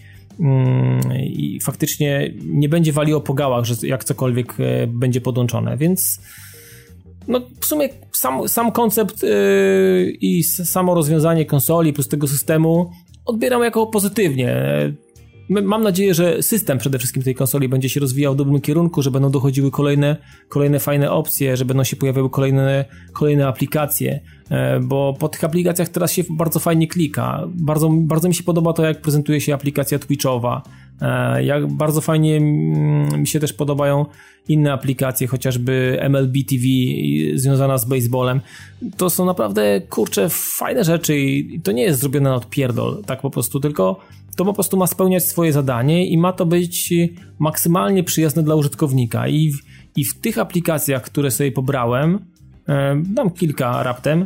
i faktycznie nie będzie waliło po gałach, że jak cokolwiek będzie podłączone, więc no w sumie sam, sam koncept yy, i samo rozwiązanie konsoli plus tego systemu odbieram jako pozytywnie. Mam nadzieję, że system przede wszystkim tej konsoli będzie się rozwijał w dobrym kierunku, że będą dochodziły kolejne, kolejne fajne opcje, że będą się pojawiały kolejne, kolejne aplikacje, bo po tych aplikacjach teraz się bardzo fajnie klika. Bardzo, bardzo mi się podoba to, jak prezentuje się aplikacja Twitchowa. Jak bardzo fajnie mi się też podobają inne aplikacje, chociażby M L B T V związana z baseballem. To są naprawdę, kurczę, fajne rzeczy i to nie jest zrobione na odpierdol, tak po prostu, tylko to po prostu ma spełniać swoje zadanie i ma to być maksymalnie przyjazne dla użytkownika i w, i w tych aplikacjach, które sobie pobrałem, dam kilka raptem,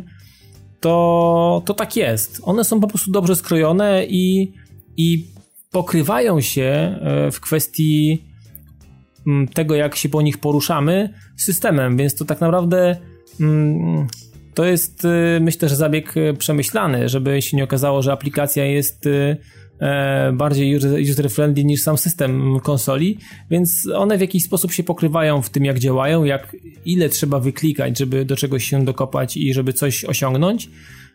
to, to tak jest. One są po prostu dobrze skrojone i, i pokrywają się w kwestii tego, jak się po nich poruszamy systemem, więc to tak naprawdę to jest, myślę, że zabieg przemyślany, żeby się nie okazało, że aplikacja jest bardziej user-friendly niż sam system konsoli, więc one w jakiś sposób się pokrywają w tym, jak działają, jak ile trzeba wyklikać, żeby do czegoś się dokopać i żeby coś osiągnąć.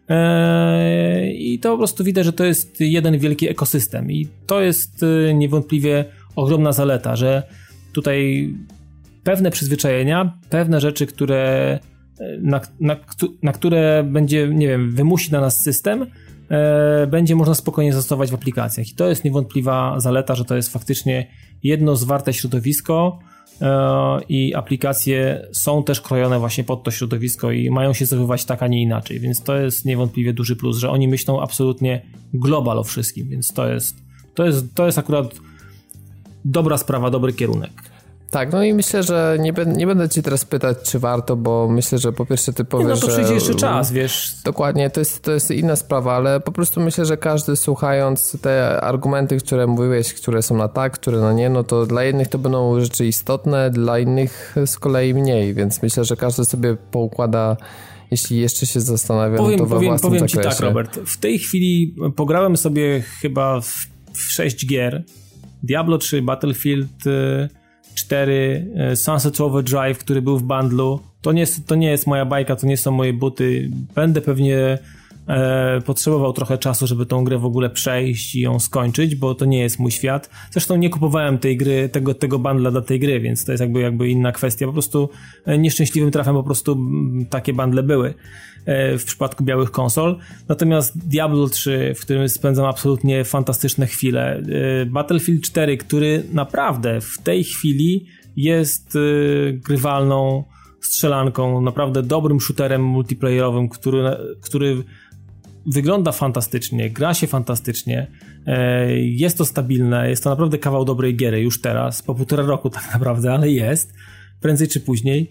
I to po prostu widać, że to jest jeden wielki ekosystem i to jest niewątpliwie ogromna zaleta, że tutaj pewne przyzwyczajenia, pewne rzeczy, które na, na, na które będzie, nie wiem, wymusi na nas system, e, będzie można spokojnie zastosować w aplikacjach. I to jest niewątpliwa zaleta, że to jest faktycznie jedno zwarte środowisko e, i aplikacje są też krojone właśnie pod to środowisko i mają się zachowywać tak, a nie inaczej. Więc to jest niewątpliwie duży plus, że oni myślą absolutnie global o wszystkim, więc to jest, to jest, to jest akurat dobra sprawa, dobry kierunek. Tak, no i myślę, że nie, be, nie będę ci teraz pytać, czy warto, bo myślę, że po pierwsze ty powiesz, nie, no to że... przyjdzie jeszcze czas, wiesz. Dokładnie, to jest, to jest inna sprawa, ale po prostu myślę, że każdy słuchając te argumenty, które mówiłeś, które są na tak, które na nie, no to dla jednych to będą rzeczy istotne, dla innych z kolei mniej, więc myślę, że każdy sobie poukłada, jeśli jeszcze się zastanawia, powiem, no to we powiem, własnym powiem zakresie. Ci tak, Robert, w tej chwili pograłem sobie chyba w, w sześć gier, Diablo trzy, Battlefield cztery, Sunset Overdrive, który był w bundlu. To nie jest, to nie jest moja bajka, to nie są moje buty. Będę pewnie e, potrzebował trochę czasu, żeby tą grę w ogóle przejść i ją skończyć, bo to nie jest mój świat. Zresztą nie kupowałem tej gry, tego, tego bundla dla tej gry, więc to jest jakby, jakby inna kwestia. Po prostu nieszczęśliwym trafem po prostu takie bundle były w przypadku białych konsol. Natomiast Diablo trzy, w którym spędzam absolutnie fantastyczne chwile. Battlefield cztery, który naprawdę w tej chwili jest grywalną strzelanką, naprawdę dobrym shooterem multiplayerowym, który, który wygląda fantastycznie, gra się fantastycznie, jest to stabilne, jest to naprawdę kawał dobrej giery już teraz, po półtora roku tak naprawdę, ale jest, prędzej czy później.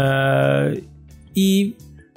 I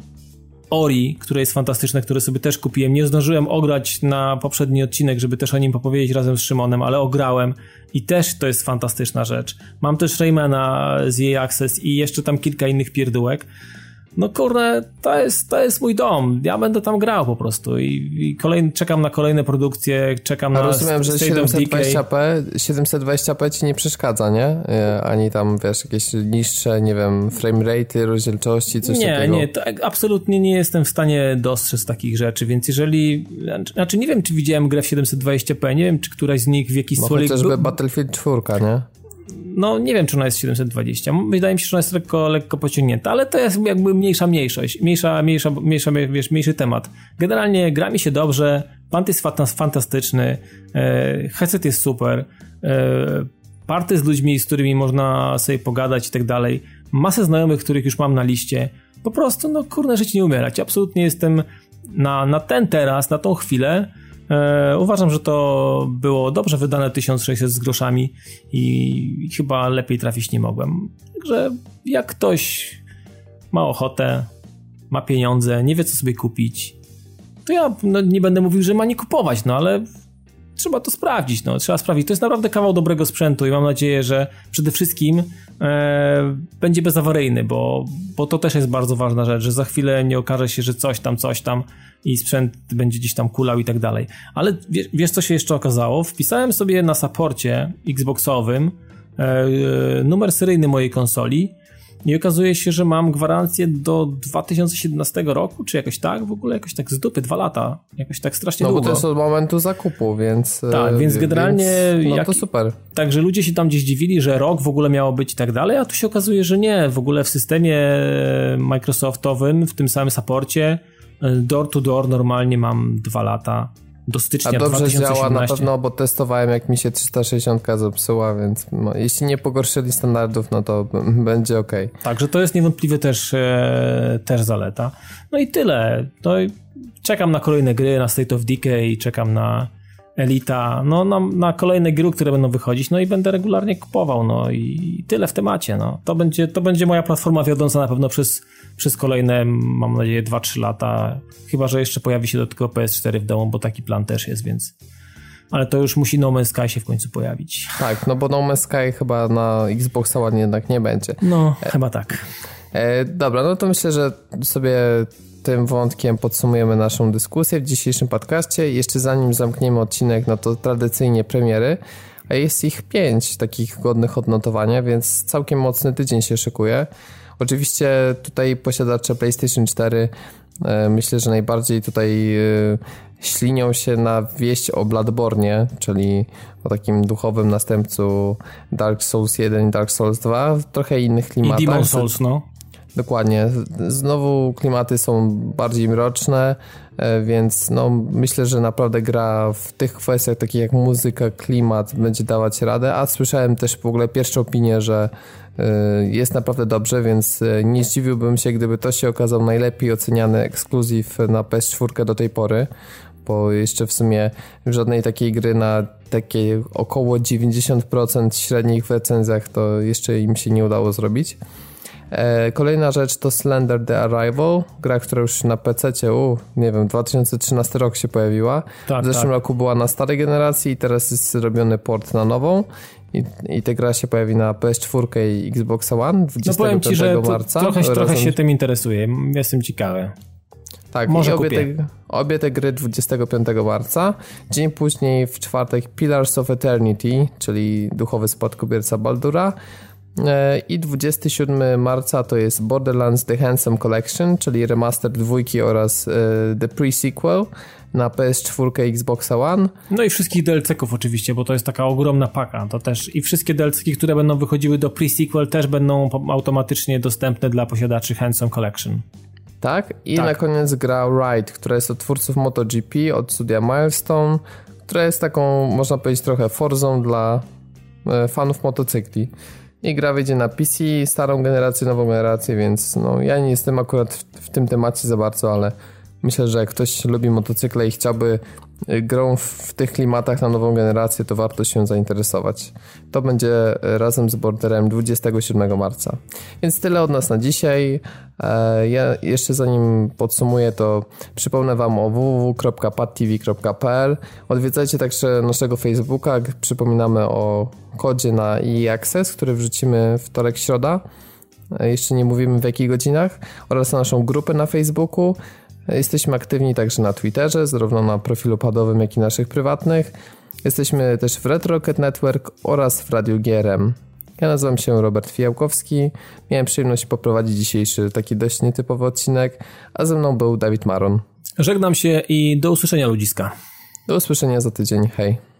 Ori, które jest fantastyczne, które sobie też kupiłem. Nie zdążyłem ograć na poprzedni odcinek, żeby też o nim opowiedzieć razem z Szymonem, ale ograłem i też to jest fantastyczna rzecz. Mam też Raymana z E A Access i jeszcze tam kilka innych pierdółek. No kurde, to jest, to jest mój dom. Ja będę tam grał po prostu i, i kolejny, czekam na kolejne produkcje, czekam A na rozumiem, że siedemset dwadzieścia p, siedemset dwadzieścia p ci nie przeszkadza, nie? Ani tam, wiesz, jakieś niższe, nie wiem, framerate, rozdzielczości, coś nie, takiego. Nie, nie, absolutnie nie jestem w stanie dostrzec takich rzeczy, więc jeżeli, znaczy nie wiem, czy widziałem grę w siedemset dwadzieścia p, nie wiem, czy któraś z nich w jakiś no, sposób... chociażby Battlefield cztery, nie? No nie wiem, czy ona jest siedemset dwadzieścia. Wydaje mi się, że ona jest lekko, lekko pociągnięta, ale to jest jakby mniejsza mniejszość, mniejsza, mniejsza, mniejsza, wiesz, mniejszy temat. Generalnie gra mi się dobrze, pant jest fantastyczny, e, headset jest super, e, party z ludźmi, z którymi można sobie pogadać i tak dalej. Masę znajomych, których już mam na liście. Po prostu, no kurna, żyć nie umierać. Absolutnie jestem na, na ten teraz, na tą chwilę. E, uważam, że to było dobrze wydane tysiąc sześćset z groszami i chyba lepiej trafić nie mogłem. Także jak ktoś ma ochotę, ma pieniądze, nie wie co sobie kupić, to ja no, nie będę mówił, że ma nie kupować, no ale trzeba to sprawdzić, no trzeba sprawdzić. To jest naprawdę kawał dobrego sprzętu i mam nadzieję, że przede wszystkim e, będzie bezawaryjny, bo, bo to też jest bardzo ważna rzecz, że za chwilę nie okaże się, że coś tam, coś tam i sprzęt będzie gdzieś tam kulał i tak dalej. Ale wiesz, wiesz co się jeszcze okazało? Wpisałem sobie na supporcie xboxowym e, numer seryjny mojej konsoli i okazuje się, że mam gwarancję do dwa tysiące siedemnastego roku, czy jakoś tak, w ogóle jakoś tak z dupy, dwa lata, jakoś tak strasznie no, długo. No bo to jest od momentu zakupu, więc... Tak, więc generalnie... Więc, no jak, to super. Także ludzie się tam gdzieś dziwili, że rok w ogóle miało być i tak dalej, a tu się okazuje, że nie, w ogóle w systemie Microsoftowym, w tym samym supporcie, door to door normalnie mam dwa lata. Do stycznia A dobrze dwa tysiące siedemnastego. działa na pewno, bo testowałem jak mi się trzysta sześćdziesiąt zepsuła, więc no, jeśli nie pogorszyli standardów, no to b- będzie okej. Okay. Także to jest niewątpliwie też, e, też zaleta. No i tyle. No i czekam na kolejne gry, na State of Decay, czekam na Elita, no na, na kolejne gry, które będą wychodzić, no i będę regularnie kupował, no i tyle w temacie, no. To będzie, to będzie moja platforma wiodąca na pewno przez, przez kolejne, mam nadzieję, dwa trzy lata, chyba że jeszcze pojawi się do tego P S cztery w domu, bo taki plan też jest, więc... Ale to już musi No Man's Sky się w końcu pojawić. Tak, no bo No Man's Sky chyba na Xboxa ładnie jednak nie będzie. No, e, chyba tak. E, dobra, no to myślę, że sobie tym wątkiem podsumujemy naszą dyskusję w dzisiejszym podcaście. Jeszcze zanim zamkniemy odcinek, no to tradycyjnie premiery, a jest ich pięć takich godnych odnotowania, więc całkiem mocny tydzień się szykuje. Oczywiście tutaj posiadacze PlayStation cztery e, myślę, że najbardziej tutaj e, ślinią się na wieść o Bloodborne, czyli o takim duchowym następcu Dark Souls jeden i Dark Souls dwa w trochę innych klimatach. I Demon Souls, no. Dokładnie. Znowu klimaty są bardziej mroczne, więc no, myślę, że naprawdę gra w tych kwestiach takich jak muzyka, klimat będzie dawać radę, a słyszałem też w ogóle pierwsze opinie, że jest naprawdę dobrze, więc nie zdziwiłbym się, gdyby to się okazał najlepiej oceniany ekskluzyw na P S cztery do tej pory, bo jeszcze w sumie żadnej takiej gry na takie około dziewięćdziesiąt procent średnich w recenzjach to jeszcze im się nie udało zrobić. Kolejna rzecz to Slender The Arrival, gra, która już na pececie, u, nie wiem, dwa tysiące trzynasty rok się pojawiła. Tak, w zeszłym tak. roku była na starej generacji i teraz jest zrobiony port na nową. I, i ta gra się pojawi na P S cztery i Xbox One dwudziestego piątego no powiem ci, że marca. Trochę, razem... trochę się tym interesuję, jestem ciekawy. Tak, może i obie kupię. te, obie te gry dwudziestego piątego marca. Dzień później w czwartek Pillars of Eternity, czyli duchowy spadkobierca Baldura. I dwudziestego siódmego marca to jest Borderlands The Handsome Collection, czyli remaster dwójki oraz The Pre-Sequel na P S cztery i Xbox One. No i wszystkich D L C-ków oczywiście, bo to jest taka ogromna paka. To też i wszystkie D L C-ki, które będą wychodziły do Pre-Sequel też będą automatycznie dostępne dla posiadaczy Handsome Collection. Tak, i tak. na koniec gra Ride, która jest od twórców MotoGP, od studia Milestone, która jest taką, można powiedzieć, trochę Forzą dla fanów motocykli. I gra wyjdzie na P C, starą generację, nową generację, więc no ja nie jestem akurat w, w tym temacie za bardzo, ale myślę, że jak ktoś lubi motocykle i chciałby grą w, w tych klimatach na nową generację, to warto się zainteresować. To będzie razem z Borderem dwudziestego siódmego marca. Więc tyle od nas na dzisiaj. Ja jeszcze zanim podsumuję, to przypomnę wam o w w w kropka pad t v kropka p l. Odwiedzajcie także naszego Facebooka. Przypominamy o kodzie na E A Access, który wrzucimy wtorek, środa. Jeszcze nie mówimy w jakich godzinach. Oraz na naszą grupę na Facebooku. Jesteśmy aktywni także na Twitterze, zarówno na profilu padowym, jak i naszych prywatnych. Jesteśmy też w Retro Rocket Network oraz w Radiu G R M. Ja nazywam się Robert Fijałkowski. Miałem przyjemność poprowadzić dzisiejszy taki dość nietypowy odcinek, a ze mną był Dawid Maron. Żegnam się i do usłyszenia, ludziska. Do usłyszenia za tydzień. Hej.